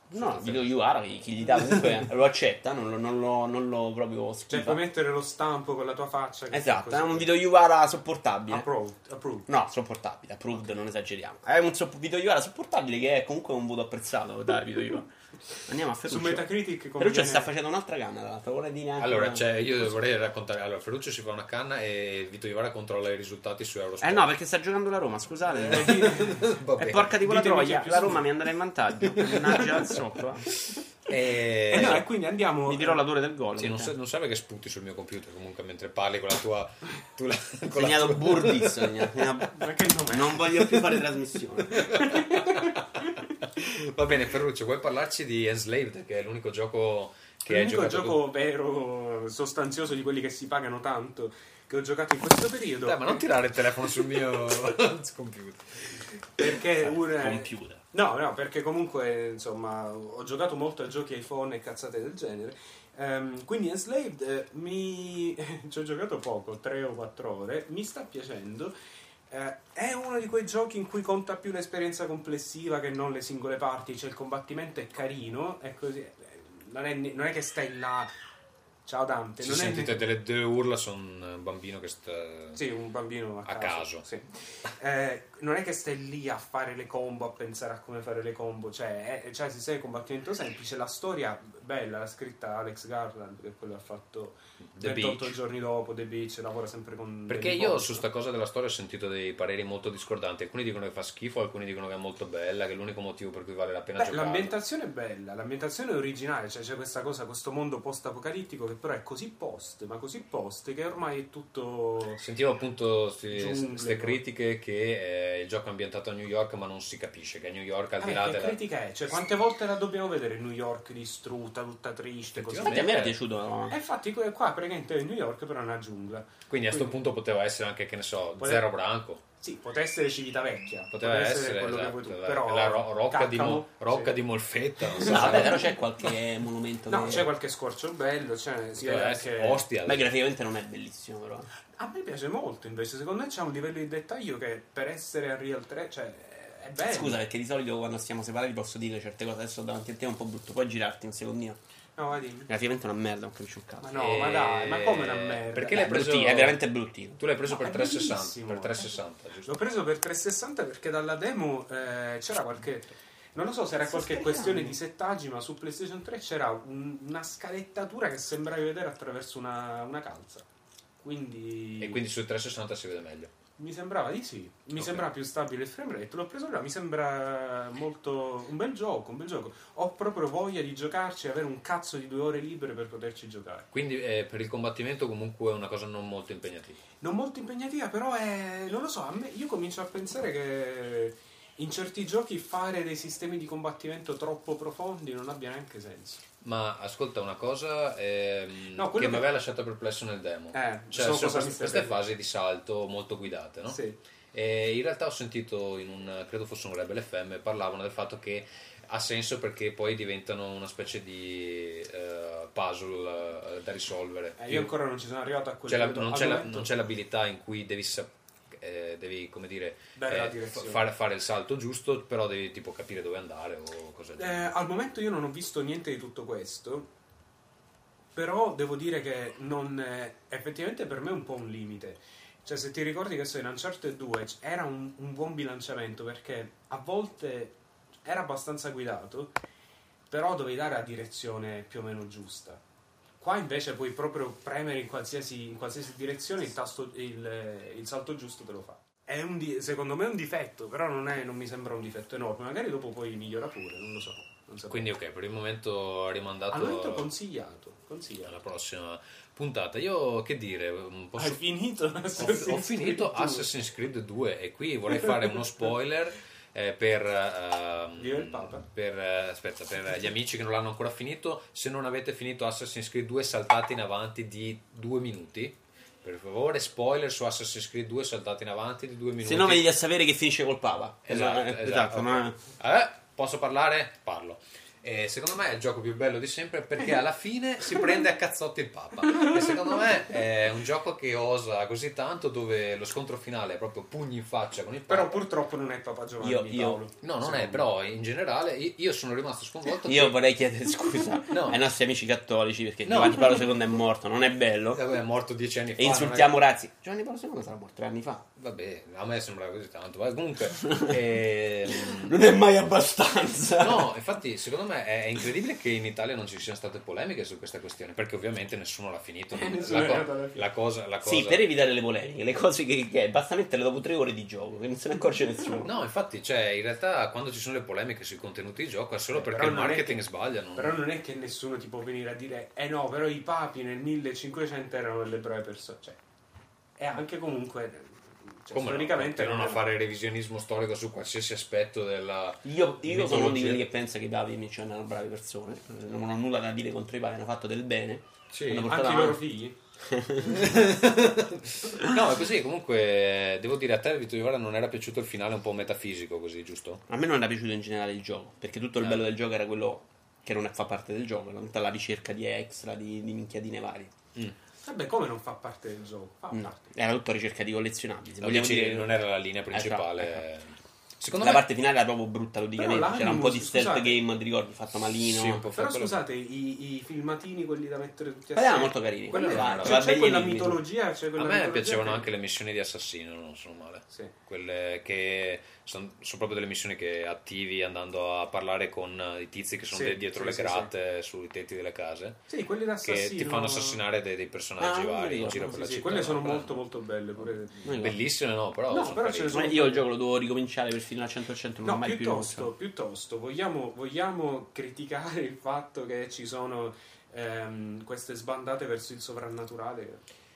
No, video U R chi gli dà comunque lo accetta, non lo, non lo, non lo proprio schifa. Cioè puoi mettere lo stampo con la tua faccia. Che esatto, è un video U R sopportabile. Approved, approved. No, sopportabile, approved, non esageriamo. È un so- video U R sopportabile che è comunque un voto apprezzato dai video U R. Andiamo a Ferruccio. Su Metacritic come Ferruccio viene... sta facendo un'altra canna dall'altra, vuole dire neanche. Allora, cioè, io vorrei raccontare. Allora, Ferruccio si fa una canna e Vito Ivara controlla i risultati su Eurosport. Eh no, perché sta giocando la Roma, scusate. Vabbè. E porca di quella Ditemi troia, chi è la più Roma mi andrà in vantaggio. Mannaggia al sopra. E... Eh no, e quindi andiamo. Mi dirò l'autore del gol. Sì, non, sa- non serve che sputi sul mio computer comunque mentre parli con la tua. Tu la, con Segnato la tua... Burdis. Non voglio più fare trasmissione. Va bene, Ferruccio, vuoi parlarci di Enslaved, che è l'unico gioco che hai L'unico giocato gioco tu? vero, sostanzioso di quelli che si pagano tanto che ho giocato in questo periodo. Dai, ma non tirare il telefono sul mio computer. Perché un computer. No, no, perché comunque insomma ho giocato molto a giochi iPhone e cazzate del genere. Um, quindi Enslaved eh, mi ci ho giocato poco, tre o quattro ore, mi sta piacendo. Uh, è uno di quei giochi in cui conta più l'esperienza complessiva che non le singole parti, cioè il combattimento è carino, è così, non è, non è che stai là. Ciao Dante. Se non sentite è... delle, delle urla, sono un bambino che sta. Sì, un bambino a, a caso. caso. Sì. Eh, non è che stai lì a fare le combo, a pensare a come fare le combo, cioè, è, cioè se sei combattimento semplice, la storia bella, l'ha scritta Alex Garland, che è quello che ha fatto The ventotto Beach. giorni dopo The Beach, lavora sempre con Perché Danny io Boyle. su sta cosa della storia ho sentito dei pareri molto discordanti. Alcuni dicono che fa schifo, alcuni dicono che è molto bella, che è l'unico motivo per cui vale la pena Beh, giocare. l'ambientazione è bella, l'ambientazione è originale, cioè c'è questa cosa, questo mondo post-apocalittico che però è così post, ma così post che ormai è tutto. Sentivo appunto queste giungle, no? critiche che eh, il gioco è ambientato a New York, ma non si capisce che a New York al di Eh, là che della. critica è? Cioè, quante volte la dobbiamo vedere New York distrutta, tutta triste, così. Infatti a me era piaciuto. No? E infatti que- qua praticamente è New York però è una giungla. Quindi a sto punto poteva essere anche, che ne so, Poteva- Zero Branco. Sì, poteva essere Civitavecchia. Poteva essere, quello che esatto, vuoi tu. la, Però la ro- rocca, di, Caccamo, Mo- rocca sì. di Molfetta. Non so No, se- vabbè, però c'è qualche monumento. No, che... c'è qualche scorcio bello, cioè, si Poteva vede essere anche... Ostia. Beh, graficamente non è bellissimo, però. A me piace molto invece, secondo me c'è un livello di dettaglio che per essere Unreal tre, cioè, è bello. Scusa, perché di solito quando stiamo separati posso dire certe cose. Adesso davanti a te è un po' brutto. Puoi girarti un secondino? No, vai dimmi. Graficamente è una merda, non capisco un cazzo. Ma no, ma dai, ma come una merda? Perché Dai, l'hai preso? bruttino, è veramente bruttino. Tu l'hai preso No, per è trecentosessanta, bellissimo. per trecentosessanta, giusto? L'ho preso per trecentosessanta perché dalla demo eh, c'era qualche... Non lo so se era qualche questione di settaggi, ma su PlayStation tre c'era un- una scalettatura che sembrava vedere attraverso una, una calza. Quindi... E quindi sul trecentosessanta si vede meglio. Mi sembrava di sì, mi Ok. sembrava più stabile il frame rate, l'ho preso là, mi sembra molto un bel gioco, un bel gioco. Ho proprio voglia di giocarci e avere un cazzo di due ore libere per poterci giocare. Quindi eh, per il combattimento comunque è una cosa non molto impegnativa. Non molto impegnativa, però è... non lo so, a me, io comincio a pensare che in certi giochi fare dei sistemi di combattimento troppo profondi non abbia neanche senso. Ma ascolta una cosa ehm, No, che quello mi che- aveva lasciato perplesso nel demo. Eh, cioè so sono cosa mi queste, stai queste dicendo. fasi di salto molto guidate, no? Sì. E in realtà ho sentito in un, credo fosse un Rebel F M, parlavano del fatto che ha senso perché poi diventano una specie di eh, puzzle eh, da risolvere. Eh, io ancora non ci sono arrivato a quello. C'è la- che- non, al c'è la- momento- non c'è l'abilità in cui devi, sap- eh, devi come dire, Dare la eh, direzione. fa- fare, fare il salto giusto, però devi tipo capire dove andare o cosa del Eh, genere. al momento io non ho visto niente di tutto questo, però devo dire che non è, effettivamente per me è un po' un limite. Cioè, se ti ricordi che so, in Uncharted due era un, un buon bilanciamento perché a volte era abbastanza guidato, però dovevi dare la direzione più o meno giusta. Qua invece puoi proprio premere in qualsiasi, in qualsiasi direzione, il, tasto, il, il salto giusto te lo fa. È un di- secondo me è un difetto, però non, è, non mi sembra un difetto enorme. Magari dopo poi migliora pure, non lo so. Non so. Quindi ok, per il momento ho rimandato Al momento consigliato, consigliato. alla prossima puntata. Io che dire, un po' Hai finito ho, Assassin's ho finito Creed due? Assassin's Creed due e qui vorrei fare uno spoiler eh, per, ehm, Dio e il Papa. per, eh, aspetta, per gli amici che non l'hanno ancora finito. Se non avete finito Assassin's Creed due, saltate in avanti di due minuti. Per favore, spoiler su Assassin's Creed due, saltate in avanti di due minuti. Se no venite a sapere che finisce col Papa. Esatto, Eh, esatto. ma... Eh, posso parlare? Parlo. E secondo me è il gioco più bello di sempre perché alla fine si prende a cazzotti il Papa. E secondo me è un gioco che osa così tanto, dove lo scontro finale è proprio pugni in faccia con il Papa. Però purtroppo non è Papa Giovanni Io- io- Paolo. No, non è, però in generale io, io sono rimasto sconvolto. Io che- vorrei chiedere scusa No. ai nostri amici cattolici perché No. Giovanni Paolo secondo è morto, non è bello. Vabbè, è morto dieci anni fa. E insultiamo Razzi. Giovanni Paolo secondo sarà morto tre anni fa. Vabbè, a me sembra così tanto. Ma comunque, ehm, Non è mai abbastanza. no, infatti, secondo me è incredibile che in Italia non ci siano state polemiche su questa questione, perché ovviamente nessuno l'ha finito. Eh, nessuno La, è co- arrivato alla fine. la cosa, la cosa. Sì, per evitare le polemiche, le cose che, che basta metterle dopo tre ore di gioco, che non se ne accorge nessuno. No, infatti, cioè, in realtà quando ci sono le polemiche sui contenuti di gioco è solo Eh, perché però il non è marketing che- sbaglia. Non... Però non è che nessuno ti può venire a dire eh no, però i papi nel millecinquecento erano delle brave persone. Cioè, e anche comunque, cioè, Come no? storicamente Continuano a è- fare revisionismo storico su qualsiasi aspetto della Io, io sono uno di mitologia. quelli che pensa che i papi invece erano brave persone. Non ho nulla da dire contro i papi, hanno fatto del bene. Sì, hanno portato anche i loro avanti- figli. No, è così. Comunque, devo dire, a te, Vito Iovara, non era piaciuto il finale un po' metafisico, così, giusto? A me non era piaciuto in generale il gioco, perché tutto il Eh. bello del gioco era quello che non fa parte del gioco, era tutta la ricerca di extra, di, di minchiadine varie. Mm. Vabbè, come non fa parte del gioco? Fa No, parte. era tutta ricerca di collezionabili. Se No, vogliamo dici, dire non era la linea principale. Esatto. Secondo la me parte finale era proprio brutta ludicamente, Però c'era un po' di l'animus, stealth scusate. game, ti ricordi, fatto malino. Sì, un po' Però quello- scusate, i, i filmatini, quelli da mettere tutti Quelli erano assieme, molto carini. quelli quelli erano- erano- cioè, la c'è quella Belli Enigmi. mitologia, c'è A quella me mitologia piacevano che- anche le missioni di assassino, non sono male. Sì. Quelle che sono, sono proprio delle missioni che attivi andando a parlare con i tizi che sono Sì, de- dietro sì, le sì, gratte sui tetti delle case. Sì, quelli da Che assassino ti fanno assassinare dei, dei personaggi Ah, non mi vari in ricordo. giro Sì, per la sì, città. quelle sono no? molto molto belle pure. Bellissime, no, però. No, sono però ce ne carine. sono- Ma io il gioco lo devo ricominciare per finire al cento per cento, non No, ho mai piuttosto, più piuttosto vogliamo, vogliamo criticare il fatto che ci sono ehm, queste sbandate verso il sovrannaturale.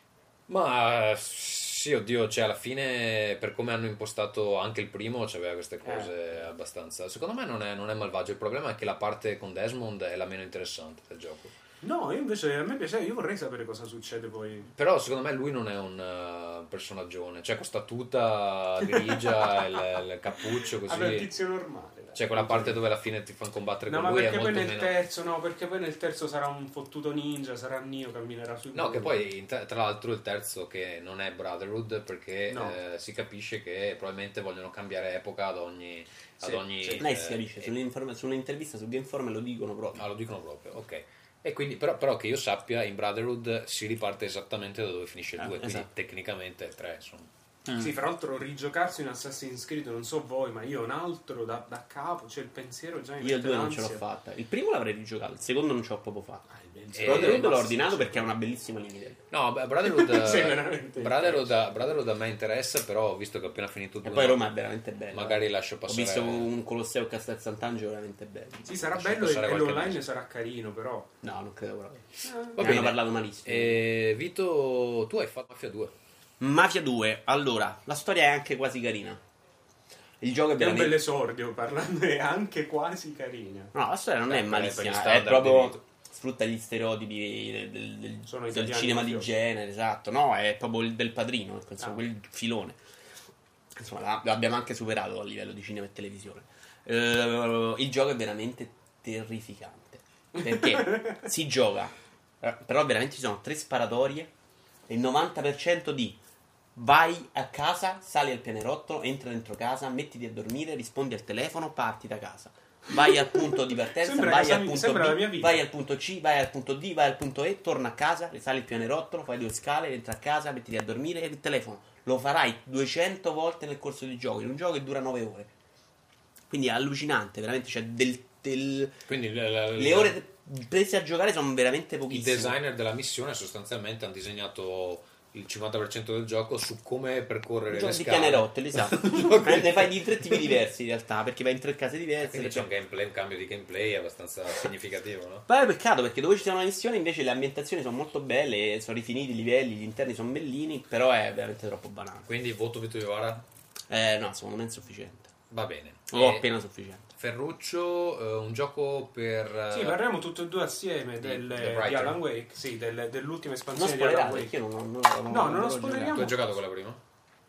Ma sì, oddio, cioè alla fine per come hanno impostato anche il primo c'aveva queste cose abbastanza. Secondo me non è, non è malvagio, il problema è che la parte con Desmond è la meno interessante del gioco. No, io invece a me piace, io vorrei sapere cosa succede poi. Però secondo me lui non è un uh, personaggione, cioè con sta tuta grigia, il, il cappuccio così. Vabbè, è un tizio normale. dai. Cioè quella parte dove alla fine ti fanno combattere No, con ma lui è perché poi molto nel meno... terzo, no, perché poi nel terzo sarà un fottuto ninja, sarà Neo, camminerà sui No, muri. che poi in te- tra l'altro il terzo che non è Brotherhood perché No. eh, si capisce che probabilmente vogliono cambiare epoca ad ogni... Ad Sì, ogni sì. Lei si eh, capisce, eh, sull'inform- su un'intervista su Gameform lo dicono proprio. Ah, lo dicono proprio, ok. E quindi, però, però che io sappia, in Brotherhood si riparte esattamente da dove finisce il Ah, due, quindi esatto. tecnicamente il tre, insomma. Sì, fra l'altro rigiocarsi in Assassin's Creed, non so voi, ma io un altro da, da capo, cioè il pensiero già mi Io il mette due non ce l'ansia. l'ho fatta. Il primo l'avrei rigiocato, il secondo non ce l'ho proprio fatto. Ah, il Eh, Brotherhood l'ho ma ordinato sì, perché è una bellissima limited. No, beh, Brotherhood, Sei veramente Brotherhood, Brotherhood a me interessa, però visto che ho appena finito il E due, poi Roma è veramente bella. magari lascio Ho passare... visto un Colosseo Castel Sant'Angelo veramente bello. Sì, sarà Lascia bello e, passare e qualche l'online mese. sarà carino, però. No, non credo proprio. Va Ne hanno bene. parlato malissimo. E Vito, tu hai fatto Mafia due. Mafia due, allora, la storia è anche quasi carina. Il gioco è È un veramente... bell'esordio, parlando è anche quasi carina. No, la storia non è Beh, per gli malissima, è standard di proprio... Vito. Sfrutta gli stereotipi del, del- del- Sono del italiani cinema di mafiosi. genere, esatto. No, è proprio il del Padrino, insomma, Ah. quel filone. Insomma, la- l'abbiamo anche superato a livello di cinema e televisione. Eh, il gioco è veramente terrificante. Perché si gioca, eh, però veramente ci sono tre sparatorie e il novanta per cento di vai a casa, sali al pianerottolo, entra dentro casa, mettiti a dormire, rispondi al telefono, parti da casa. Vai al punto di partenza, Sembra vai casa al mia- punto sembra la mia B, vita. vai al punto C, vai al punto D, vai al punto E, torna a casa, risali il pianerottolo, fai due scale, entra a casa, mettiti a dormire e il telefono. Lo farai duecento volte nel corso di gioco, in un gioco che dura nove ore. Quindi è allucinante, veramente, cioè del, del- Quindi l- l- le ore prese a giocare sono veramente i pochissime. designer della missione sostanzialmente hanno disegnato il cinquanta per cento del gioco su come percorrere Gioco le di scale. pianerottoli, esatto. Gioco Eh, di- ne fai di tre tipi diversi in realtà, perché vai in tre case diverse. Quindi c'è un gameplay, un cambio di gameplay abbastanza significativo, no? Poi è peccato perché dove ci sia una missione invece le ambientazioni sono molto belle, sono rifiniti i livelli, gli interni sono bellini, però è veramente troppo banale. Quindi voto Vito Iovara? Eh no, secondo me è insufficiente. Va bene. O E appena sufficiente. Ferruccio, eh, un gioco per... Sì, eh, parliamo tutti e due assieme di- del, The di Writer. Alan Wake, sì, del- dell'ultima Non espansione di Alan spoilerate Wake. perché io non, non, No, non lo l'ho spoileriamo. Tu hai giocato quella prima?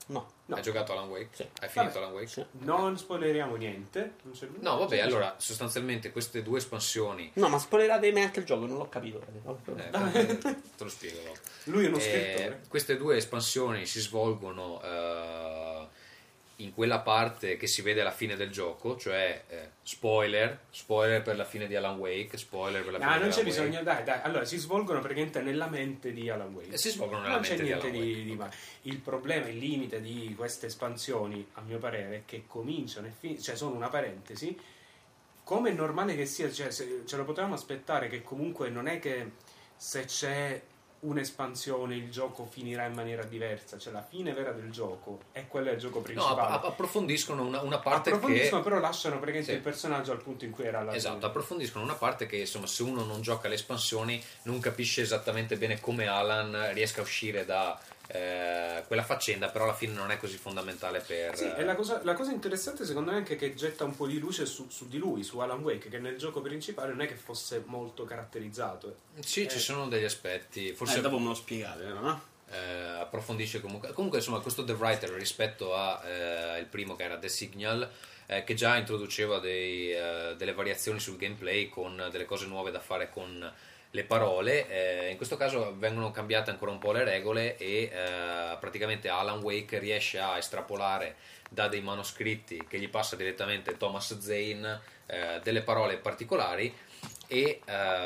No. No. Hai giocato Alan Wake? Sì. Hai finito Vabbè, Alan Wake? sì. Non spoileriamo niente. Non c'è... No, vabbè, c'è- allora, sostanzialmente queste due espansioni... No, ma spoilerate me anche il gioco, non l'ho capito. Eh, te lo spiego dopo. Lui è uno Eh, scrittore. queste due espansioni si svolgono eh, in quella parte che si vede alla fine del gioco, cioè eh, spoiler, spoiler per la fine di Alan Wake, spoiler per la fine Ah, di non Alan c'è Wake. bisogno, dai, dai. Allora, si svolgono praticamente nella mente di Alan Wake. Eh, si svolgono nella non mente c'è di niente Alan di, Wake. di male. Il problema, il limite di queste espansioni, a mio parere, è che cominciano e finiscono, cioè sono una parentesi. Come è normale che sia, cioè, se- ce lo potevamo aspettare che comunque non è che se c'è un'espansione il gioco finirà in maniera diversa, cioè la fine vera del gioco è quella del gioco No, principale. app- approfondiscono una, una parte Approfondiscono, che... però lasciano praticamente Sì. il personaggio al punto in cui era alla Esatto, fine. approfondiscono una parte che insomma se uno non gioca le espansioni non capisce esattamente bene come Alan riesca a uscire da eh, quella faccenda, però alla fine non è così fondamentale per... Sì, e la cosa, la cosa interessante secondo me è anche che getta un po' di luce su, su di lui, su Alan Wake, che nel gioco principale non è che fosse molto caratterizzato. Sì, Eh, ci sono degli aspetti, forse Eh, dopo me lo spiegate, no? eh, approfondisce comunque. Comunque insomma questo The Writer rispetto a eh, il primo che era The Signal, eh, che già introduceva dei, eh, delle variazioni sul gameplay con delle cose nuove da fare con le parole, eh, in questo caso vengono cambiate ancora un po' le regole e eh, praticamente Alan Wake riesce a estrapolare da dei manoscritti che gli passa direttamente Thomas Zane eh, delle parole particolari e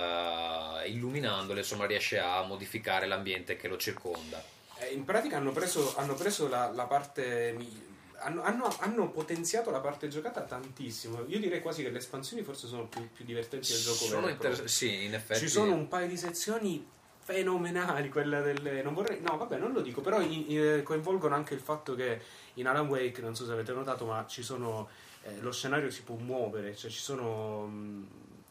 eh, illuminandole insomma riesce a modificare l'ambiente che lo circonda. eh, in pratica hanno preso, hanno preso la, la parte... mi- Hanno, hanno, hanno potenziato la parte giocata tantissimo. Io direi quasi che le espansioni forse sono più, più divertenti del gioco Sono vero e inter- proprio. sì, in effetti Ci sono un paio di sezioni fenomenali, quella delle... non vorrei... no vabbè non lo dico, però i- i- coinvolgono anche il fatto che in Alan Wake, non so se avete notato, ma ci sono eh, lo scenario si può muovere, cioè ci sono mh,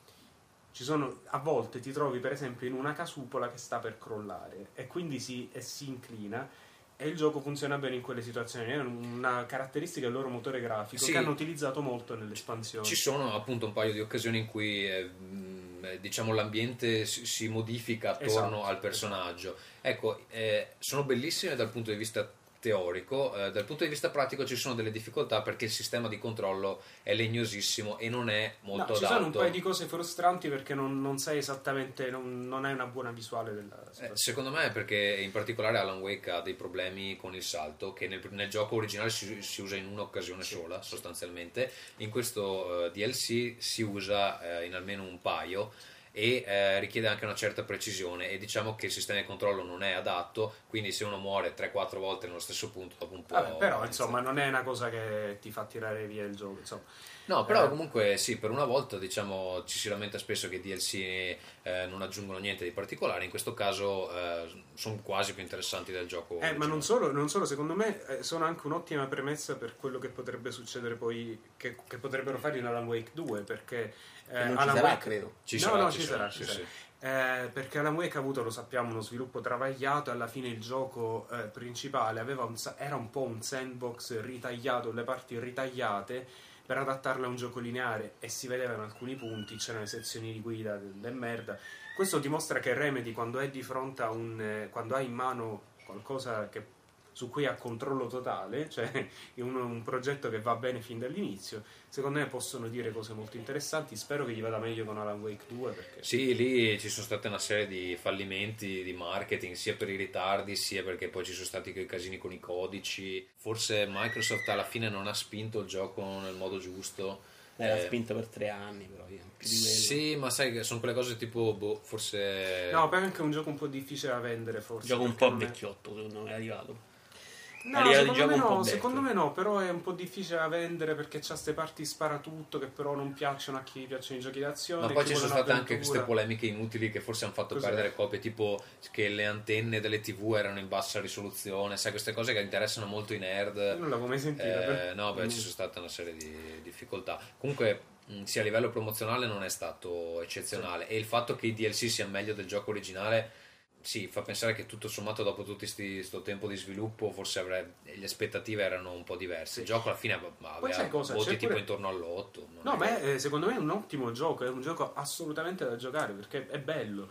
ci sono a volte ti trovi per esempio in una casupola che sta per crollare e quindi si, e si inclina e il gioco funziona bene in quelle situazioni. È una caratteristica del loro motore grafico Sì. che hanno utilizzato molto nell'espansione. ci sono appunto un paio di occasioni in cui eh, mh, diciamo l'ambiente si, si modifica attorno Esatto. al personaggio. Ecco, eh, sono bellissime dal punto di vista teorico, eh, dal punto di vista pratico ci sono delle difficoltà perché il sistema di controllo è legnosissimo e non è molto No, ci adatto. sono un paio di cose frustranti perché non, non sai esattamente, non, non hai una buona visuale della situazione. Eh, secondo me è perché in particolare Alan Wake ha dei problemi con il salto che nel, nel gioco originale si, si usa in un'occasione sola sostanzialmente, in questo eh, D L C si usa eh, in almeno un paio e eh, richiede anche una certa precisione e diciamo che il sistema di controllo non è adatto, quindi se uno muore tre quattro volte nello stesso punto dopo un po' Vabbè, però inizia- insomma non è una cosa che ti fa tirare via il gioco, insomma. No, però Eh, comunque sì, per una volta diciamo ci si lamenta spesso che i D L C eh, non aggiungono niente di particolare, in questo caso eh, sono quasi più interessanti del gioco. Eh, ma non solo, non solo, secondo me eh, sono anche un'ottima premessa per quello che potrebbe succedere poi, che, che potrebbero fare in Alan Wake due, perché eh, Che non ci Alan sarà, Wake... credo. Ci no, sarà, no, ci ci sarà, sarà, ci sì, sarà. sì. Eh, perché Alan Wake ha avuto, lo sappiamo, uno sviluppo travagliato e alla fine il gioco eh, principale aveva un sa- era un po' un sandbox ritagliato, le parti ritagliate per adattarlo a un gioco lineare e si vedeva in alcuni punti, c'erano le sezioni di guida del merda. Questo dimostra che Remedy quando è di fronte a un eh, quando ha in mano qualcosa che, su cui ha controllo totale, cioè un, un progetto che va bene fin dall'inizio, secondo me possono dire cose molto interessanti. Spero che gli vada meglio con Alan Wake due, perché Sì, lì ci sono state una serie di fallimenti di marketing, sia per i ritardi, sia perché poi ci sono stati quei casini con i codici. Forse Microsoft alla fine non ha spinto il gioco nel modo giusto. L'ha Eh, spinto per tre anni, però io, più di quello. Sì, ma sai che sono quelle cose tipo, boh, forse... no, poi è anche un gioco un po' difficile da vendere, forse. Gioco un perché po' non è- vecchiotto, secondo me è arrivato. No, A livello di secondo, me gioco un po' no, vecchio. secondo me no, però è un po' difficile da vendere perché c'ha ste parti sparatutto che però non piacciono a chi piacciono i giochi d'azione. Ma poi chi ci sono vuole state anche un'avventura. queste polemiche inutili che forse hanno fatto Cos'è? perdere copie, tipo che le antenne delle tivù erano in bassa risoluzione, sai, queste cose che interessano molto i nerd. Io non l'avevo mai sentita. Eh, per- no, beh, Mm. ci sono state una serie di difficoltà. Comunque, mh, sì, a livello promozionale non è stato eccezionale. E il fatto che i D L C sia meglio del gioco originale, sì, fa pensare che tutto sommato, dopo tutto questo tempo di sviluppo, forse avrebbe, le aspettative erano un po' diverse. Il gioco alla fine aveva Poi sai cosa? voti C'è tipo pure- intorno all'otto. non No, è che- ma è, eh, secondo me è un ottimo gioco, è un gioco assolutamente da giocare perché è bello.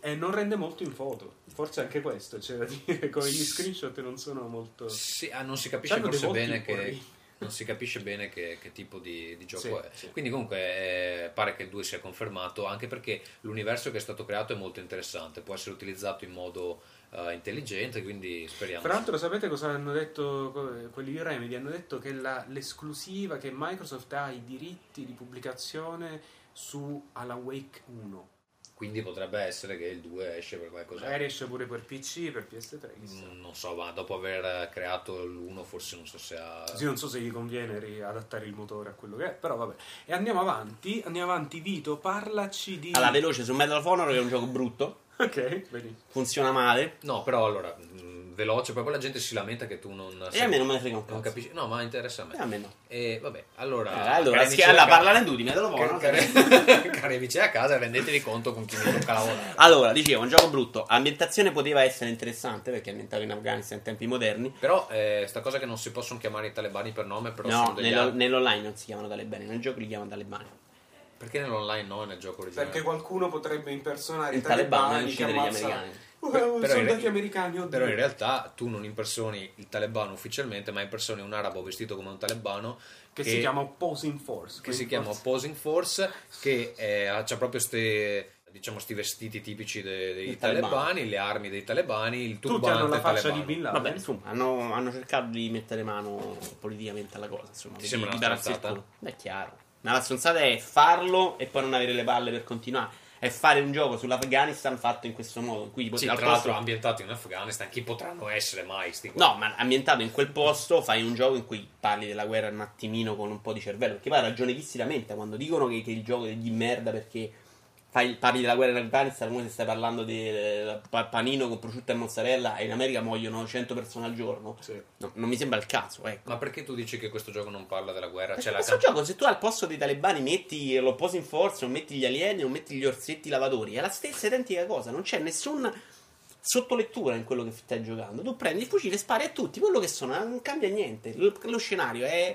E non rende molto in foto. Forse anche questo c'è da dire, come gli screenshot non sono molto... Sì, ah, non si capisce C'hanno forse dei volti bene che... orribili. Non si capisce bene che, che tipo di, di gioco Sì, è. sì. Quindi comunque eh, pare che il due sia confermato, anche perché l'universo che è stato creato è molto interessante, può essere utilizzato in modo eh, intelligente, quindi speriamo. Tra l'altro sapete cosa hanno detto co- quelli di Remedy? Hanno detto che la- l'esclusiva, che Microsoft ha i diritti di pubblicazione su Alan Wake uno. Quindi potrebbe essere che il due esce per qualcosa. Magari esce pure per P C, per P S tre, chissà. Mm, non so, ma dopo aver creato l'uno forse non so se ha... Sì, non so se gli conviene riadattare il motore a quello che è, però vabbè. E andiamo avanti, andiamo avanti, Vito, parlaci di... Alla veloce su Medal of Honor, che è un gioco brutto. Ok, vedi. Funziona male. No, però allora, mh, veloce, proprio la gente si lamenta che tu non... E a me non me ne frega un non cazzo. capisci. No, ma interessa a me. E a me no. E vabbè, allora... Eh, allora, cari amici schialla, da ca- parlane tu di Medal of Honor. Cari, cari amici a casa, rendetevi conto con chi mi tocca lavorare. Allora, dicevo, un gioco brutto. Ambientazione poteva essere interessante perché è ambientato in Afghanistan in tempi moderni. Però eh, sta cosa che non si possono chiamare i talebani per nome, però No, sono degli nello- altri. nell'online non si chiamano talebani, nel gioco li chiamano talebani. Perché nell'online no, nel gioco originale? Perché qualcuno potrebbe impersonare Il i talebano talebani e che uccidere gli ammazza... americani. Uh, Però in soldati re- americani, oddio. Però in realtà tu non impersoni il talebano ufficialmente, ma impersoni un arabo vestito come un talebano Che si chiama Opposing Force. che si quindi chiama forse- Opposing Force, che eh, ha c'ha proprio ste, diciamo, sti vestiti tipici de- dei Il talebani, talebano. le armi dei talebani, il Tutti turbante hanno la faccia talebano. di Bin Laden. Vabbè, insomma, hanno, hanno cercato di mettere mano politicamente alla cosa. Insomma, Ti di- sembra di una darsi il stronzata? culo. Beh, è chiaro. Ma la stronzata è farlo e poi non avere le palle per continuare. È fare un gioco sull'Afghanistan fatto in questo modo. In cui Sì, al tra posto- l'altro ambientato in Afghanistan, chi potranno essere mai sti No, ma ambientato in quel posto fai un gioco in cui parli della guerra un attimino con un po' di cervello. Perché poi ragionerissimamente quando dicono che, che il gioco è di merda perché fai, parli della guerra in Afghanistan come se stai parlando del panino con prosciutto e mozzarella e in America muoiono cento persone al giorno. Sì. No, non mi sembra il caso, ecco. Ma perché tu dici che questo gioco non parla della guerra? Perché C'è la questo can- gioco, se tu al posto dei talebani metti l'opposing force, non metti gli alieni, non metti gli orsetti lavatori, è la stessa identica cosa, non c'è nessuna sottolettura in quello che stai giocando. Tu prendi il fucile e spari a tutti, quello che sono, non cambia niente. Lo, lo scenario è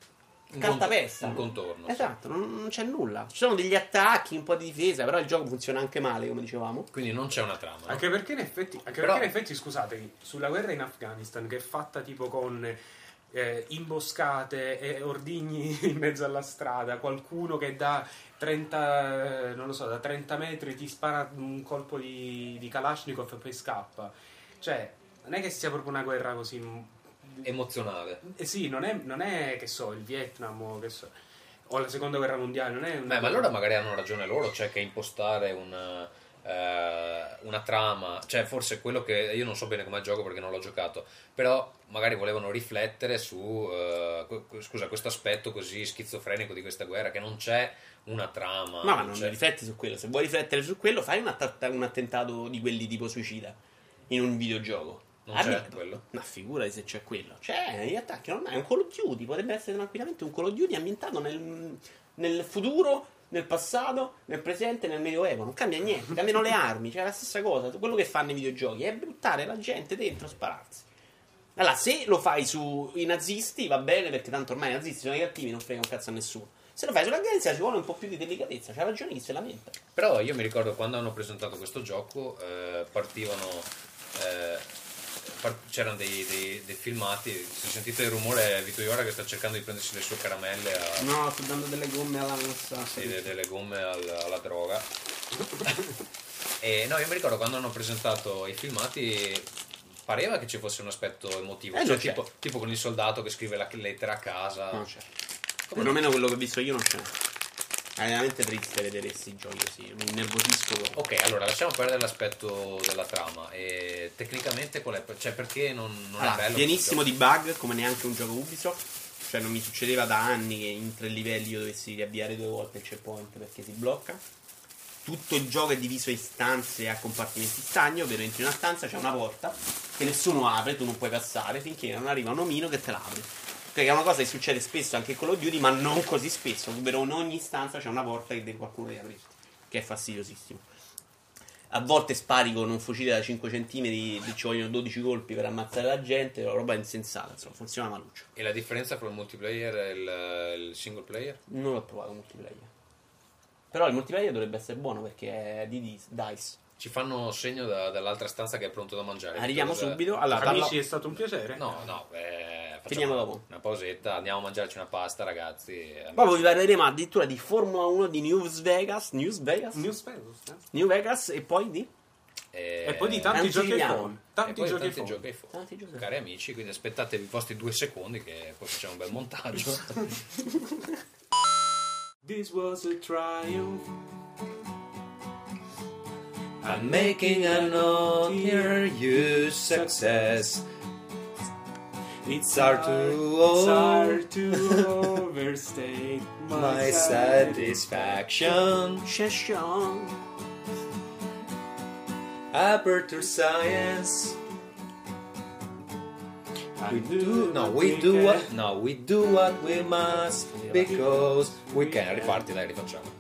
un cartapesta. cont- un contorno. Esatto, non, non c'è nulla. Ci sono degli attacchi, un po' di difesa, però il gioco funziona anche male, come dicevamo. Quindi non c'è una trama. no? Anche perché in effetti, anche Però- perché in effetti scusate, sulla guerra in Afghanistan che è fatta tipo con eh, imboscate e ordigni in mezzo alla strada, qualcuno che da trenta, eh, non lo so, da trenta metri ti spara un colpo di, di Kalashnikov e poi scappa. Cioè, non è che sia proprio una guerra così... Emozionale. Eh sì, non è, non è che so, il Vietnam o che so, o la seconda guerra mondiale, non è una Beh, ma allora magari hanno ragione loro, cioè che impostare una, eh, una trama, cioè forse quello che io non so bene com'è il gioco perché non l'ho giocato, però magari volevano riflettere su eh, que- scusa, questo aspetto così schizofrenico di questa guerra, che non c'è una trama. Ma, ma non c'è- rifletti su quello. Se vuoi riflettere su quello, fai un, atta- un attentato di quelli tipo suicida in un videogioco. Non Ah, c'è mi- quello? Ma figurati se c'è quello. C'è, gli attacchi normali. È un Call of Duty. Potrebbe essere tranquillamente un Call of Duty ambientato nel, nel futuro, nel passato, nel presente, nel medioevo. Non cambia niente. Cambiano le armi. Cioè, è la stessa cosa. Quello che fanno i videogiochi è buttare la gente dentro e spararsi. Allora, se lo fai sui nazisti, va bene, perché tanto ormai i nazisti sono i cattivi, non frega un cazzo a nessuno. Se lo fai sull'Afghanistan ci vuole un po' più di delicatezza. C'ha ragione chi se lamenta. Però io mi ricordo quando hanno presentato questo gioco, eh, partivano... eh, part- c'erano dei, dei, dei filmati, se sentite il rumore è Vito Iora che sta cercando di prendersi le sue caramelle a, No, sto dando delle gomme alla nostra. sì, de- delle gomme al- alla droga. E no, io mi ricordo quando hanno presentato i filmati pareva che ci fosse un aspetto emotivo, Eh, cioè, non c'è. tipo, tipo con il soldato che scrive la lettera a casa. Non c'è. Perlomeno quello che ho visto io non c'è. È veramente triste vedere questi giochi così. Mi innervosisco. Ok, allora lasciamo perdere l'aspetto della trama. E tecnicamente qual è? Cioè, perché non, non Allora, è bello? pienissimo questo di bug, come neanche un gioco Ubisoft. Cioè, non mi succedeva da anni che in tre livelli io dovessi riavviare due volte il checkpoint perché si blocca. Tutto il gioco è diviso in stanze a compartimenti stagni, ovvero entri in una stanza, c'è una porta che nessuno apre, tu non puoi passare finché non arriva un omino che te la apre. Perché è una cosa che succede spesso anche con Call of Duty, ma non così spesso, ovvero in ogni stanza c'è una porta che deve qualcuno deve aprire, che è fastidiosissimo. A volte spari con un fucile da cinque centimetri, ci vogliono dodici colpi per ammazzare la gente, la roba è insensata, insomma, funziona maluccio. E la differenza tra il multiplayer e il, il single player? Non l'ho provato il multiplayer. Però il multiplayer dovrebbe essere buono perché è di Dice. Ci fanno segno da, dall'altra stanza che è pronto da mangiare. Arriviamo Cosa- subito. Allora, Amici, parla- è stato un piacere. No, no, eh, facciamo Finiamo dopo. una pausetta, andiamo a mangiarci una pasta, ragazzi. e- Poi vi parleremo addirittura di Formula uno di News Vegas. News Vegas? News Vegas, eh? New Vegas e poi di? e- E poi di tanti Anzi, giochi vediamo. iPhone. e Tanti poi giochi tanti iPhone. giochi iPhone. Tanti giochi Cari amici, quindi aspettatevi i vostri due secondi che poi facciamo un bel montaggio. This was a triumph. I'm making a note here, you success. It's hard to, It's hard to overstate my satisfaction. Session. Aperture science. We do- no, we do what, no, we do what we must because we can. Riparti, dai, rifacciamo.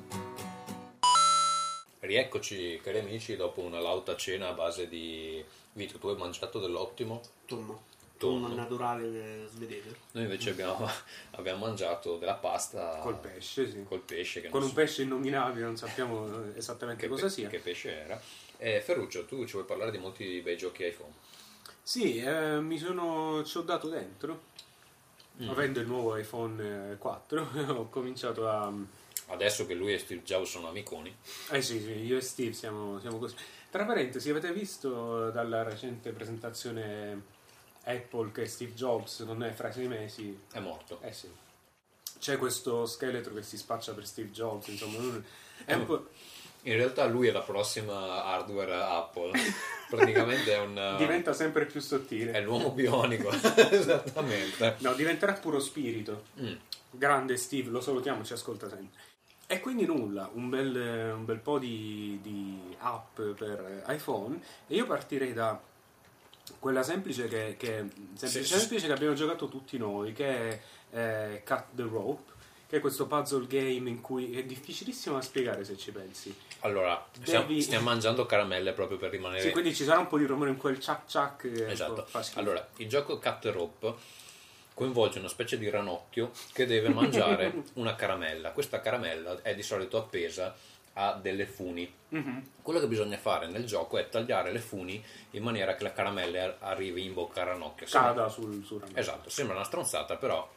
Rieccoci, cari amici, dopo una lauta cena a base di... Vito, tu hai mangiato dell'ottimo? Tonno. Tonno. Tonno naturale che svedese. Noi invece abbiamo, abbiamo mangiato della pasta Col pesce, sì. col pesce che Con non un so pesce innominabile, non sappiamo esattamente che, cosa pe- sia. che pesce era. E Ferruccio, tu ci vuoi parlare di molti bei giochi iPhone? Sì, eh, mi sono ci ho dato dentro. Mm. Avendo il nuovo iPhone quattro, ho cominciato a... Adesso che lui e Steve Jobs sono amiconi. Eh sì, sì, io e Steve siamo, siamo così. Tra parentesi, avete visto dalla recente presentazione Apple che Steve Jobs non è fra sei mesi? È morto. Eh sì. C'è questo scheletro che si spaccia per Steve Jobs, insomma, non- è un po'... In realtà lui è la prossima hardware Apple. Praticamente è un... diventa sempre più sottile. È l'uomo bionico. Esattamente. No, diventerà puro spirito. Mm. Grande Steve, lo salutiamo, ci ascolta sempre. E quindi nulla, un bel, un bel po' di, di app per iPhone. E io partirei da quella semplice che, che, semplice, Sì, sì. semplice che abbiamo giocato tutti noi, che è eh, Cut the Rope, che è questo puzzle game in cui è difficilissimo da spiegare se ci pensi. Allora, stiamo, Devi- stiamo mangiando caramelle proprio per rimanere... Sì, quindi ci sarà un po' di rumore in quel ciac ciac che Esatto. fa schifo. Allora, il gioco Cut the Rope coinvolge una specie di ranocchio che deve mangiare una caramella. Questa caramella è di solito appesa a delle funi. Mhm. Quello che bisogna fare nel gioco è tagliare le funi in maniera che la caramella arrivi in bocca al ranocchio. Sembra- Cada sul, sul ranocchio. Esatto, sembra una stronzata, però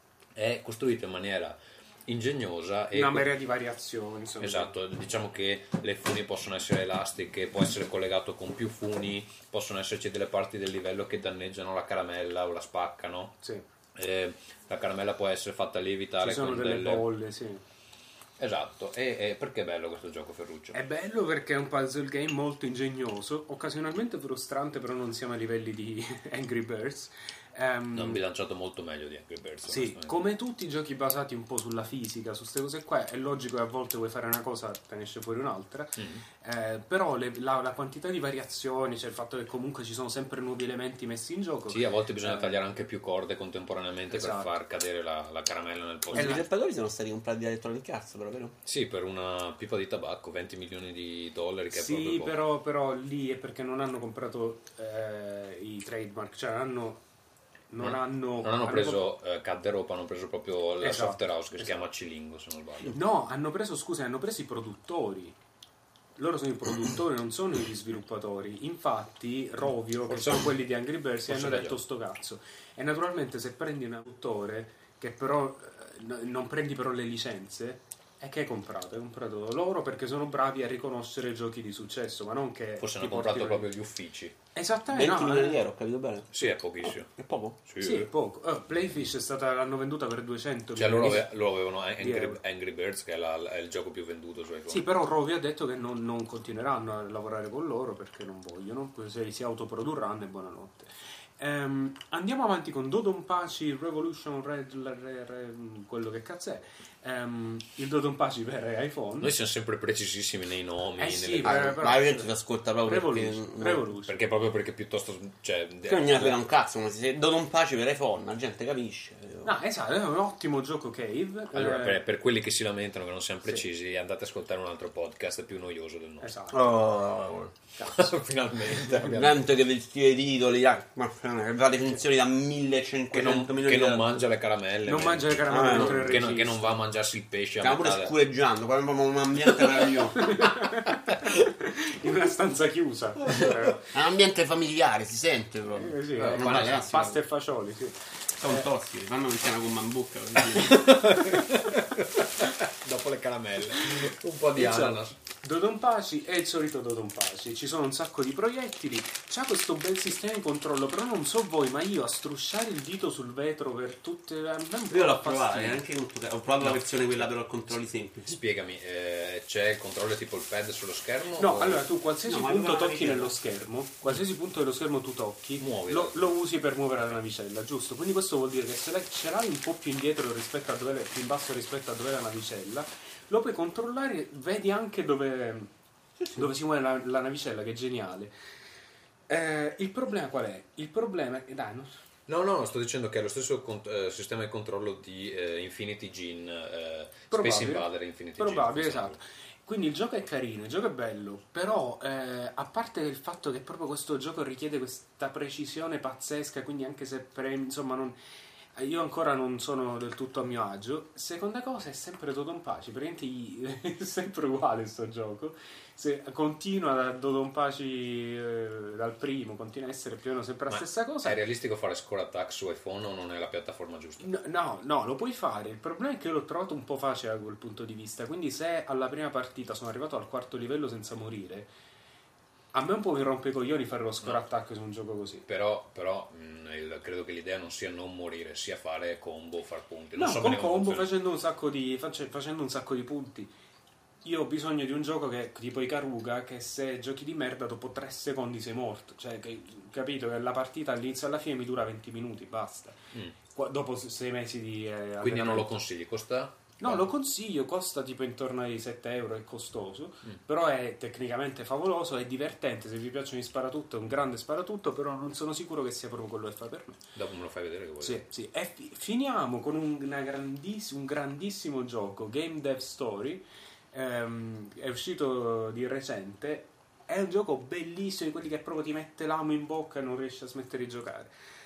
è costruito in maniera ingegnosa e Una marea di variazioni, insomma. esatto, diciamo che le funi possono essere elastiche, può essere collegato con più funi, possono esserci delle parti del livello che danneggiano la caramella o la spaccano. Sì. Eh, la caramella può essere fatta lievitare Ci sono con delle delle bolle, sì. Esatto, e, e perché è bello questo gioco, Ferruccio? È bello perché è un puzzle game molto ingegnoso, occasionalmente frustrante, però non siamo a livelli di Angry Birds. Ehm, Non bilanciato molto meglio di Angry Birds. Sì, onestamente. come tutti i giochi basati un po' sulla fisica, su queste cose qua, è logico che a volte vuoi fare una cosa te ne esce fuori un'altra, Mm. eh, però le- la, la quantità di variazioni, cioè il fatto che comunque ci sono sempre nuovi elementi messi in gioco. Sì, a volte bisogna eh, tagliare anche più corde contemporaneamente Esatto. per far cadere la, la caramella nel posto. E i giocatori sono stati comprati da Electronic Arts, però, vero? Sì, per una pipa di tabacco, venti milioni di dollari, che è Sì, proprio poco. però, però lì è perché non hanno comprato eh, i trademark, cioè hanno non No, hanno non hanno preso eh, Cut the Rope, hanno preso proprio la Esatto, software house che si esatto. chiama Cilingo, se non sbaglio. No, hanno preso, scusa, hanno preso i produttori. Loro sono i produttori, non sono gli sviluppatori. Infatti, Rovio, che Forse- sono quelli di Angry Birds, forse hanno hai detto ragione. sto cazzo. E naturalmente se prendi un autore che però eh, n- non prendi però le licenze, e che hai comprato? Hai comprato loro perché sono bravi a riconoscere giochi di successo, ma non che Forse ti hanno comprato portino- proprio gli uffici. Esattamente, venti no, milioni eh. di euro, ho capito bene? Sì, è pochissimo. È poco? Sì, Sì, poco. Oh, Playfish è stata, l'hanno venduta per duecento Cioè loro, milioni. ave- loro avevano Angry, euro. Angry Birds, che è, la- è il gioco più venduto su iPhone. Sì, però Rovi ha detto che non, non continueranno a lavorare con loro perché non vogliono, se si autoprodurranno e buonanotte. Ehm, andiamo avanti con Dodonpachi Revolution Red, Re- Re- Re- quello che cazzo è. Ehm, il Dodonpachi per iPhone. Noi siamo sempre precisissimi nei nomi. Eh sì, nelle- però- però- Ma la gente ti ascolta proprio Revolution, perché... Revolution. Perché proprio perché piuttosto... Cioè, Che non gliene frega un cazzo, ma se do un pace per iPhone, la gente capisce. No, esatto, è un ottimo gioco Cave. Allora, Eh, per, per quelli che si lamentano che non siamo precisi, andate a ascoltare un altro podcast più noioso del nostro. Esatto. Oh, Finalmente abbiamo... gente che vi scrive i titoli, dai, ma fa definizioni da Che non, millecinquecento milioni che di non euro. mangia le caramelle. Non mangia le caramelle Ah, mentre no, che, non, che registra. non va a mangiarsi il pesce a Stiamo pure Natale. scureggiando, qua è proprio un ambiente meraviglioso. In una stanza chiusa. È un ambiente familiare, si sente proprio. Eh, sì, eh, eh, pasta, pasta e fagioli, sì. Sono eh. tosti, fanno mettere una gomma in bocca. Dopo le caramelle, un po' di Insomma, ananas. Dodonpaci è il solito Dodonpaci, ci sono un sacco di proiettili, c'ha questo bel sistema di controllo, però non so voi, ma io a strusciare il dito sul vetro per tutte le... Io l'ho provato, eh, anche con... ho provato no. la versione quella però controlli semplici. Spiegami, eh, c'è il controllo tipo il pad sullo schermo? No, o... allora tu qualsiasi no, punto tocchi nello schermo, qualsiasi punto dello schermo tu tocchi, lo, lo usi per muovere la navicella, giusto? Quindi questo vuol dire che se la, ce l'hai un po' più indietro rispetto a dove, più in basso rispetto a dove è la navicella, lo puoi controllare, vedi anche dove... dove si muove la, la navicella, che è geniale. Eh, il problema qual è? Il problema è... Dai, non... No, no, sto dicendo che è lo stesso cont- eh, sistema di controllo di eh, Infinity Gin, eh, Space Invader Infinity Gin. Probabile, esatto. Quindi il gioco è carino, il gioco è bello, però eh, a parte il fatto che proprio questo gioco richiede questa precisione pazzesca, quindi anche se premi, insomma non... io ancora non sono del tutto a mio agio. Seconda cosa è sempre Dodonpaci, praticamente è sempre uguale sto gioco. Se continua da Dodonpaci eh, dal primo, continua a essere più o meno sempre la Ma stessa cosa. È realistico fare score attack su iPhone o non è la piattaforma giusta? No, no, no, lo puoi fare. Il problema è che l'ho trovato un po' facile da quel punto di vista. Quindi se alla prima partita sono arrivato al quarto livello senza morire, a me un po' mi rompe i coglioni fare lo score no. attack su un gioco così. Però, però mh, il, credo che l'idea non sia non morire, sia fare combo, far punti. Non No, so con bene combo facendo un sacco di face, facendo un sacco di punti. Io ho bisogno di un gioco che tipo Ikaruga, che se giochi di merda dopo tre secondi sei morto. Cioè, che, capito che la partita all'inizio e alla fine mi dura venti minuti, basta. Mm. Qua, dopo sei mesi di eh, Quindi non lo consigli, costa? No, lo consiglio, costa tipo intorno ai sette euro, è costoso, mm. però è tecnicamente favoloso, è divertente, se vi piacciono i sparatutto è un grande sparatutto, però non sono sicuro che sia proprio quello che fa per me. Dopo me lo fai vedere che vuoi. Sì, sì. E fi- finiamo con un, una grandiss- un grandissimo gioco, Game Dev Story, ehm, è uscito di recente, è un gioco bellissimo, di quelli che proprio ti mette l'amo in bocca e non riesci a smettere di giocare.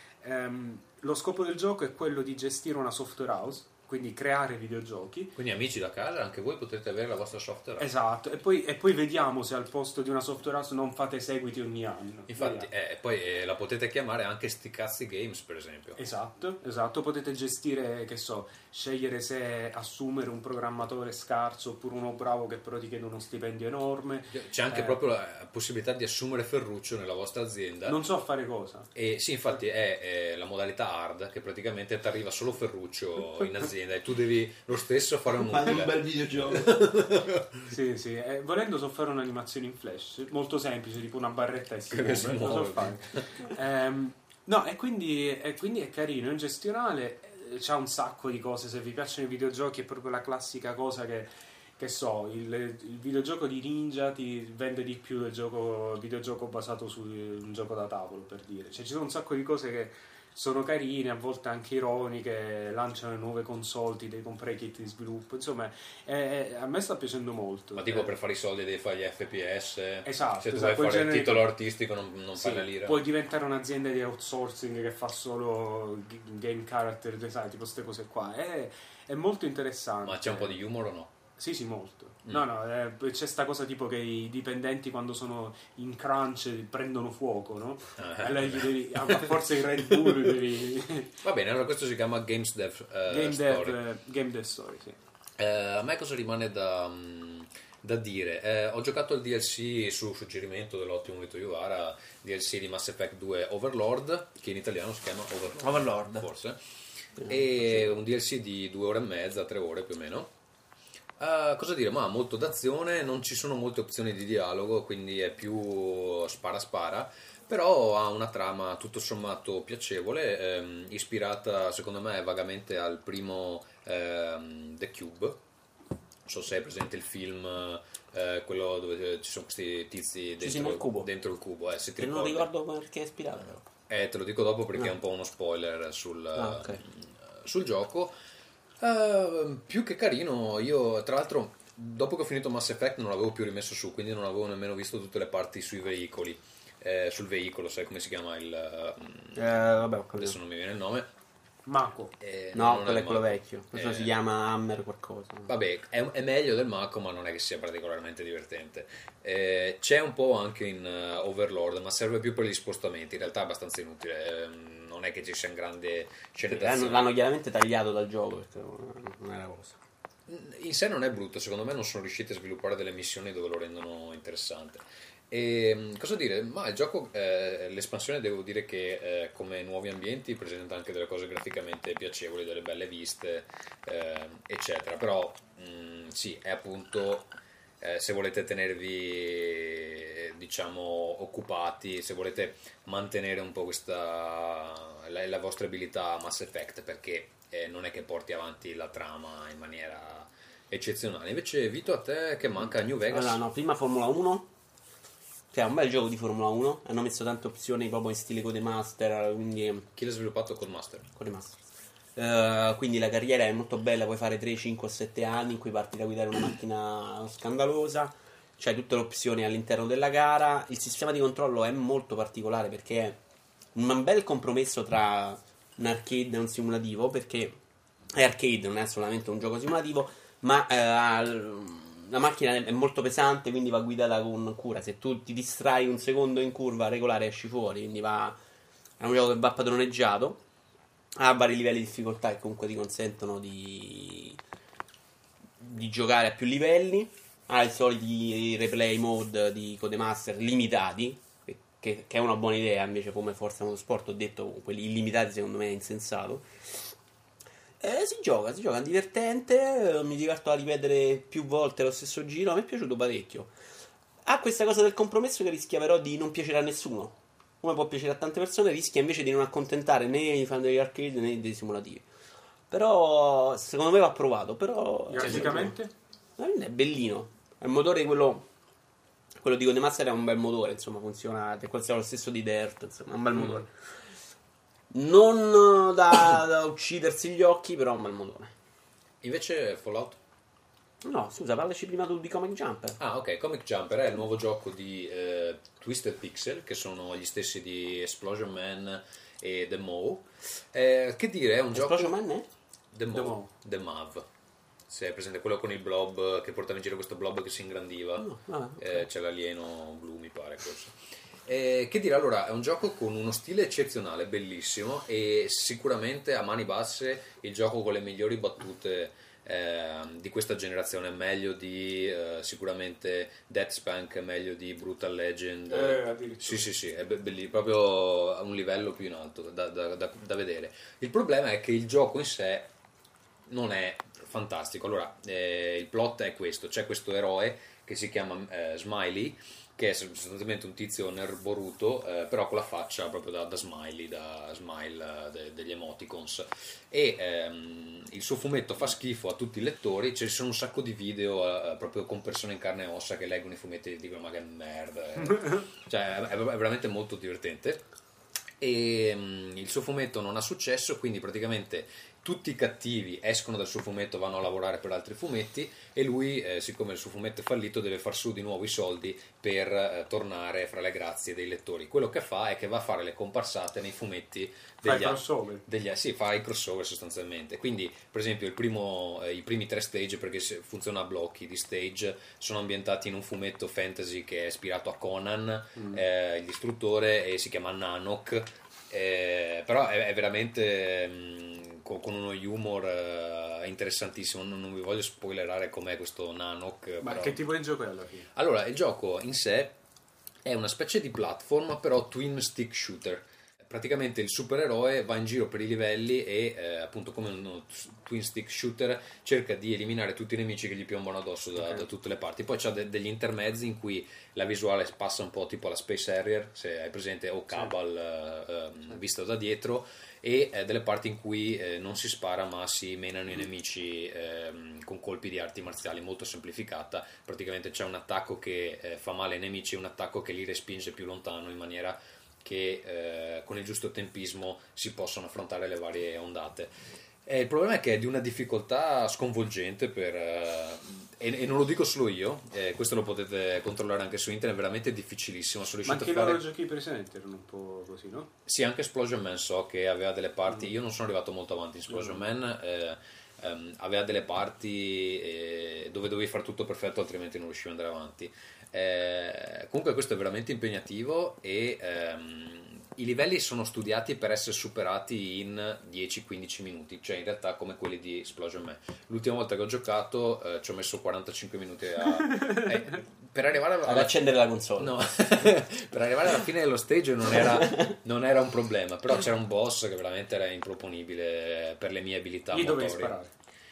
Ehm, lo scopo del gioco è quello di gestire una software house, quindi creare videogiochi. Quindi amici da casa, anche voi potete avere la vostra software house. Esatto, e poi, e poi vediamo se al posto di una software house non fate seguiti ogni anno. Infatti, eh, poi eh, la potete chiamare anche Sti Cazzi Games, per esempio. Esatto, esatto, potete gestire, che so, scegliere se assumere un programmatore scarso oppure uno bravo che però ti chiede uno stipendio enorme. C'è anche eh, proprio la possibilità di assumere Ferruccio nella vostra azienda. Non so fare cosa. E sì, infatti è, è la modalità hard, che praticamente ti arriva solo Ferruccio in azienda e tu devi lo stesso fare un fare un bel videogioco. Sì, sì, eh, volendo so fare un'animazione in flash molto semplice, tipo una barretta e si muove, si lo so muove. fare. ehm, no, e quindi, e quindi è carino, è un gestionale, c'ha un sacco di cose. Se vi piacciono i videogiochi è proprio la classica cosa che, che so, il, il videogioco di ninja ti vende di più del gioco, il videogioco basato su un gioco da tavolo, per dire. Cioè ci sono un sacco di cose che sono carine, a volte anche ironiche, lanciano nuove console, ti devi comprare i kit di sviluppo, insomma è, è, a me sta piacendo molto. Ma tipo eh. per fare i soldi devi fare gli F P S, esatto, se tu esatto, vuoi fare il titolo di... artistico non, non sì, fai la lira. Puoi diventare un'azienda di outsourcing che fa solo game character design, tipo queste cose qua, è, è molto interessante. Ma c'è un po' di humor o no? Sì, sì, molto. Mm. No, no, eh, c'è sta cosa tipo che i dipendenti quando sono in crunch prendono fuoco, no? Ah. Allora gli devi, a forza di Red Bull devi... Va bene, allora questo si chiama Games Dev uh, Game Story. Dev, uh, Game Dev Story, sì. Eh, a me cosa rimane da, da dire? Eh, ho giocato il D L C su suggerimento dell'ottimo Vito Iovara, D L C di Mass Effect due Overlord, che in italiano si chiama Overlord, Overlord. forse, e un D L C di due ore e mezza, tre ore più o meno. Uh, cosa dire? Ma molto d'azione, non ci sono molte opzioni di dialogo, quindi è più spara spara, però ha una trama tutto sommato piacevole, ehm, ispirata secondo me vagamente al primo ehm, The Cube. Non so se è presente il film, eh, quello dove ci sono questi tizi dentro, sì, sì, il cubo. dentro il cubo, eh, se ti e non ricordi. ricordo perché è ispirato. Eh, te lo dico dopo perché no. è un po' uno spoiler sul, ah, okay. sul gioco. Uh, più che carino. Io tra l'altro dopo che ho finito Mass Effect non l'avevo più rimesso su, quindi non avevo nemmeno visto tutte le parti sui veicoli, eh, sul veicolo, sai come si chiama il eh, vabbè, adesso non mi viene il nome, Mako. Eh, No, non quello è il quello Mako. vecchio. Questo Eh, si chiama Hammer qualcosa. Vabbè, è, è meglio del Mako, ma non è che sia particolarmente divertente. Eh, c'è un po' anche in uh, Overlord, ma serve più per gli spostamenti. In realtà è abbastanza inutile. eh, non è che ci sia un grande scene Sì, d'azione. l'hanno, l'hanno chiaramente tagliato dal gioco perché non è la cosa. In sé non è brutto, secondo me non sono riusciti a sviluppare delle missioni dove lo rendono interessante. E cosa dire? Ma il gioco, eh, l'espansione, devo dire che eh, come nuovi ambienti presenta anche delle cose graficamente piacevoli, delle belle viste, eh, eccetera. Però mh, sì, è appunto eh, se volete tenervi diciamo occupati, se volete mantenere un po' questa la, la vostra abilità Mass Effect, perché eh, non è che porti avanti la trama in maniera eccezionale. Invece Vito, a te che manca New Vegas? Allora, no, prima Formula uno, che è un bel gioco di Formula uno. Hanno messo tante opzioni proprio in stile Codemaster. Quindi... Chi l'ha sviluppato? Codemaster. Codemaster. Uh, quindi la carriera è molto bella, puoi fare tre, cinque o sette anni in cui parti da guidare una macchina scandalosa, c'hai tutte le opzioni all'interno della gara. Il sistema di controllo è molto particolare perché è un bel compromesso tra un arcade e un simulativo, perché è arcade, non è solamente un gioco simulativo, ma uh, la macchina è molto pesante, quindi va guidata con cura. Se tu ti distrai un secondo in curva regolare esci fuori, quindi va, è un gioco che va padroneggiato. Ha vari livelli di difficoltà che comunque ti consentono di, di giocare a più livelli. Ha i soliti replay mode di Codemaster limitati, che, che è una buona idea. Invece come Forza Motorsport ho detto, quelli illimitati secondo me è insensato. Eh, si gioca, si gioca, è divertente. Mi diverto a ripetere più volte lo stesso giro. Mi è piaciuto parecchio. Ha questa cosa del compromesso che rischia però di non piacere a nessuno. Come può piacere a tante persone, rischia invece di non accontentare né i fan degli arcade né dei simulativi. Però secondo me va provato. Però Graficamente? è bellino. È il motore quello quello di Codemaster, è un bel motore, insomma, funziona, è quasi lo stesso di Dirt, insomma, è un bel Mm. motore. Non da, da uccidersi gli occhi, però è un bel motore. Invece Fallout? No, scusa, parlaci prima tu di Comic Jumper. Ah, ok, Comic Jumper è il nuovo gioco di eh, Twisted Pixel, che sono gli stessi di Explosion Man e The Maw. Eh, che dire, è un Explosion gioco... Man è? The Maw, The Mav. Se è presente quello con il blob, che portava in giro questo blob che si ingrandiva. No, vabbè, eh, c'è l'alieno blu, mi pare, forse. Eh, che dire, allora, è un gioco con uno stile eccezionale, bellissimo, e sicuramente a mani basse il gioco con le migliori battute eh, di questa generazione, meglio di eh, sicuramente Deathspank, meglio di Brutal Legend. Eh, addirittura. sì, sì, sì, è be- bellissimo, proprio a un livello più in alto da, da, da, da vedere. Il problema è che il gioco in sé non è fantastico. Allora, eh, il plot è questo: c'è questo eroe che si chiama eh, Smiley, che è sostanzialmente un tizio nerboruto, eh, però con la faccia proprio da, da smiley, da smile, eh, de, degli emoticons, e ehm, il suo fumetto fa schifo a tutti i lettori. Ci sono un sacco di video eh, proprio con persone in carne e ossa che leggono i fumetti e dicono ma che merda, eh. Cioè è, è veramente molto divertente. E um, il suo fumetto non ha successo, quindi praticamente tutti i cattivi escono dal suo fumetto, vanno a lavorare per altri fumetti, e lui, eh, siccome il suo fumetto è fallito, deve far su di nuovo i soldi per eh, tornare fra le grazie dei lettori. Quello che fa è che va a fare le comparsate nei fumetti degli, Fa i crossover. degli sì, fa i crossover sostanzialmente. Quindi, per esempio, il primo, eh, i primi tre stage, perché funziona a blocchi di stage, sono ambientati in un fumetto fantasy che è ispirato a Conan, Mm. eh, il distruttore, e si chiama Nanook. Eh, però è, è veramente mh, con, con uno humor eh, interessantissimo. Non, non vi voglio spoilerare com'è questo Nanook. Ma però... che tipo di gioco è alla fine? Allora, il gioco in sé è una specie di platform, però twin stick shooter. Praticamente il supereroe va in giro per i livelli e eh, appunto come un twin stick shooter cerca di eliminare tutti i nemici che gli piombano addosso da, Okay. da tutte le parti. Poi c'ha de- degli intermezzi in cui la visuale passa un po' tipo alla Space Harrier, se hai presente, o Cabal eh, eh, visto da dietro, e eh, delle parti in cui eh, non si spara ma si menano i nemici eh, con colpi di arti marziali, molto semplificata. Praticamente c'è un attacco che eh, fa male ai nemici e un attacco che li respinge più lontano, in maniera che eh, con il giusto tempismo si possono affrontare le varie ondate. E il problema è che è di una difficoltà sconvolgente per, eh, e, e non lo dico solo io, eh, questo lo potete controllare anche su internet, è veramente difficilissimo. Sono Ma riuscito anche a i fare... loro giochi precedenti erano un po' così, no? Sì, anche Explosion Man so che aveva delle parti, io non sono arrivato molto avanti in Explosion Mm. Man, eh, ehm, aveva delle parti eh, dove dovevi fare tutto perfetto, altrimenti non riuscivi ad andare avanti. Eh, comunque questo è veramente impegnativo e ehm, i livelli sono studiati per essere superati in dieci quindici minuti, cioè in realtà come quelli di Explosion Man. L'ultima volta che ho giocato eh, ci ho messo quarantacinque minuti a, eh, per arrivare alla, ad accendere la console. No, per arrivare alla fine dello stage non era, non era un problema, però c'era un boss che veramente era improponibile per le mie abilità Gli motorie. dovevi sparare.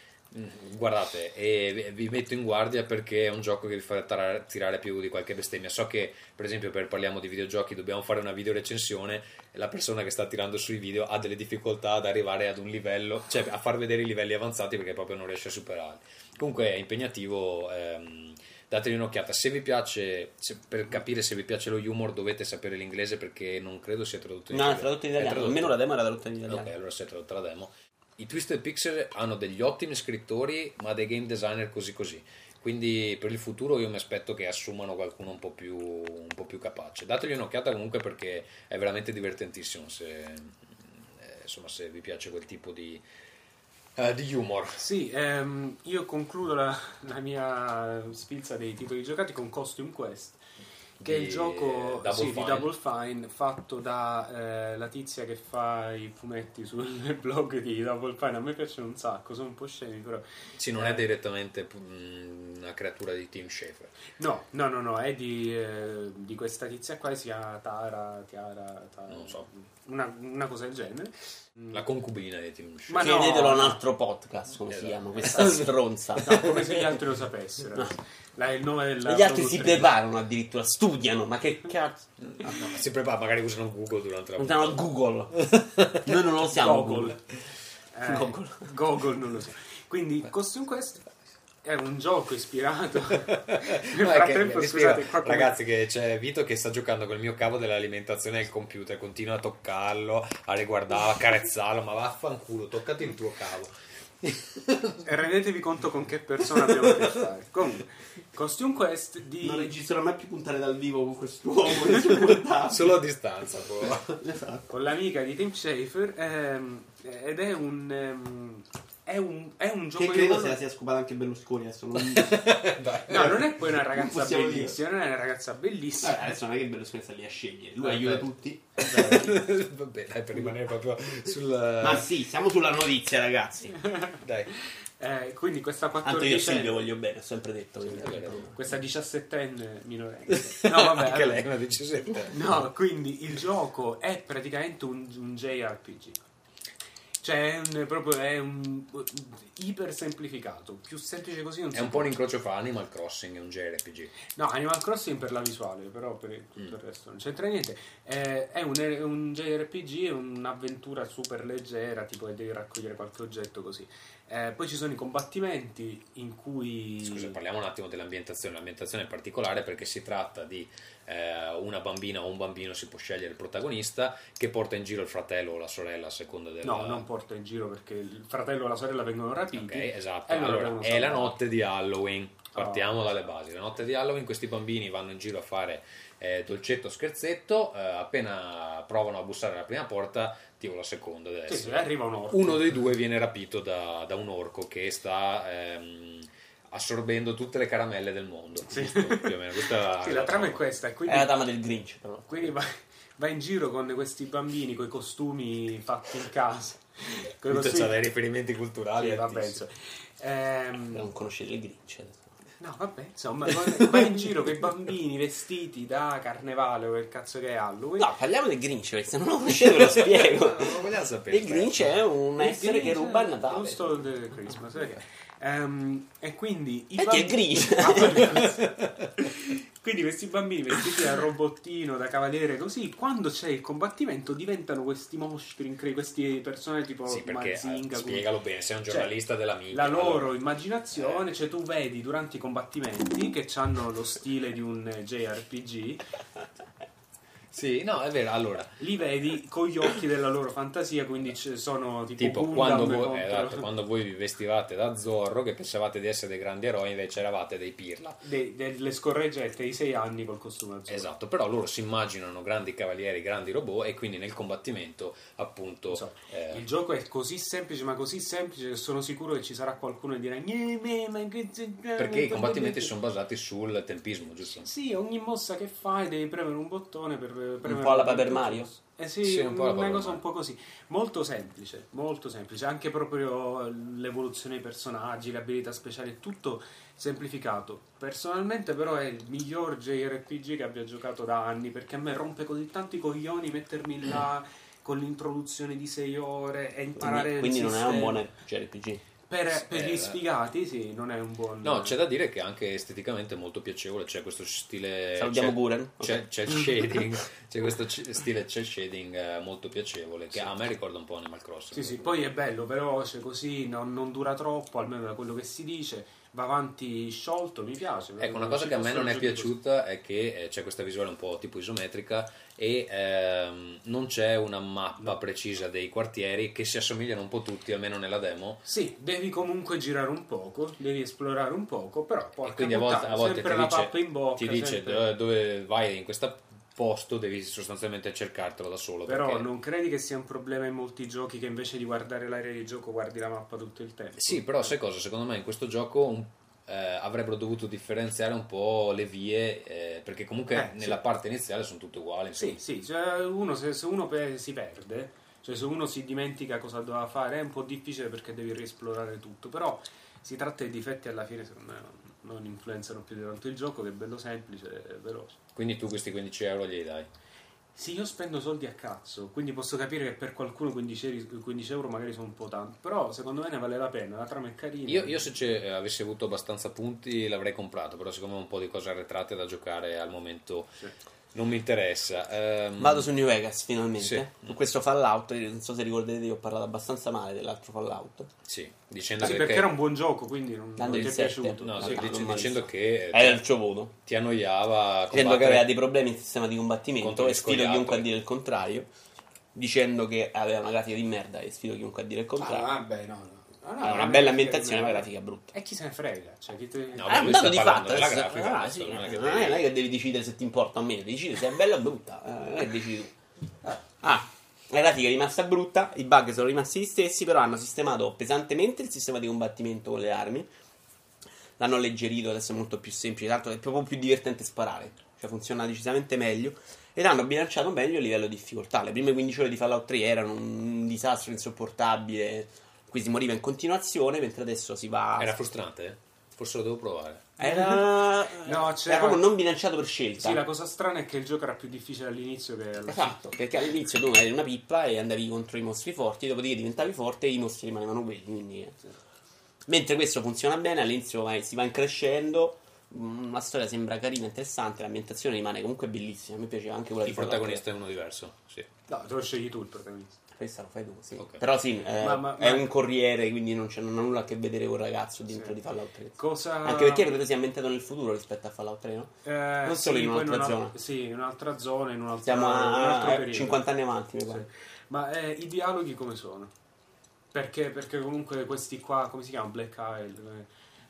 Guardate, e vi metto in guardia perché è un gioco che vi fa tarare, tirare più di qualche bestemmia. So che per esempio per parliamo di videogiochi dobbiamo fare una video recensione e la persona che sta tirando sui video ha delle difficoltà ad arrivare ad un livello, cioè a far vedere i livelli avanzati perché proprio non riesce a superarli. Comunque è impegnativo, ehm, dategli un'occhiata. Se vi piace, se, per capire se vi piace lo humor dovete sapere l'inglese perché non credo sia tradotto in No, italiano. è tradotto in italiano, almeno la demo era tradotta in italiano. Ok, allora si è tradotta la demo. I Twisted Pixel hanno degli ottimi scrittori ma dei game designer così così, quindi per il futuro io mi aspetto che assumano qualcuno un po' più, un po' più capace. Dategli un'occhiata comunque perché è veramente divertentissimo se, eh, insomma, se vi piace quel tipo di, uh, di humor. Sì, ehm, io concludo la, la mia sfilza dei titoli giocati con Costume Quest, che è il gioco Double sì, Fine. di Double Fine fatto da eh, la tizia che fa i fumetti sul blog di Double Fine. A me piacciono un sacco, sono un po' scemi però. Sì, non eh, è direttamente mm, una creatura di Tim Schafer. No, no, no, no, è di, eh, di questa tizia qua, si chiama Tara, Tiara, Tara, Non so. una, una cosa del genere. La concubina di Tim Schafer. Ma no, Chiedetelo a un no. altro podcast, come Esatto. si chiama questa stronza. No, come se gli altri lo sapessero. No. La, il nome della Gli altri si produttrice. preparano addirittura, studiano, ma che cazzo? No, si prepara, magari usano Google durante la Usano Google. Noi non lo siamo Google. Google. Eh, Google. Google non lo so. Quindi Costume Quest è un gioco ispirato. Nel No, è che, frattempo, mi scusate, spiego, qua come- ragazzi, che c'è Vito che sta giocando col mio cavo dell'alimentazione al computer, continua a toccarlo, a riguardarlo, a carezzarlo, ma vaffanculo, toccati il tuo cavo. E rendetevi conto con che persona abbiamo a che fare. Comunque, Costume Quest di Non registrerò mai più puntare dal vivo con quest'uomo insopportabile. Solo a distanza poi. Esatto. con l'amica di Tim Schafer ehm, ed è un ehm, è un, è un gioco Che di credo ruolo- se la sia scopata anche Berlusconi adesso. Non... No, non è poi una ragazza possiamo bellissima, non è una ragazza bellissima. Vabbè, adesso non è che Berlusconi sta lì a scegliere, lui Vabbè. aiuta tutti. Vabbè, dai, per rimanere proprio sul... Ma sì, siamo sulla notizia, ragazzi. Dai. Eh, quindi questa Tanto io a quattordicenne, Silvio voglio bene, ho sempre detto. quindi- questa diciassettenne minorenne. No, vabbè, Anche allora- lei è una diciassette. No, quindi il gioco è praticamente un, un J R P G. Cioè è un, proprio è un iper semplificato, più semplice così non si È un po' può. un incrocio fra Animal Crossing e un J R P G. No, Animal Crossing per la visuale, però per il- tutto il resto non c'entra niente. Eh, è un, un J R P G, è un'avventura super leggera, tipo che devi raccogliere qualche oggetto così. Eh, poi ci sono i combattimenti in cui... Scusa, parliamo un attimo dell'ambientazione. L'ambientazione è particolare perché si tratta di eh, una bambina o un bambino, si può scegliere il protagonista, che porta in giro il fratello o la sorella a seconda della... No, non porta in giro perché il fratello e la sorella vengono rapiti. Ok, esatto. e loro Allora, devono è la salvare. notte di Halloween. Partiamo Oh. dalle basi. La notte di Halloween questi bambini vanno in giro a fare eh, dolcetto scherzetto, eh, appena provano a bussare alla prima porta, tipo la seconda deve Sì, sì, essere. arriva un orco. Uno dei due viene rapito da, da un orco che sta ehm, assorbendo tutte le caramelle del mondo. Sì. Giusto? Più o meno. Questa è la, Sì, la trama è questa. E quindi, È la dama del Grinch, però. quindi va, va in giro con questi bambini con i costumi fatti in casa. Coi Vito costumi- c'ha dei riferimenti culturali. Sì, vabbè, altissimi. insomma. Ehm, Non conoscete il Grinch adesso. no, vabbè, insomma, va- va in giro con i bambini vestiti da carnevale o quel cazzo che è Halloween. No, parliamo del Grinch, perché se non lo conoscete ve lo spiego. Non lo vogliamo sapere. Il Grinch è un Il essere che Grinch ruba il non Natale. sto the Christmas, perché? Ehm, e quindi i Perché bambini- il Grinch? Ah, perché- quindi questi bambini vestiti da robottino, da cavaliere così, quando c'è il combattimento diventano questi mostri incredibili, questi personaggi tipo Sì, perché Mazinga, eh, spiegalo bene, sei un Cioè, giornalista della media. la loro allora. immaginazione, cioè tu vedi durante i combattimenti che hanno lo stile di un J R P G. Sì, no, è vero. Allora, li vedi con gli occhi della loro fantasia, quindi ci sono tipo, tipo Gundam quando voi, contro- esatto, quando voi vi vestivate da Zorro, che pensavate di essere dei grandi eroi, invece eravate dei pirla. De- delle scorreggette di sei anni col costume azzurro. Esatto, però loro si immaginano grandi cavalieri, grandi robot, e quindi nel combattimento, appunto, So, eh, il gioco è così semplice, ma così semplice che sono sicuro che ci sarà qualcuno che dirà "Gne, me, ma che- perché i combattimenti sono basati sul tempismo, giusto? Sì, ogni mossa che fai devi premere un bottone per premere Un po' alla un Paper bottone. Mario? Eh sì, Sì, un po' alla una Paper cosa Mario. un po' così. Molto semplice, molto semplice. Anche proprio l'evoluzione dei personaggi, le abilità speciali, è tutto semplificato. Personalmente però è il miglior J R P G che abbia giocato da anni, perché a me rompe così tanti coglioni mettermi là con l'introduzione di sei ore e imparare Quindi, quindi il non è sistema. un buon J R P G. Per, per gli Eh, sfigati, sì, non è un buon. No, c'è da dire che anche esteticamente è molto piacevole, c'è questo stile... Salutiamo c'è, Guren. C'è, Ok. c'è il shading, c'è questo c- stile c'è shading eh, molto piacevole, che a me ricorda un po' Animal Crossing. Sì, sì, poi è bello, veloce, così non, non dura troppo, almeno da quello che si dice, va avanti sciolto, mi piace. Ecco, una cosa che a me non è piaciuta è che eh, c'è questa visuale un po' tipo isometrica e ehm, non c'è una mappa precisa dei quartieri, che si assomigliano un po' tutti, almeno nella demo. Sì, devi comunque girare un poco, devi esplorare un poco, però poi E quindi a volte, a volte ti sempre la dice, pappa in bocca, ti dice sempre- dove, dove vai in questo posto, devi sostanzialmente cercartelo da solo. Però perché... non credi che sia un problema in molti giochi che invece di guardare l'area di gioco guardi la mappa tutto il tempo? Sì, però sai cosa? Secondo me in questo gioco un- eh, avrebbero dovuto differenziare un po' le vie, eh, perché comunque Eh, nella sì. parte iniziale sono tutte uguali. insomma. Sì, sì, cioè uno, se, se uno pe- si perde, cioè se uno si dimentica cosa doveva fare, è un po' difficile perché devi riesplorare tutto, però si tratta di difetti, alla fine secondo me non, non influenzano più di tanto il gioco, che è bello semplice e veloce. Quindi tu questi quindici euro glieli dai? Sì, io spendo soldi a cazzo, quindi posso capire che per qualcuno quindici euro quindici euro magari sono un po' tanto, però secondo me ne vale la pena, la trama è carina. Io, io se c'è- avessi avuto abbastanza punti l'avrei comprato, però siccome ho un po' di cose arretrate da giocare al momento non mi interessa. Ehm, Vado su New Vegas finalmente. Sì. Su questo Fallout, io non so se ricordate, io ho parlato abbastanza male dell'altro Fallout. Sì, dicendo Sì, che, perché che- era un buon gioco, quindi non, non Dando ti il è sette. piaciuto. no, Ah, sì, no, dic- non dicendo malissimo. che Era il suo voto. ti annoiava Dicendo che combattere- aveva dei problemi nel sistema di combattimento contro e gli sfido scoiattoli. chiunque a dire il contrario. Dicendo che aveva una grafica di merda e sfido chiunque a dire il Ah, contrario. vabbè, no, no. Ah, no, Aveva una non è bella che- ambientazione, ma no. grafica brutta. E chi se ne frega? Cioè, chi te... No, È un lui dato sta di parlando fatto. della adesso- grafica, ah, adesso, sì, non è che non devi- è che devi decidere se ti importa o meno, decidi se è bella o brutta. Eh, non è che decidi tu. Ah, la grafica è rimasta brutta, i bug sono rimasti gli stessi, però hanno sistemato pesantemente il sistema di combattimento con le armi. L'hanno alleggerito, adesso è molto più semplice, tanto è proprio più divertente sparare, cioè funziona decisamente meglio. Ed hanno bilanciato meglio il livello di difficoltà. Le prime quindici ore di Fallout tre erano un disastro insopportabile, qui si moriva in continuazione, mentre adesso si va... Era frustrante? eh? Forse lo devo provare. Era, No, era c'era- proprio non bilanciato per scelta. Sì, la cosa strana è che il gioco era più difficile all'inizio che alla Esatto, perché all'inizio tu eri una pippa e andavi contro i mostri forti, dopodiché diventavi forte e i mostri rimanevano quelli. Quindi, eh. Mentre questo funziona bene, all'inizio vai- si va in crescendo, mh, la storia sembra carina, interessante, l'ambientazione rimane comunque bellissima. Mi piaceva anche quella Il di Fallout protagonista è uno diverso, sì. No, te lo scegli tu il protagonista. tre. Questa lo fai tu, sì. Ok. Però sì, eh, Ma- ma- è ma- un corriere, quindi non, c'è, non ha nulla a che vedere con il ragazzo dentro Sì. di Fallout tre. Cosa... Anche perché credo sia ambientato nel futuro rispetto a Fallout tre, no? Eh, non solo sì, in poi un'altra una- zona. Sì, in un'altra zona, in un altro, Siamo in un altro a periodo. cinquanta anni avanti, mi Sì. pare. Ma eh, i dialoghi come sono? Perché, perché comunque questi qua, come si chiama? Black Isle?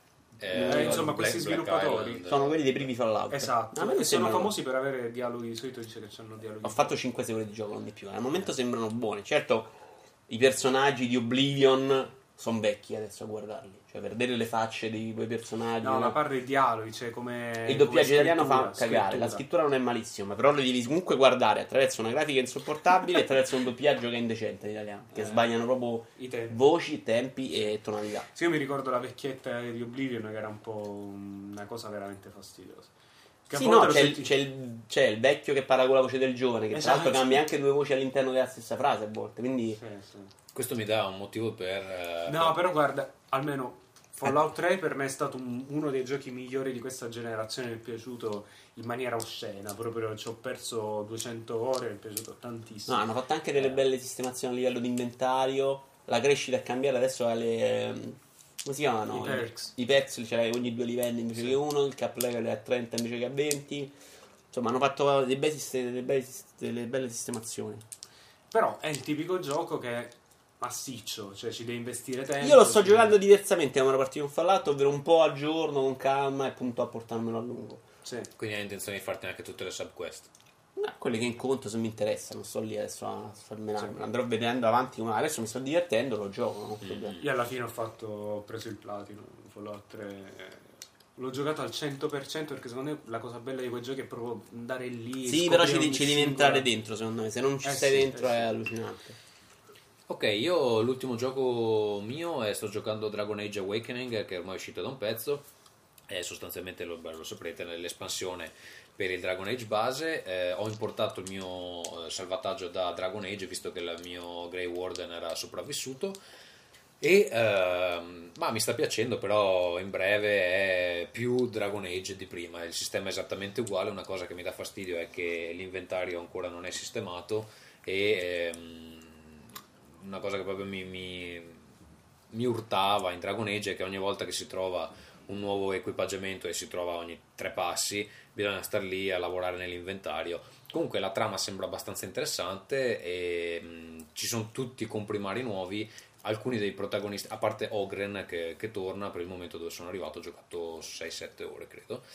Eh, Eh, insomma, Black- questi Black sviluppatori. Island. Sono quelli dei primi Fallout. Esatto, A me e mi sono sembrano- famosi per avere dialoghi, di solito dice che hanno dialoghi. Ho fatto cinque ore di gioco, non di più. Al momento sembrano buoni. Certo, i personaggi di Oblivion sono vecchi adesso a guardarli. Cioè, vedere le facce dei quei personaggi. No, no? ma parlo di dialoghi, cioè come... Il doppiaggio come italiano fa scrittura, cagare. scrittura. La scrittura non è malissima, ma però lo devi comunque guardare attraverso una grafica insopportabile e attraverso un doppiaggio che è indecente in italiano. Che Eh, sbagliano proprio i tempi. voci, tempi e tonalità. Sì, io mi ricordo la vecchietta di Oblivion che era un po' una cosa veramente fastidiosa. Che a Sì, volte no, lo c'è il, senti- c'è, il, c'è il vecchio che parla con la voce del giovane, che Esatto. tra l'altro cambia anche due voci all'interno della stessa frase a volte. Quindi Sì, sì. Questo mi dà un motivo per... eh, No, per- però guarda, almeno Fallout tre per me è stato un- uno dei giochi migliori di questa generazione, mi è piaciuto in maniera oscena, proprio ci ho perso duecento ore, mi è piaciuto tantissimo. no, hanno fatto anche delle belle sistemazioni a livello di inventario. La crescita è cambiata, adesso ha le... ehm, come si chiamano? I perks. I perks ce l'hai ogni due livelli invece Sì. che uno, il cap level è a trenta invece che a venti. Insomma, hanno fatto dei bei sistemi, delle, bei, delle belle sistemazioni. Però è il tipico gioco che è massiccio, cioè ci devi investire tempo. Io lo sto ci... giocando diversamente da una partita di un Fallout, ovvero un po' a giorno, con calma, e punto a portarmelo a lungo. Sì. Quindi hai intenzione di farti anche tutte le subquest? No, quelle che incontro se mi interessano, sto lì adesso a farmenarmi. Andrò vedendo avanti, ma adesso mi sto divertendo, lo gioco, non ho problemi. Io alla fine ho fatto, ho preso il platino, Fallout tre, l'ho giocato al cento per cento perché secondo me la cosa bella di quei giochi è proprio andare lì. Sì, però ci, ci devi entrare dentro, secondo me, se non ci eh stai sì, dentro eh è sì. allucinante. Ok, io l'ultimo gioco mio è sto giocando Dragon Age Awakening, che ormai è uscito da un pezzo. È sostanzialmente, lo, lo saprete, nell'espansione per il Dragon Age base. Eh, ho importato il mio eh, salvataggio da Dragon Age, visto che il mio Grey Warden era sopravvissuto. E ehm, ma mi sta piacendo, però in breve è più Dragon Age di prima. Il sistema è esattamente uguale. Una cosa che mi dà fastidio è che l'inventario ancora non è sistemato e ehm, una cosa che proprio mi, mi, mi urtava in Dragon Age è che ogni volta che si trova un nuovo equipaggiamento e si trova ogni tre passi bisogna star lì a lavorare nell'inventario. Comunque la trama sembra abbastanza interessante e mh, ci sono tutti comprimari nuovi. Alcuni dei protagonisti, a parte Ogren che, che torna, per il momento dove sono arrivato ho giocato sei sette ore credo.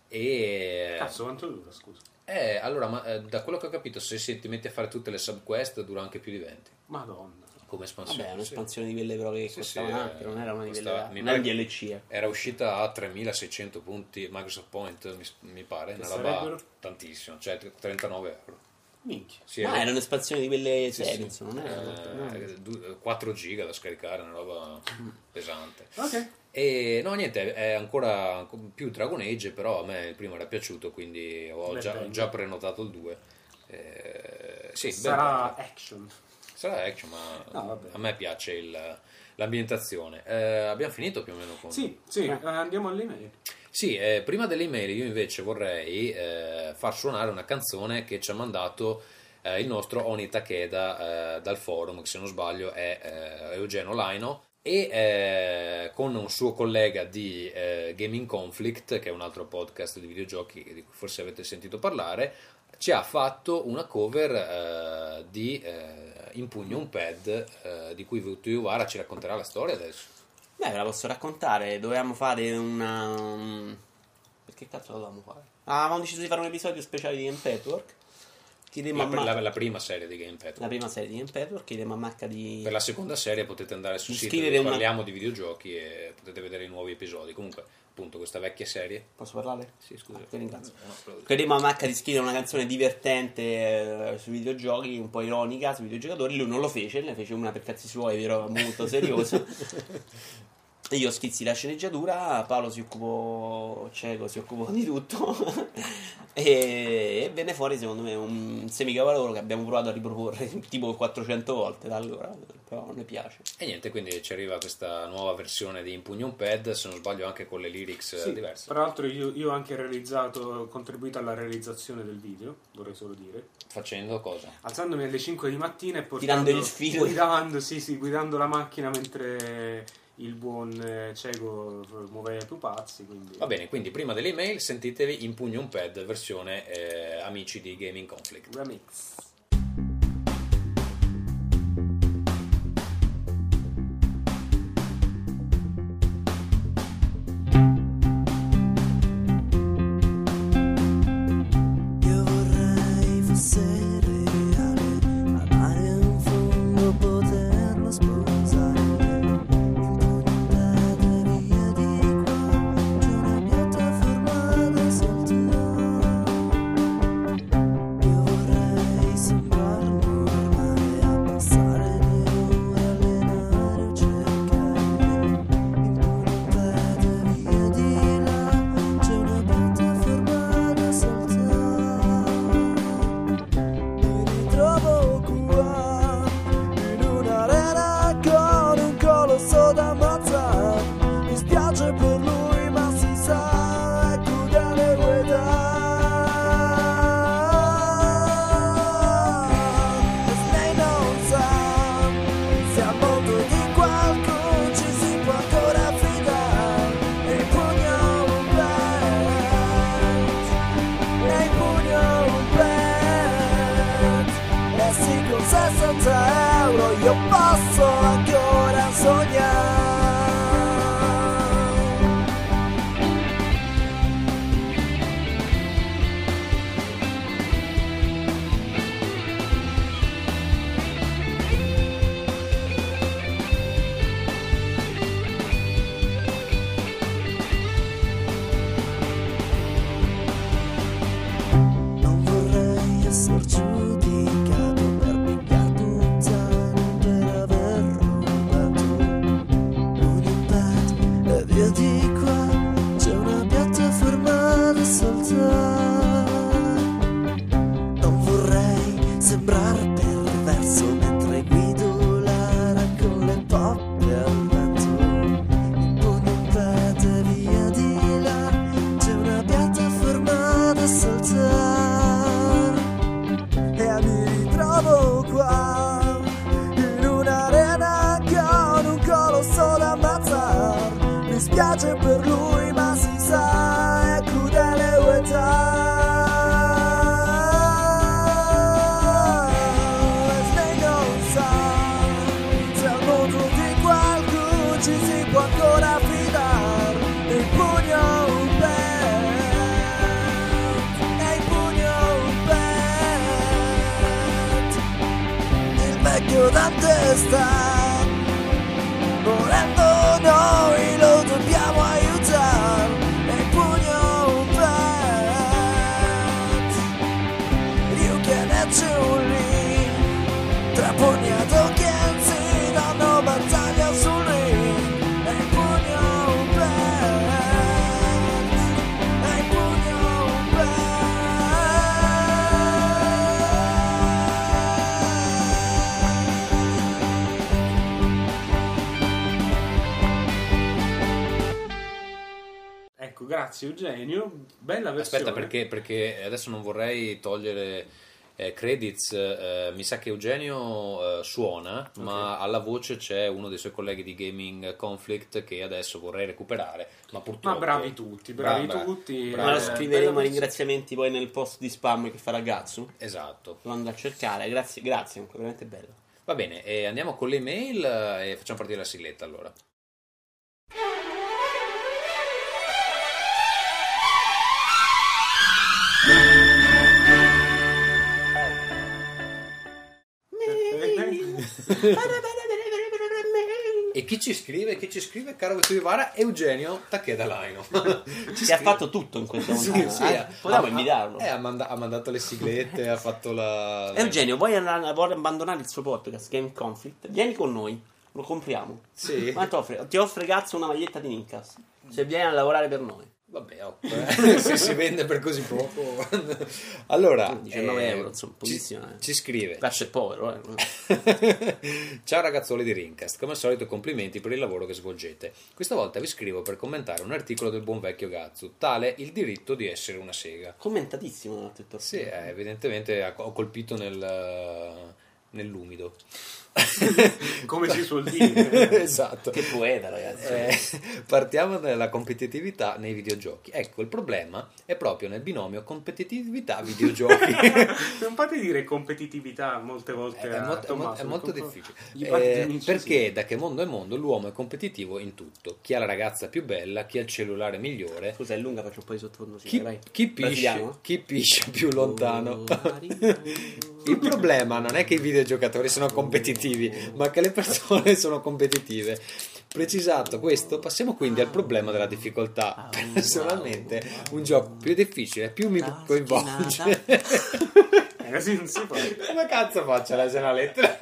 E cazzo, quanto dura, scusa? Eh, allora, ma, eh, da quello che ho capito, se, se ti metti a fare tutte le subquest dura anche più di venti. Madonna. Come espansione. Vabbè, è un'espansione di quelle però che sì, costava sì, anche, non era una di quelle, costava, non era un D L C. Eh. Era uscita a tremilaseicento punti Microsoft Point, mi, mi pare, una roba tantissima, cioè trentanove euro. Minchia. Sì, Ma era, era un'espansione di quelle sì, serie, sì. insomma, non era eh, du- quattro giga da scaricare, una roba pesante. Ok. E no, niente, è ancora più Dragon Age, però a me il primo era piaciuto, quindi ho già, già prenotato il due. Eh, sì, sarà bello. action. Sarà action, ma no, a me piace il, l'ambientazione. Eh, abbiamo finito più o meno con... Sì, sì, eh, andiamo all'email. Sì, eh, prima dell'email io invece vorrei eh, far suonare una canzone che ci ha mandato eh, il nostro Oni Takeda eh, dal forum, che se non sbaglio è eh, Eugenio Laino, e eh, con un suo collega di eh, Gaming Conflict, che è un altro podcast di videogiochi di cui forse avete sentito parlare, ci ha fatto una cover eh, di eh, Impugno un Pad, eh, di cui Vutu Iwara ci racconterà la storia adesso. Beh, ve la posso raccontare. Dovevamo fare una... Um... Perché cazzo la dovevamo fare? Ah, avevamo deciso di fare un episodio speciale di Game Network. La, Ma... la, la prima serie di Game Network. La prima serie di Game Network. Chiedemmo a Macca di... Per la seconda serie potete andare sul di sito dove una... parliamo di videogiochi e potete vedere i nuovi episodi. Comunque, appunto, questa vecchia serie. Posso parlare? Sì, scusa. Ah, ti ringrazio. No, no, Chiedemmo a Macca di scrivere una canzone divertente eh, sui videogiochi, un po' ironica sui videogiocatori. Lui non lo fece, ne fece una per cazzi suoi, però molto serioso. Io schizzi la sceneggiatura, Paolo si occupò, Cieco si occupò di tutto e, e venne fuori secondo me un semicapolavoro che abbiamo provato a riproporre tipo quattrocento volte da allora, però non ne piace. E niente, quindi ci arriva questa nuova versione di Impugno un Pad, se non sbaglio anche con le lyrics sì, diverse. Tra l'altro io, io ho anche realizzato, ho contribuito alla realizzazione del video, vorrei solo dire. Facendo cosa? Alzandomi alle cinque di mattina e portando, tirando il filo, guidando, sì, sì, guidando la macchina mentre il buon eh, Cieco muoveva i pupazzi, quindi... Va bene, quindi prima delle email sentitevi Impugno un Pad versione eh, amici di Gaming Conflict Remix. la testa, volendo noi lo dobbiamo aiutare, e il pugno bat, you can actually, tra pugnato che si danno battaglia sul ring, e il pugno bat, e il pugno bat. Ecco, grazie Eugenio, bella versione. Aspetta, perché, perché adesso non vorrei togliere eh, credits, eh, mi sa che Eugenio eh, suona, okay, ma alla voce c'è uno dei suoi colleghi di Gaming Conflict che adesso vorrei recuperare, ma purtroppo... Ma bravi tutti, bravi Bra- tutti. bravi. Ma lo Eh, scriveremo bella i ringraziamenti poi nel post di spam che farà Gatsu. Esatto. Lo andrò a cercare, grazie, grazie, comunque, veramente bello. Va bene, e andiamo con le email eh, e facciamo partire la sigletta allora. E chi ci scrive? Chi ci scrive, caro Vito Ivara? Eugenio Takeda Laino. Ci ha fatto tutto in questa Sì, puntata. sì, eh? ha- Potevamo ha- invitarlo. eh, ha, manda- ha mandato le siglette, ha fatto la... Eugenio, vuoi, andare- vuoi abbandonare il suo podcast Game Conflict? Vieni con noi, lo compriamo. Sì. Ma ti offre, ti offre cazzo una maglietta di Nincas se vieni a lavorare per noi. Vabbè, otto, eh. Se si vende per così poco. Allora, diciannove eh, euro, insomma, pochissimo. Ci, eh. ci scrive. Lascia il povero, eh. Ciao ragazzoli di Rincast, come al solito complimenti per il lavoro che svolgete. Questa volta vi scrivo per commentare un articolo del buon vecchio Gatsu, tale il diritto di essere una sega. Commentatissimo, no? Tutto. Sì, eh, evidentemente ha- ho colpito nel, nell'umido. Come si suol dire. Esatto. Che poeta, ragazzi. Eh, partiamo dalla competitività nei videogiochi. Ecco, il problema è proprio nel binomio competitività-videogiochi. Non fate dire competitività molte volte È a molto, Tommaso, è molto perché un po' difficile. gli parte Eh, di perché da che mondo è mondo l'uomo è competitivo in tutto. Chi ha la ragazza più bella, chi ha il cellulare migliore. Scusa, è lunga, faccio un po' di sottofondo. Chi, chi, pisce, chi pisce più lontano. Il problema non è che i videogiocatori sono competitivi, ma che le persone sono competitive. Precisato questo, passiamo quindi al problema della difficoltà. Personalmente, un gioco più difficile, più mi coinvolge. Così non si può. Come cazzo faccio a leggere una lettera?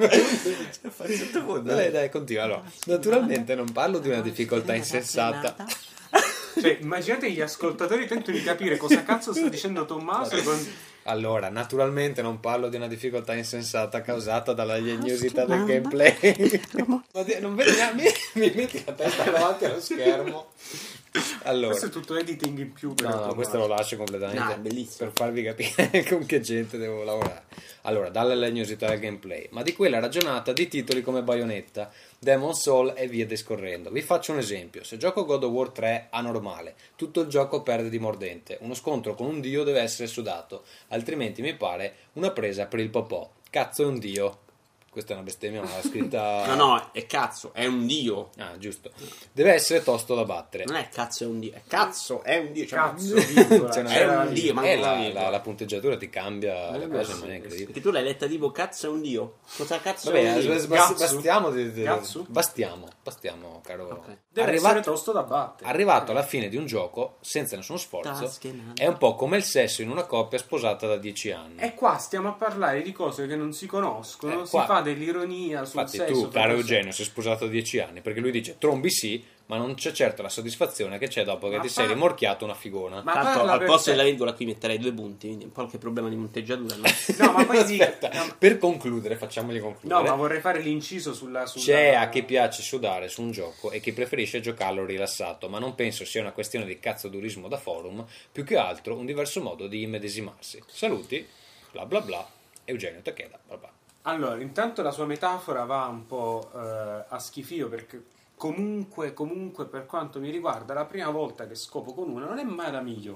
Dai, dai, continua. Allora, naturalmente non parlo di una difficoltà insensata. Cioè, immaginate gli ascoltatori tentano di capire cosa cazzo sta dicendo Tommaso con... Allora, naturalmente non parlo di una difficoltà insensata causata dalla legnosità del gameplay. Ma di- non vedi, mi, mi metti la testa davanti allo schermo. Allora, Questo è tutto editing in più. per no, no, Tommaso. questo lo lascio completamente No, è bellissimo. per farvi capire con che gente devo lavorare. Allora, dalla legnosità del gameplay, ma di quella ragionata di titoli come Bayonetta, Demon Soul e via discorrendo. Vi faccio un esempio: se gioco God of War tre a normale, tutto il gioco perde di mordente. Uno scontro con un dio deve essere sudato, altrimenti mi pare una presa per il popò. Cazzo è un dio. Questa è una bestemmia, ma l'ha scritta... No, no, è cazzo, è un dio. Ah, giusto. Deve essere tosto da battere. Non è cazzo, è un dio. È cazzo, è un dio. Cioè, Cazzo, virgola. Cioè, non è un dio, ma eh, non la, è la, la punteggiatura ti cambia le cose in maniera incredibile. Perché tu l'hai letta tipo cazzo è un dio. Cosa cazzo è Vabbè, un dio? bas- bas- Gatsu? bastiamo, di- di- Gatsu? bastiamo, bastiamo, caro. Ok. Deve Arrivato- essere tosto da battere. Arrivato alla fine di un gioco senza nessuno sforzo, Taschenata. è un po' come il sesso in una coppia sposata da dieci anni. E qua stiamo a parlare di cose che non si conoscono, Eh, si qua- fa dell'ironia sul Infatti sesso. tu, fra caro persone. Eugenio, sei sposato da dieci anni, perché lui dice trombi sì, ma non c'è certo la soddisfazione che c'è dopo che Ma ti fa- sei rimorchiato una figona. Ma Tanto parla al per posto te. della virgola qui metterei due punti, quindi un qualche problema di punteggiatura. No? No, ma poi dico- Aspetta, no, per concludere, facciamogli concludere. No, ma vorrei fare l'inciso sulla... sulla... C'è a chi piace sudare su un gioco e chi preferisce giocarlo rilassato, ma non penso sia una questione di cazzodurismo da forum, più che altro un diverso modo di immedesimarsi. Saluti, bla bla bla, Eugenio Takeda, bla bla. Allora, intanto la sua metafora va un po' eh, a schifio, perché comunque, comunque, per quanto mi riguarda, la prima volta che scopo con una non è mai la migliore.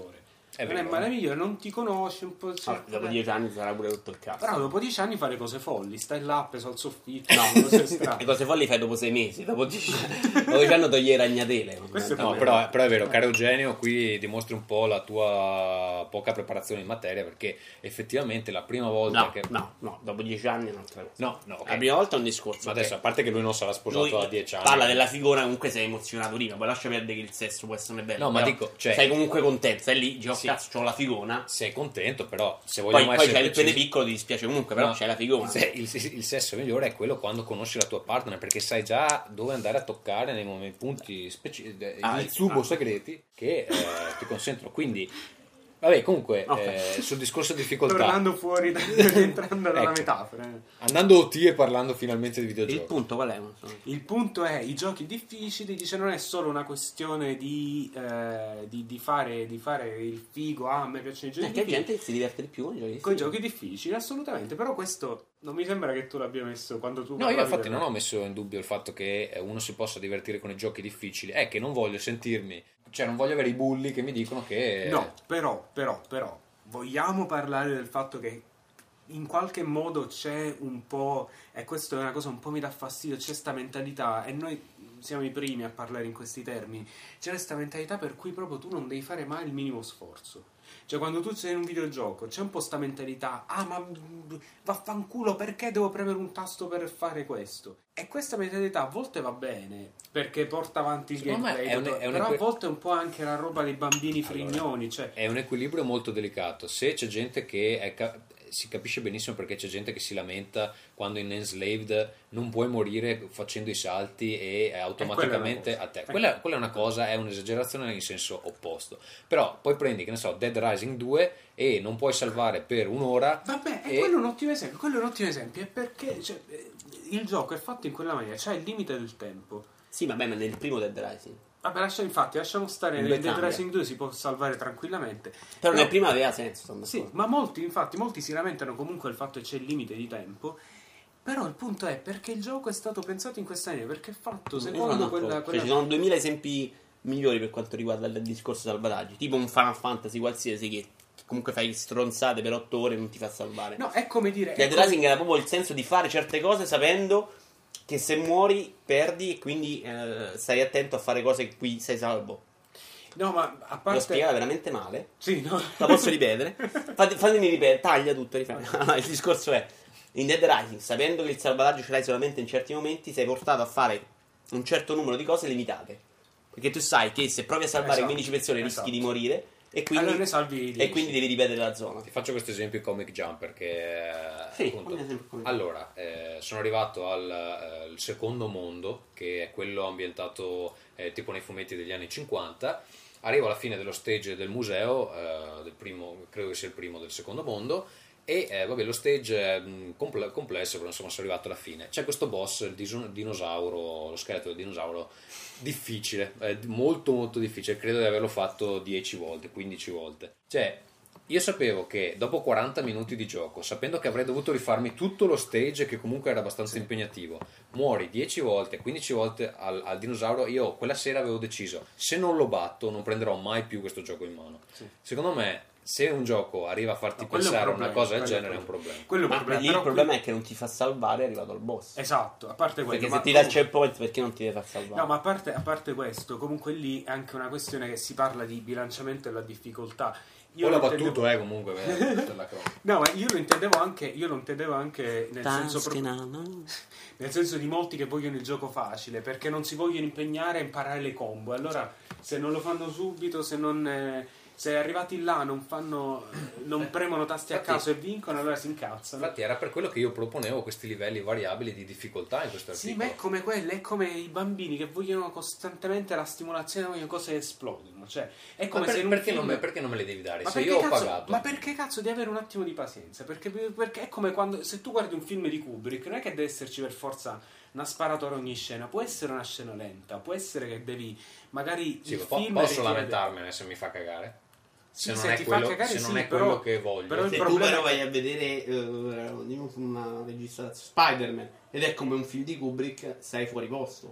È non vero. è male migliore, non ti conosci un po'. Allora, dopo dieci anni sarà pure tutto il cazzo. Però dopo dieci anni fare cose folli, stai là appeso al soffitto. No, cose strane. le cose folli fai dopo sei mesi, dopo dieci dopo dieci anni togli le ragnatele. Questo è No, vero. però, però è vero, caro Eugenio, qui dimostri un po' la tua poca preparazione in materia, perché effettivamente la prima volta No, che... no, no, dopo dieci anni è un'altra cosa. No, no, ok. La prima volta è un discorso. Ma adesso, ok. a parte che lui non sarà sposato Lui a dieci anni. parla della figura, comunque sei emozionato prima, poi lascia perdere che il sesso può essere bello. No, ma però dico, cioè- sei comunque contento, sei lì, dici, oh Sì. cazzo, c'ho la figona. Sei contento, però se Poi, vogliamo poi essere c'è il pene precisi- piccolo, ti dispiace comunque, però No, c'è la figona. se- Il, il sesso migliore è quello quando conosci la tua partner, perché sai già dove andare a toccare nei momenti, punti specifici, Ah, il subo ah. segreti che eh, ti consentono. Quindi, vabbè, comunque, Ok. eh, sul discorso di difficoltà, Tornando fuori, da, entrando dalla Ecco. metafora. eh. andando O T e parlando finalmente di Il videogiochi. punto qual è? Non so. Il punto è, i giochi difficili, dice, non è solo una questione di, eh, di, di, fare, di fare il figo, ah, a me piacciono i giochi Eh, che difficili. gente si diverte di più con i giochi Con i difficili. giochi difficili, assolutamente, però questo non mi sembra che tu l'abbia messo quando tu No, io parlavi infatti del- non ho messo in dubbio il fatto che eh, uno si possa divertire con i giochi difficili, è che non voglio sentirmi, cioè non voglio avere i bulli che mi dicono che... No, però, però, però, vogliamo parlare del fatto che in qualche modo c'è un po', e questa è una cosa un po' mi dà fastidio, c'è sta mentalità, e noi siamo i primi a parlare in questi termini, c'è questa mentalità per cui proprio tu non devi fare mai il minimo sforzo. Cioè, quando tu sei in un videogioco c'è un po' sta mentalità, ah, ma mm, vaffanculo, perché devo premere un tasto per fare questo? E questa mentalità a volte va bene perché porta avanti il Secondo me gameplay, è un- tutto, è un però equi- a volte è un po' anche la roba dei bambini frignoni, cioè È un equilibrio molto delicato. Se c'è gente che è ca- si capisce benissimo perché c'è gente che si lamenta quando in Enslaved non puoi morire facendo i salti e automaticamente cosa. a te. Quella, quella è una cosa, è un'esagerazione in senso opposto. Però poi prendi, che ne so, Dead Rising due e non puoi salvare per un'ora. vabbè, e e- quello è un ottimo esempio, quello è un ottimo esempio, è perché cioè, eh, il gioco è fatto in quella maniera, c'è il limite del tempo. Sì, vabbè, ma nel primo Dead Rising. Vabbè, lascia, infatti, lasciamo stare, Non nel Dead cambia. Rising due si può salvare tranquillamente. Però No. nel primo aveva senso, sono Sì, d'accordo. ma molti, infatti, molti si lamentano comunque del fatto che c'è il limite di tempo. Però il punto è perché il gioco è stato pensato in questa maniera, perché è fatto Io sono secondo d'accordo. quella, Cioè, quella... ci sono duemila esempi migliori per quanto riguarda il discorso salvataggi, tipo un Final Fantasy qualsiasi che comunque fai stronzate per otto ore e non ti fa salvare. No, è come dire... è Dead come- Rising era proprio il senso di fare certe cose sapendo che se muori perdi e quindi eh, stai attento a fare cose in cui sei salvo. No, ma a L'ho parte... spiegata veramente male. Sì, no. La posso ripetere? Fate- fatemi ripetere, taglia tutto, rifai. Il discorso è, in Dead Rising, sapendo che il salvataggio ce l'hai solamente in certi momenti, sei portato a fare un certo numero di cose limitate. Perché tu sai che se provi a salvare Esatto, quindici persone rischi esatto. di morire e quindi, Allora ne salvi e dieci. quindi devi ripetere la zona. Ti faccio questo esempio Comic Jumper che eh, Sì, appunto, un esempio Comic allora eh, sono arrivato al eh, il secondo mondo, che è quello ambientato eh, tipo nei fumetti degli anni cinquanta. Arrivo alla fine dello stage del museo, eh, del primo, credo che sia il primo del secondo mondo, e eh, vabbè, lo stage è mh, comple- complesso, però insomma sono arrivato alla fine. C'è questo boss, il diso- dinosauro, lo scheletro del dinosauro, difficile, è molto molto difficile, credo di averlo fatto dieci volte, quindici volte. Cioè, io sapevo che dopo quaranta minuti di gioco, sapendo che avrei dovuto rifarmi tutto lo stage, che comunque era abbastanza impegnativo, muori dieci volte, quindici volte al, al dinosauro. Io quella sera avevo deciso, se non lo batto non prenderò mai più questo gioco in mano. Sì. Secondo me, se un gioco arriva a farti No, quello è un pensare a una problema, cosa del quello è genere è un un problema. Quello è un Ma problema, lì però il problema qui- è che non ti fa salvare è arrivato al boss. Esatto, a parte quello. Perché ma se ti dà il comunque- checkpoint, perché non ti deve far salvare? No, ma a parte, a parte questo, comunque lì è anche una questione che si parla di bilanciamento della difficoltà. Io Io l'ho lo battuto, intendevo- eh, comunque. eh, questa è la cosa. No, ma io lo intendevo anche, io lo intendevo anche nel senso proprio, Taschenano. nel senso di molti che vogliono il gioco facile, perché non si vogliono impegnare a imparare le combo. E allora, se non lo fanno subito, se non eh, se arrivati là non fanno non premono tasti a Infatti- caso e vincono, allora si incazzano. Infatti era per quello che io proponevo questi livelli variabili di difficoltà in questo Sì, articolo. ma è come quello, è come i bambini che vogliono costantemente la stimolazione, vogliono cose che esplodono. Cioè, è Ma come per- se in un perché, film... non me, perché non me le devi dare? Ma Se perché, io ho cazzo, pagato. ma perché cazzo di avere un attimo di pazienza? Perché, perché è come quando se tu guardi un film di Kubrick, non è che deve esserci per forza una sparatoria ogni scena, può essere una scena lenta, può essere che devi magari Sì, il po- film posso richiede- lamentarmene se mi fa cagare? Sì, Se non se è ti quello, fa cagare, se non sì, è però- quello che voglio. però il Se tu problema però è che- vai a vedere eh, una registrazione Spider-Man ed è come un film di Kubrick, sei fuori posto.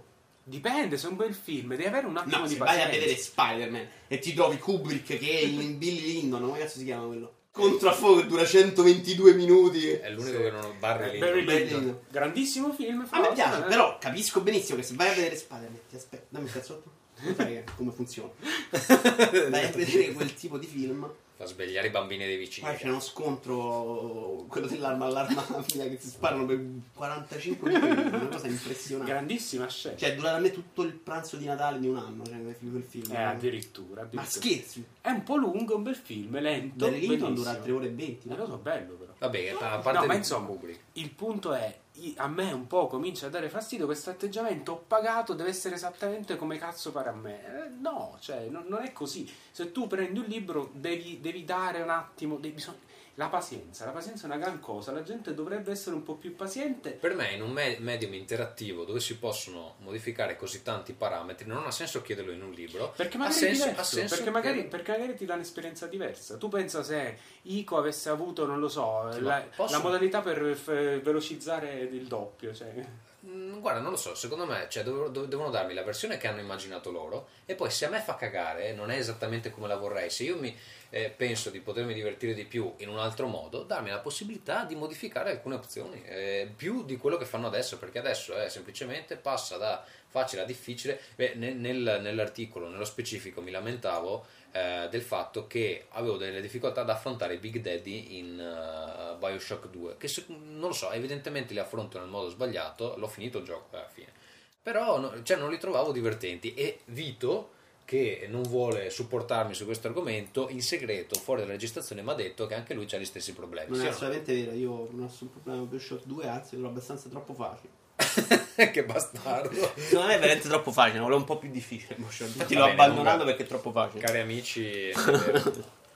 Dipende, se è un bel film, devi avere un attimo No, di se vai pazienza. a vedere Spider-Man e ti trovi Kubrick che è in Billy Lyndon, come cazzo si chiama quello? Contro a fuoco che dura centoventidue minuti. È l'unico che non ho Barry Eh, Barry Lyndon. Lyndon. Lyndon. Grandissimo film. A me forse, piace, eh. però capisco benissimo che se vai a vedere Spider-Man ti aspetta, dammi il cazzotto. Non sai come funziona. Vai a vedere quel tipo di film. Fa svegliare i bambini dei vicini. Poi c'è uno scontro, quello dell'arma all'armabile, che si sparano per quarantacinque minuti, una cosa impressionante. Grandissima scena. Cioè, dura a me tutto il pranzo di Natale di un anno, cioè, quel film. Eh, addirittura, addirittura. Ma scherzi? È un po' lungo, è un bel film, è lento. Barry Lyndon bellissimo. dura tre ore e venti. È cosa bello, però. Vabbè, a parte No, ma di insomma, Kubrick. il punto è, i- a me un po' comincia a dare fastidio questo atteggiamento, ho pagato, deve essere esattamente come cazzo pare a me. Eh, no, cioè, non, non è così. Se tu prendi un libro, devi, devi dare un attimo, devi, bisogna- la pazienza, la pazienza è una gran cosa, la gente dovrebbe essere un po' più paziente. Per me in un me- medium interattivo dove si possono modificare così tanti parametri non ha senso chiederlo in un libro. Perché ha magari, senso, è diverso, ha senso perché, magari, che- perché magari ti dà un'esperienza diversa. Tu pensa se Ico avesse avuto, non lo so, Sì, la, ma posso- la modalità per f- velocizzare il doppio, cioè. Mm, Guarda, non lo so, secondo me cioè, dov- dov- devono darmi la versione che hanno immaginato loro e poi se a me fa cagare non è esattamente come la vorrei, se io mi eh, penso di potermi divertire di più in un altro modo, darmi la possibilità di modificare alcune opzioni, eh, più di quello che fanno adesso, perché adesso è semplicemente passa da facile a difficile. Beh, nel- nel- nell'articolo, nello specifico, mi lamentavo eh, del fatto che avevo delle difficoltà ad affrontare Big Daddy in eh, Bioshock due, che se- non lo so, evidentemente li affronto nel modo sbagliato, l'ho finito il gioco alla fine, però no- cioè, non li trovavo divertenti e Vito, che non vuole supportarmi su questo argomento, in segreto, fuori dalla registrazione, mi ha detto che anche lui ha gli stessi problemi. Non Sì è o no? assolutamente vero, io non ho nessun problema con Bioshock due, anzi lo abbastanza troppo facile. Che bastardo. Secondo me è veramente troppo facile, volevo un po' più difficile Bioshock. Infatti Va l'ho bene, abbandonato comunque, perché è troppo facile. Cari amici, è vero.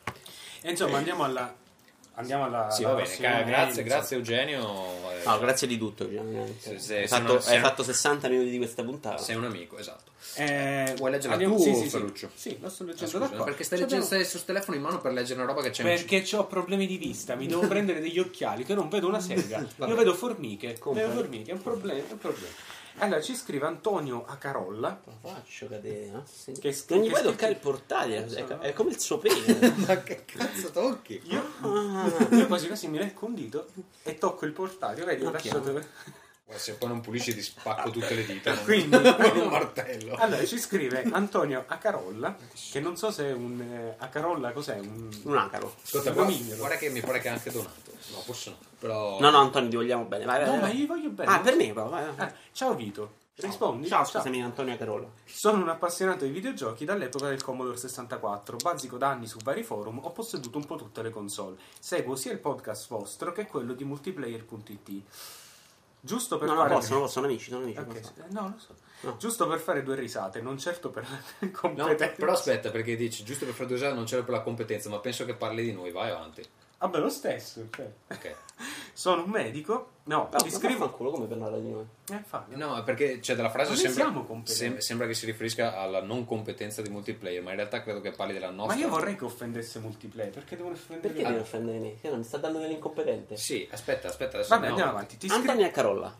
E insomma, andiamo alla. Andiamo alla. Sì, alla va bene, prossima ca- mail, grazie, insomma. grazie Eugenio. eh, No, grazie di tutto. Eugenio. Se- se- hai, se fatto, non- se hai non- fatto sessanta minuti di questa puntata. Sei un amico, esatto. Eh, Vuoi leggerla andiamo- tu, sì, sì, sì. Ferruccio? Sì, lo sto Ah, leggendo scusa, da qua. perché stai Cioè, leggendo abbiamo- stai sul telefono in mano per leggere una roba che c'è in Perché ho problemi di vista, mi devo prendere degli occhiali che non vedo una sega. Io vedo formiche. Vedo formiche, è un problema, è un problema. Allora ci scrive Antonio Acarolla. Lo faccio cadere, no? Sì. Che, Non gli che puoi scritto- toccare il portatile, Non so, è, no? è come il suo pene. Ma che cazzo tocchi? Io, Ah. io quasi quasi mi lecco un dito e tocco il portaio, vedi, ho Ok. lasciato. Se poi non pulisci ti spacco tutte le dita. non- Quindi, con un martello. Allora ci scrive Antonio Acarolla, che non so se è un eh, Acarolla cos'è, un, Un acaro. Ascolta, un guarda, gomignolo. guarda che mi pare che ha anche donato. No, forse no. Però... No, no, Antonio, ti vogliamo bene. Vai, vai, No, vai. ma io voglio bene. Ah, per me, però, vai, vai. Eh, ciao Vito, rispondi? Ciao, scusami, Antonio Carola. Sono un appassionato di videogiochi dall'epoca del Commodore sessantaquattro, bazzico da anni su vari forum, ho posseduto un po' tutte le console. Seguo sia il podcast vostro che quello di multiplayer punto it. Giusto per No, no, fare possono, possono, amici, sono amici. Ok, possono. eh, no, lo so. No. Giusto per fare due risate, non certo per No, competenza. però aspetta, perché dici, giusto per fare due usate non c'era per la competenza, ma penso che parli di noi, vai avanti. Vabbè, lo stesso. Cioè. Ok. Sono un medico. No, No, ti ma scrivo. vaffanculo, come parlare di noi? Eh, fallo. No, perché c'è della frase Ma noi sembra, siamo competenti. sem- sembra che si riferisca alla non competenza di multiplayer, ma in realtà credo che parli della nostra. Ma io vorrei che offendesse multiplayer, perché devono offendere Perché devi offendere me? Che non mi sta dando dell'incompetente? Sì, aspetta, aspetta, adesso Vabbè, andiamo andiamo avanti. Ti scrivo. Antonio Carolla.